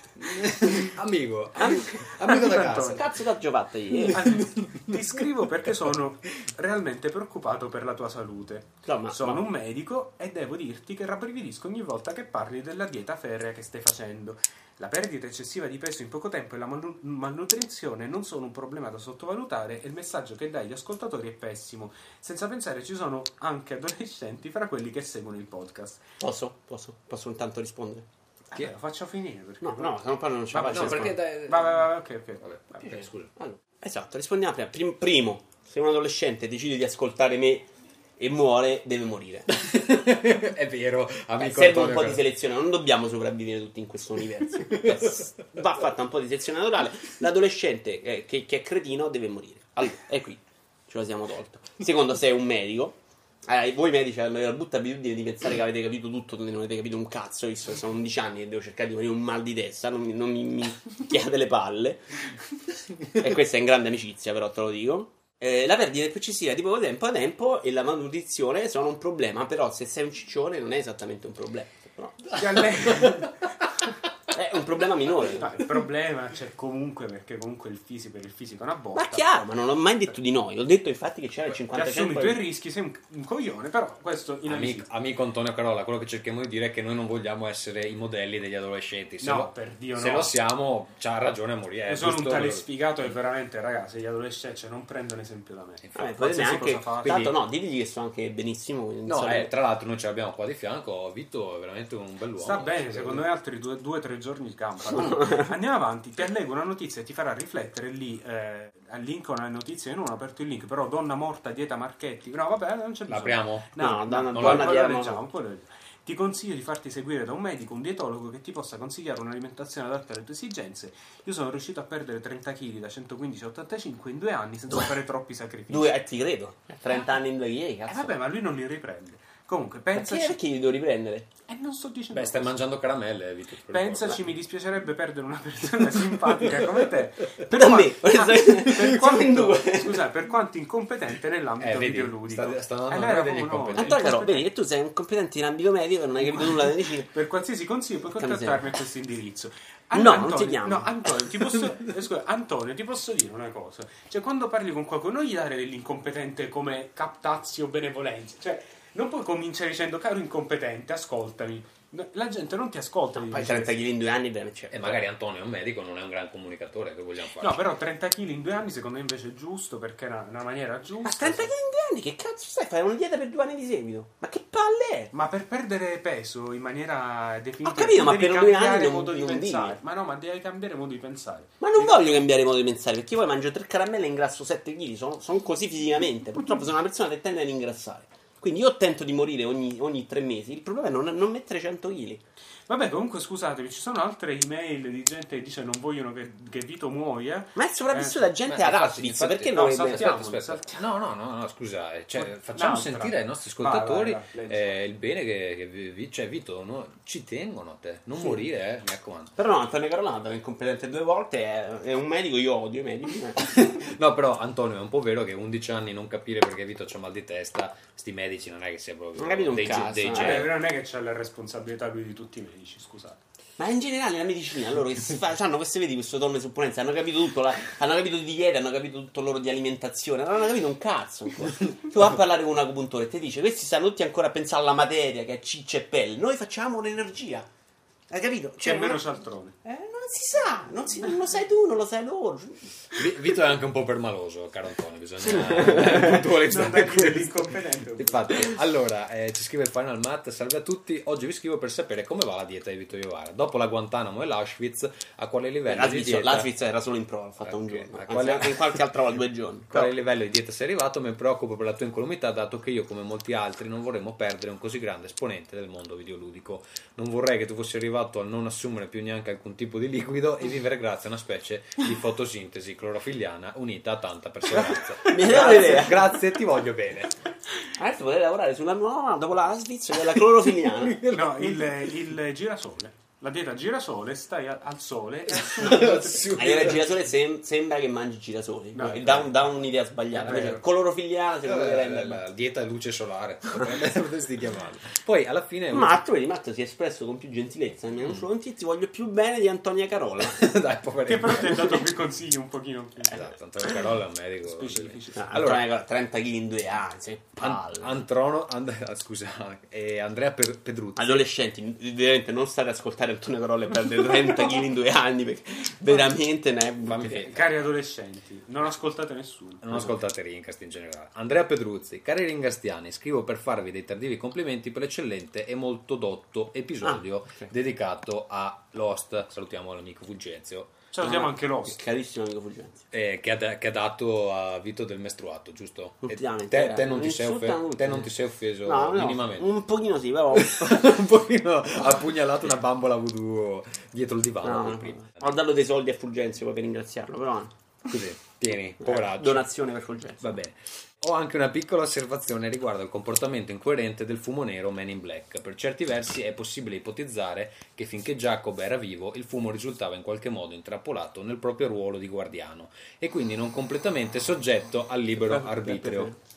Amico, amico, amico da casa. Cazzo cazzo da Giovanni ieri. Allora, ti scrivo perché sono realmente preoccupato per la tua salute. No, ma- sono ma- un medico e devo dirti che rabbrividisco ogni volta che parli della dieta ferrea che stai facendo. La perdita eccessiva di peso in poco tempo e la malnu- malnutrizione non sono un problema da sottovalutare e il messaggio che dai agli ascoltatori è pessimo. Senza pensare ci sono anche adolescenti fra quelli che seguono il podcast. Posso? Posso? Posso intanto rispondere? Che lo faccio finire perché No, no, se non parlo non ce la Vabbè, faccio. no, rispondo. perché dai- Vai, vai, vai, ok, ok. Vabbè, vabbè, scusa. Allora, esatto, rispondiamo prima. Prim- primo, se un adolescente decide di ascoltare me e muore, deve morire. È vero, Eh, amico. serve un Antonio po' di Car- selezione, non dobbiamo sopravvivere tutti in questo universo. Eh, s- Va fatta un po' di selezione naturale. L'adolescente eh, che, che è cretino deve morire. Allora, è qui, ce lo siamo tolto. Secondo, se è un medico, eh, voi medici avete la brutta abitudine di pensare che avete capito tutto, non avete capito un cazzo. Io so- sono undici anni e devo cercare di morire un mal di testa, non mi, non mi, mi chiade le palle. E questa è in grande amicizia, però te lo dico. Eh, la perdita eccessiva di poco tempo a tempo e la malnutrizione sono un problema, però se sei un ciccione non è esattamente un problema. Però... Ti alle- È un problema minore. No, il problema c'è comunque perché comunque il fisico per il fisico è una botta. Ma chiaro, ma non ho mai detto di noi. Ho detto infatti che c'era il cinquanta Ti assumi i tuoi rischi, sei un, un coglione, però questo in amico, amico Antonio Carola, quello che cerchiamo di dire è che noi non vogliamo essere i modelli degli adolescenti. Se no, lo, per Dio se no. lo siamo, c'ha ragione a morire. Io sono un tale sfigato e veramente, ragazzi, gli adolescenti cioè, non prendono esempio da me. Vabbè, potete anche, fa, quindi, tanto no, digli che sto anche benissimo. No, eh, tra l'altro noi ce l'abbiamo qua di fianco. Vito è veramente un bell'uomo. Sta bene, secondo me altri due o tre giorni il campo. Andiamo avanti, ti leggo una notizia e ti farà riflettere lì. Eh, al link con le notizie, io non ho aperto il link, però donna morta dieta Marchetti. No, vabbè, non c'è bisogno. L'apriamo? No, no, no, no, non la la leggiamo. leggiamo. Poi lo... Ti consiglio di farti seguire da un medico, un dietologo che ti possa consigliare un'alimentazione adatta alle tue esigenze. Io sono riuscito a perdere trenta chili da centoquindici a ottantacinque in due anni senza due. fare troppi sacrifici. Due, eh, ti credo. trenta anni in due chili, cazzo. Eh vabbè, ma lui non li riprende. Comunque, pensaci... Perché, perché li devo riprendere? Eh, non sto dicendo. Beh, stai questo. mangiando caramelle, Vito. Pensaci, mi dispiacerebbe perdere una persona simpatica come te. Per, da qua... me. ah, per quanto, scusa, per quanto incompetente nell'ambito eh, vedi, videoludico. Sta, sta andando eh, a degli incompetenti. Antonio Caro, vedi che tu sei un competente in ambito medico e non hai capito nulla da medicina. Per qualsiasi consiglio puoi contattarmi a questo indirizzo. Allora, no, Antonio, non ti chiamo. No, Antonio, ti posso, eh, scusa, Antonio, ti posso dire una cosa. Cioè, quando parli con qualcuno, non gli dare dell'incompetente come captazio benevolenza. Cioè, non puoi cominciare dicendo, caro incompetente, ascoltami. La gente non ti ascolta. No, poi trenta chili in due anni beh, e magari Antonio è un medico, non è un gran comunicatore, che vogliamo fare? No, però trenta chili in due anni secondo me invece è giusto, perché è una, una maniera giusta. Ma trenta chili in due anni? Che cazzo stai? Fai una dieta per due anni di seguito? Ma che palle è? Ma per perdere peso in maniera definitiva, ho capito, ma per due anni non, modo di non pensare. vivi. Ma no, ma devi cambiare modo di pensare. Ma non devi... voglio cambiare modo di pensare, perché poi mangio tre caramelle e ingrasso sette chili, sono, sono così fisicamente. Purtroppo sono una persona che tende ad ingrassare. Quindi io tento di morire ogni, ogni tre mesi. Il problema è non, non mettere cento chili. Vabbè, comunque scusatemi, ci sono altre email di gente che dice non vogliono che, che Vito muoia. Ma è sopravvissuta eh, gente ad Auschwitz, perché no, noi saltiamo, aspetta, aspetta. saltiamo. No, no, no, no, scusa, cioè, facciamo L'altra. sentire ai nostri ascoltatori vai, vai, vai, eh, il bene che, che vi, cioè Vito, no, ci tengono a te, non sì. morire, eh, mi raccomando. Però no, Antonio Carolata è incompetente due volte, è, è un medico, io odio i medici. No, però Antonio è un po' vero che undici anni non capire perché Vito c'ha mal di testa, sti medici non è che sia proprio non capito un dei, cazzo, dei eh. geni. Non è che c'ha la responsabilità lui di tutti i medici, scusate. Ma in generale la medicina, loro che si fa, hanno queste, vedi, questo tonno di supponenza, hanno capito tutto, la, hanno capito di dieta, hanno capito tutto loro di alimentazione, non hanno capito un cazzo ancora. Tu vai a parlare con un acupuntore e ti dice, questi stanno tutti ancora a pensare alla materia, che è ciccia e pelle, noi facciamo l'energia. Hai capito? C'è cioè, meno non... cialtrone. Eh, non si sa, non, si, non lo sai tu, non lo sai loro. Vito è anche un po' permaloso, caro Antonio, bisogna puntualizzare. Infatti, allora, eh, ci scrive il Final Matt, salve a tutti, oggi vi scrivo per sapere come va la dieta di Vito Iovara. Dopo la Guantanamo e l'Auschwitz, a quale livello L'Auschwitz, di dieta... l'Auschwitz era solo in prova, ho fatto okay. un giorno, a quale... anzi, in qualche altra volta due giorni. A quale livello di dieta sei arrivato? Mi preoccupo per la tua incolumità, dato che io, come molti altri, non vorremmo perdere un così grande esponente del mondo videoludico. Non vorrei che tu fossi arrivato a non assumere più neanche alcun tipo di liquido e vivere grazie a una specie di fotosintesi clorofilliana unita a tanta perseveranza. Grazie, grazie, ti voglio bene. Adesso potete lavorare sulla nuova, dopo la Svizzera, della clorofilliana. No, il, il girasole. La dieta girasole, stai a, al sole e assumi. Il girasole sem- sembra che mangi girasoli, no, dà, un, dà un'idea sbagliata. Invece clorofilliana secondo me rende la dieta luce solare, potresti chiamarla. Poi alla fine Matto, vedi, Matto si è espresso con più gentilezza nei miei confronti, ti voglio più bene di Antonia Carola. Dai, che però ti ha dato più consigli un pochino più. Esatto, Antonia Carola è un medico specifico. No, allora, trenta chili in due anni, An- Antrono, And- scusa, e Andrea per- Pedruzzi. Adolescenti, veramente non state ad ascoltare Antonio Carola e perdere trenta chili in due anni, perché veramente ne è. Cari adolescenti, non ascoltate nessuno. Non ascoltate Rincast in generale. Andrea Pedruzzi, cari ringastiani, scrivo per farvi dei tardivi complimenti per l'eccellente e molto dotto episodio ah, okay. dedicato a Lost. Salutiamo l'amico Fulgenzio. Salutiamo ah, anche Lost. Carissimo amico Fulgenzio. Eh, che, ha, che ha dato a Vito del mestruato, giusto? Ultimamente. Te, te, non ti sei offeso, te non ti sei offeso no, minimamente? No, un pochino sì, però. Un pochino ha pugnalato una bambola voodoo dietro il divano. No, prima. Ho dato dei soldi a Fulgenzio poi per ringraziarlo, però. Così, tieni, poveraccio. Donazione per Fulgenzio. Va bene. Ho anche una piccola osservazione riguardo al comportamento incoerente del fumo nero Man in Black. Per certi versi è possibile ipotizzare che finché Jacob era vivo il fumo risultava in qualche modo intrappolato nel proprio ruolo di guardiano e quindi non completamente soggetto al libero arbitrio.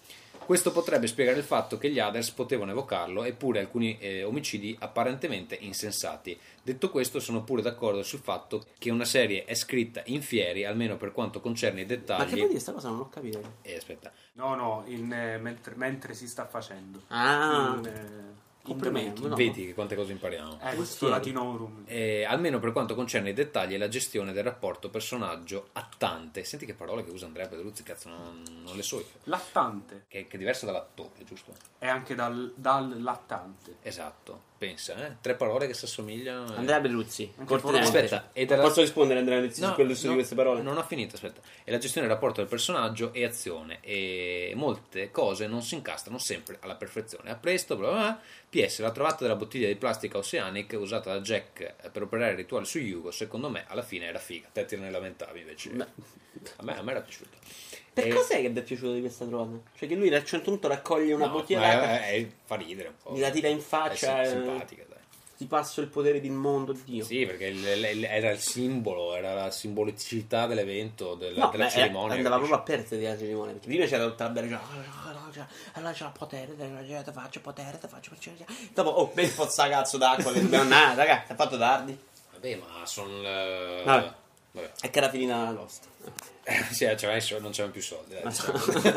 Questo potrebbe spiegare il fatto che gli Others potevano evocarlo, eppure alcuni eh, omicidi apparentemente insensati. Detto questo, sono pure d'accordo sul fatto che una serie è scritta in fieri, almeno per quanto concerne i dettagli. Ma che vuol dire sta cosa? Non ho capito. Eh, aspetta. No, no, in, eh, mentre, mentre si sta facendo. Ah. In, eh, Complimenti. in No. Vedi che quante cose impariamo. Eh, questo latinorum. Eh, almeno per quanto concerne i dettagli e la gestione del rapporto personaggio-attante. Senti che parole che usa Andrea Pedruzzi, cazzo, non, non le so io. Lattante. Che, che è diverso dall'attore, giusto? E anche dal, dal lattante. Esatto, pensa, eh? Tre parole che si assomigliano. Andrea Pedruzzi, Anche cortesemente. Aspetta, e della... Posso rispondere Andrea Pedruzzi No, su quello su no, di queste parole? Non ho finito, aspetta. E la gestione del rapporto del personaggio e azione. E molte cose non si incastrano sempre alla perfezione. A presto, bla bla bla. P S, la trovata della bottiglia di plastica Oceanic usata da Jack per operare il rituale su Hugo, secondo me alla fine era figa. Te ti ne lamentavi invece. Beh. A me, a me era piaciuto. Per E- cos'è che ti è piaciuto di questa trovata? Cioè che lui a un certo punto raccoglie una No, bottiglia ma d'acqua, è- è- fa ridere un po'. gli la tira in faccia, È eh, sim- simpatica, dai. ti passo il potere del mondo, Dio. Sì, perché il- il- era il simbolo, era la simbolicità dell'evento, della, No, della ma, eh, cerimonia. andava capisci? proprio a perdere della cerimonia, perché prima c'era tutta la bella cioè, allora c'è il potere, ti faccio potere, ti faccio potere. Dopo, oh, vedi pozza cazzo d'acqua che dobbiamo andare, raga, ti ha fatto tardi. Vabbè, ma sono... eh, Vabbè. vabbè. È che era finita la costa. Sì, cioè, adesso non c'erano più soldi. dai, Ma- diciamo.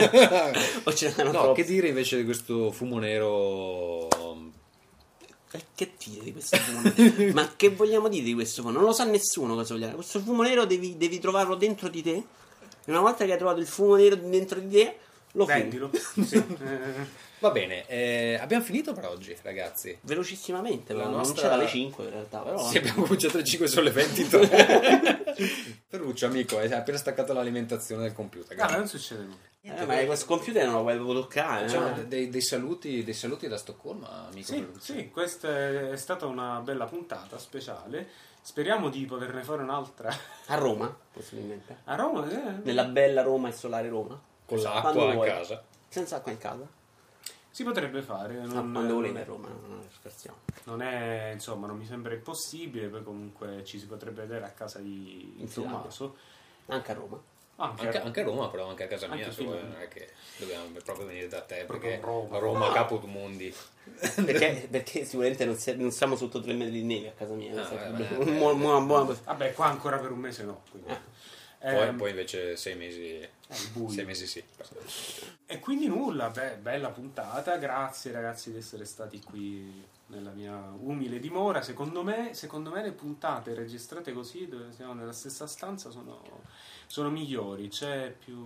O ce n'erano No, troppi. che dire invece di questo fumo nero? Eh, Che dire di questo fumo nero? Ma che vogliamo dire di questo fumo? Non lo sa nessuno cosa vogliamo. Questo fumo nero devi, devi trovarlo dentro di te. E una volta che hai trovato il fumo nero dentro di te, lo fumi. Vendilo. Sì. Eh, Va bene, eh, abbiamo finito per oggi, ragazzi. Velocissimamente, La però. nostra- Non c'era alle cinque in realtà, però. Sì, abbiamo cominciato alle cinque, sono le ventitré. Ferruccio, amico, hai appena staccato l'alimentazione del computer. ah, non succede nulla. Eh, ma questo computer non lo volevo toccare. Facciamo eh. dei, dei saluti, dei saluti da Stoccolma, amico. Sì, Ferruccio. sì, questa è stata una bella puntata speciale. Speriamo di poterne fare un'altra A Roma, possibilmente. a Roma. eh. Nella bella Roma e solare Roma. Con Quando l'acqua in vuoi. casa. Senza acqua in casa. Si potrebbe fare. Ah, Non, quando volete a Roma, non scherziamo. non è, insomma, non mi sembra impossibile. Poi comunque ci si potrebbe vedere a casa di In Tommaso. Anche a Roma. Anche, Anche, anche a Roma, però anche a casa Anche mia, a se vuoi, Finlandia. non è che dobbiamo proprio venire da te, Proprio perché a Roma. a Roma capo tu mondi. Perché, perché sicuramente non, si- non siamo sotto tre metri di neve a casa mia. Ah, questo è il vabbè, problema. vabbè. Buona- buona- buona- Vabbè, qua ancora per un mese no. quindi. Poi, Ehm, poi invece sei mesi, il buio. sei mesi sì. E quindi nulla, beh, bella puntata. Grazie ragazzi di essere stati qui nella mia umile dimora. Secondo me, secondo me le puntate registrate così, dove siamo nella stessa stanza, sono, sono migliori. C'è più...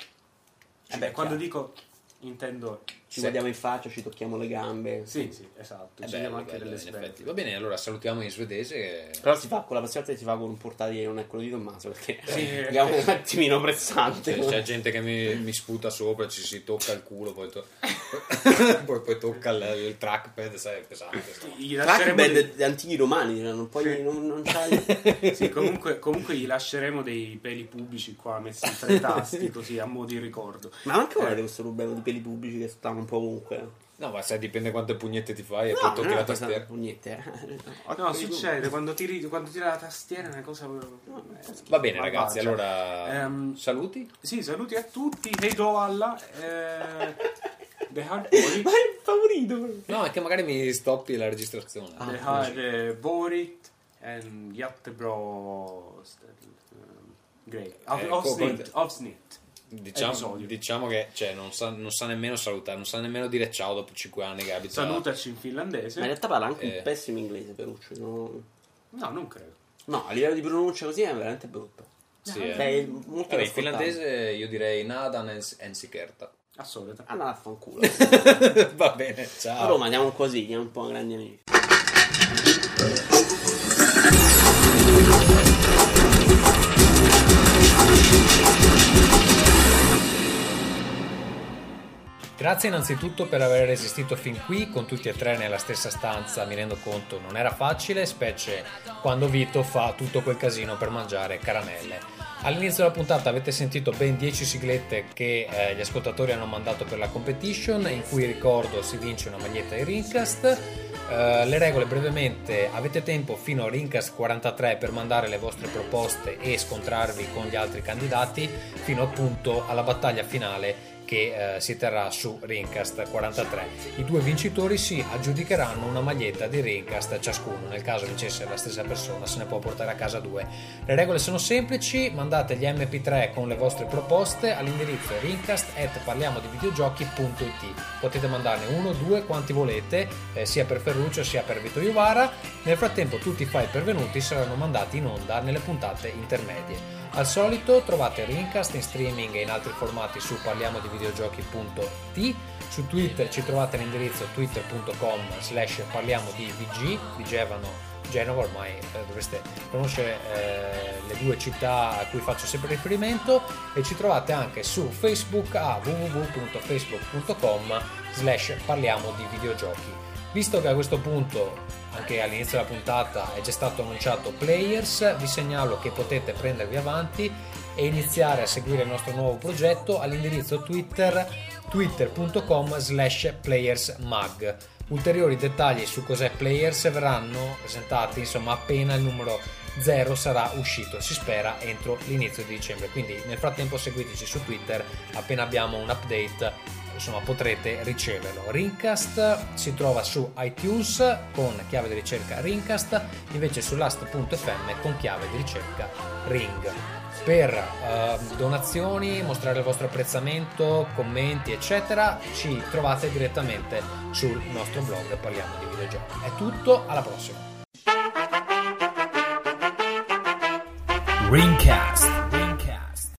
Eh beh, quando chiaro. dico, intendo... Ci guardiamo in faccia, ci tocchiamo le gambe. Sì, sì, esatto. È Ci diamo bello, anche bello, delle in sveglie. effetti. Va bene, allora salutiamo in svedese. Però si fa, con la prossima volta si fa con un portatile, non è quello di Tommaso, perché Sì. è un attimino pressante. C'è, c'è gente che mi, mi sputa sopra, ci si tocca il culo, poi, to- poi, poi tocca il, il trackpad, sai, è pesante. Gli lasceremo Trackpad dei- antichi romani, cioè, non, poi non, non c'hai... Sì, comunque, comunque gli lasceremo dei peli pubblici qua messi tra i tasti, così a mo' di ricordo. Ma anche guardate questo problema di peli pubblici che stanno un po' ovunque. No, ma sai, dipende quante pugnette ti fai e No, poi non tocchi è la una cosa tastiera. pugnette, eh. No, succede quando tiri, quando tira la tastiera è una cosa. eh, Va bene, malvagia. ragazzi, allora Ehm, saluti. Sì, saluti a tutti. Hej då alla. Eh, det har varit, Ma è favorito. No, è che magari mi stoppi la registrazione. det har eh, varit en jättebra eh, grej. Av, Eh, avsnitt, co- avsnitt. Diciamo, Episodio. diciamo che cioè, non, sa, non sa nemmeno salutare, non sa nemmeno dire ciao dopo cinque anni che abita. Salutaci in finlandese. Ma in realtà parla anche Eh. un pessimo inglese, Peruccio. No? No, non credo. No, a livello di pronuncia così è veramente brutto. Sì, Cioè, eh. è molto Vabbè, in inascoltabile. finlandese io direi Nadan ens- ensikerta. A solito. Ah, no, affanculo. Va bene, ciao. A Roma andiamo così, andiamo un po' grandi amici. Grazie innanzitutto per aver resistito fin qui con tutti e tre nella stessa stanza. Mi rendo conto non era facile, specie quando Vito fa tutto quel casino per mangiare caramelle. All'inizio della puntata avete sentito ben dieci siglette che eh, gli ascoltatori hanno mandato per la competition, in cui, ricordo, si vince una maglietta di Rincast. Uh, le regole brevemente: avete tempo fino a Rincast quarantatré per mandare le vostre proposte e scontrarvi con gli altri candidati fino appunto alla battaglia finale che eh, si terrà su Rincast quarantatré. I due vincitori si aggiudicheranno una maglietta di Rincast ciascuno. Nel caso vincesse la stessa persona, se ne può portare a casa due. Le regole sono semplici: mandate gli emme pi tre con le vostre proposte all'indirizzo rincast at parliamo di videogiochi punto it. Potete mandarne uno, due, quanti volete, eh, sia per Ferruccio sia per Vito Iuvara. Nel frattempo tutti i file pervenuti saranno mandati in onda nelle puntate intermedie. Al solito trovate Rincast in streaming e in altri formati su parliamo di videogiochi punto it. Su Twitter ci trovate l'indirizzo twitter punto com slash parliamo di vg di Gevano Genova, ormai eh, dovreste conoscere eh, le due città a cui faccio sempre riferimento, e ci trovate anche su Facebook a w w w punto facebook punto com slash parliamo di videogiochi. Visto che a questo punto, anche all'inizio della puntata, è già stato annunciato Players, vi segnalo che potete prendervi avanti e iniziare a seguire il nostro nuovo progetto all'indirizzo Twitter twitter punto com slash playersmag. Ulteriori dettagli su cos'è Players verranno presentati, insomma, appena il numero zero sarà uscito, si spera entro l'inizio di dicembre. Quindi nel frattempo seguiteci su Twitter, appena abbiamo un update insomma potrete riceverlo. Rincast si trova su iTunes con chiave di ricerca Rincast, invece su last punto effe emme con chiave di ricerca Ring. Per uh, donazioni, mostrare il vostro apprezzamento, commenti eccetera, ci trovate direttamente sul nostro blog Parliamo di Videogiochi. È tutto, alla prossima. Ringcast.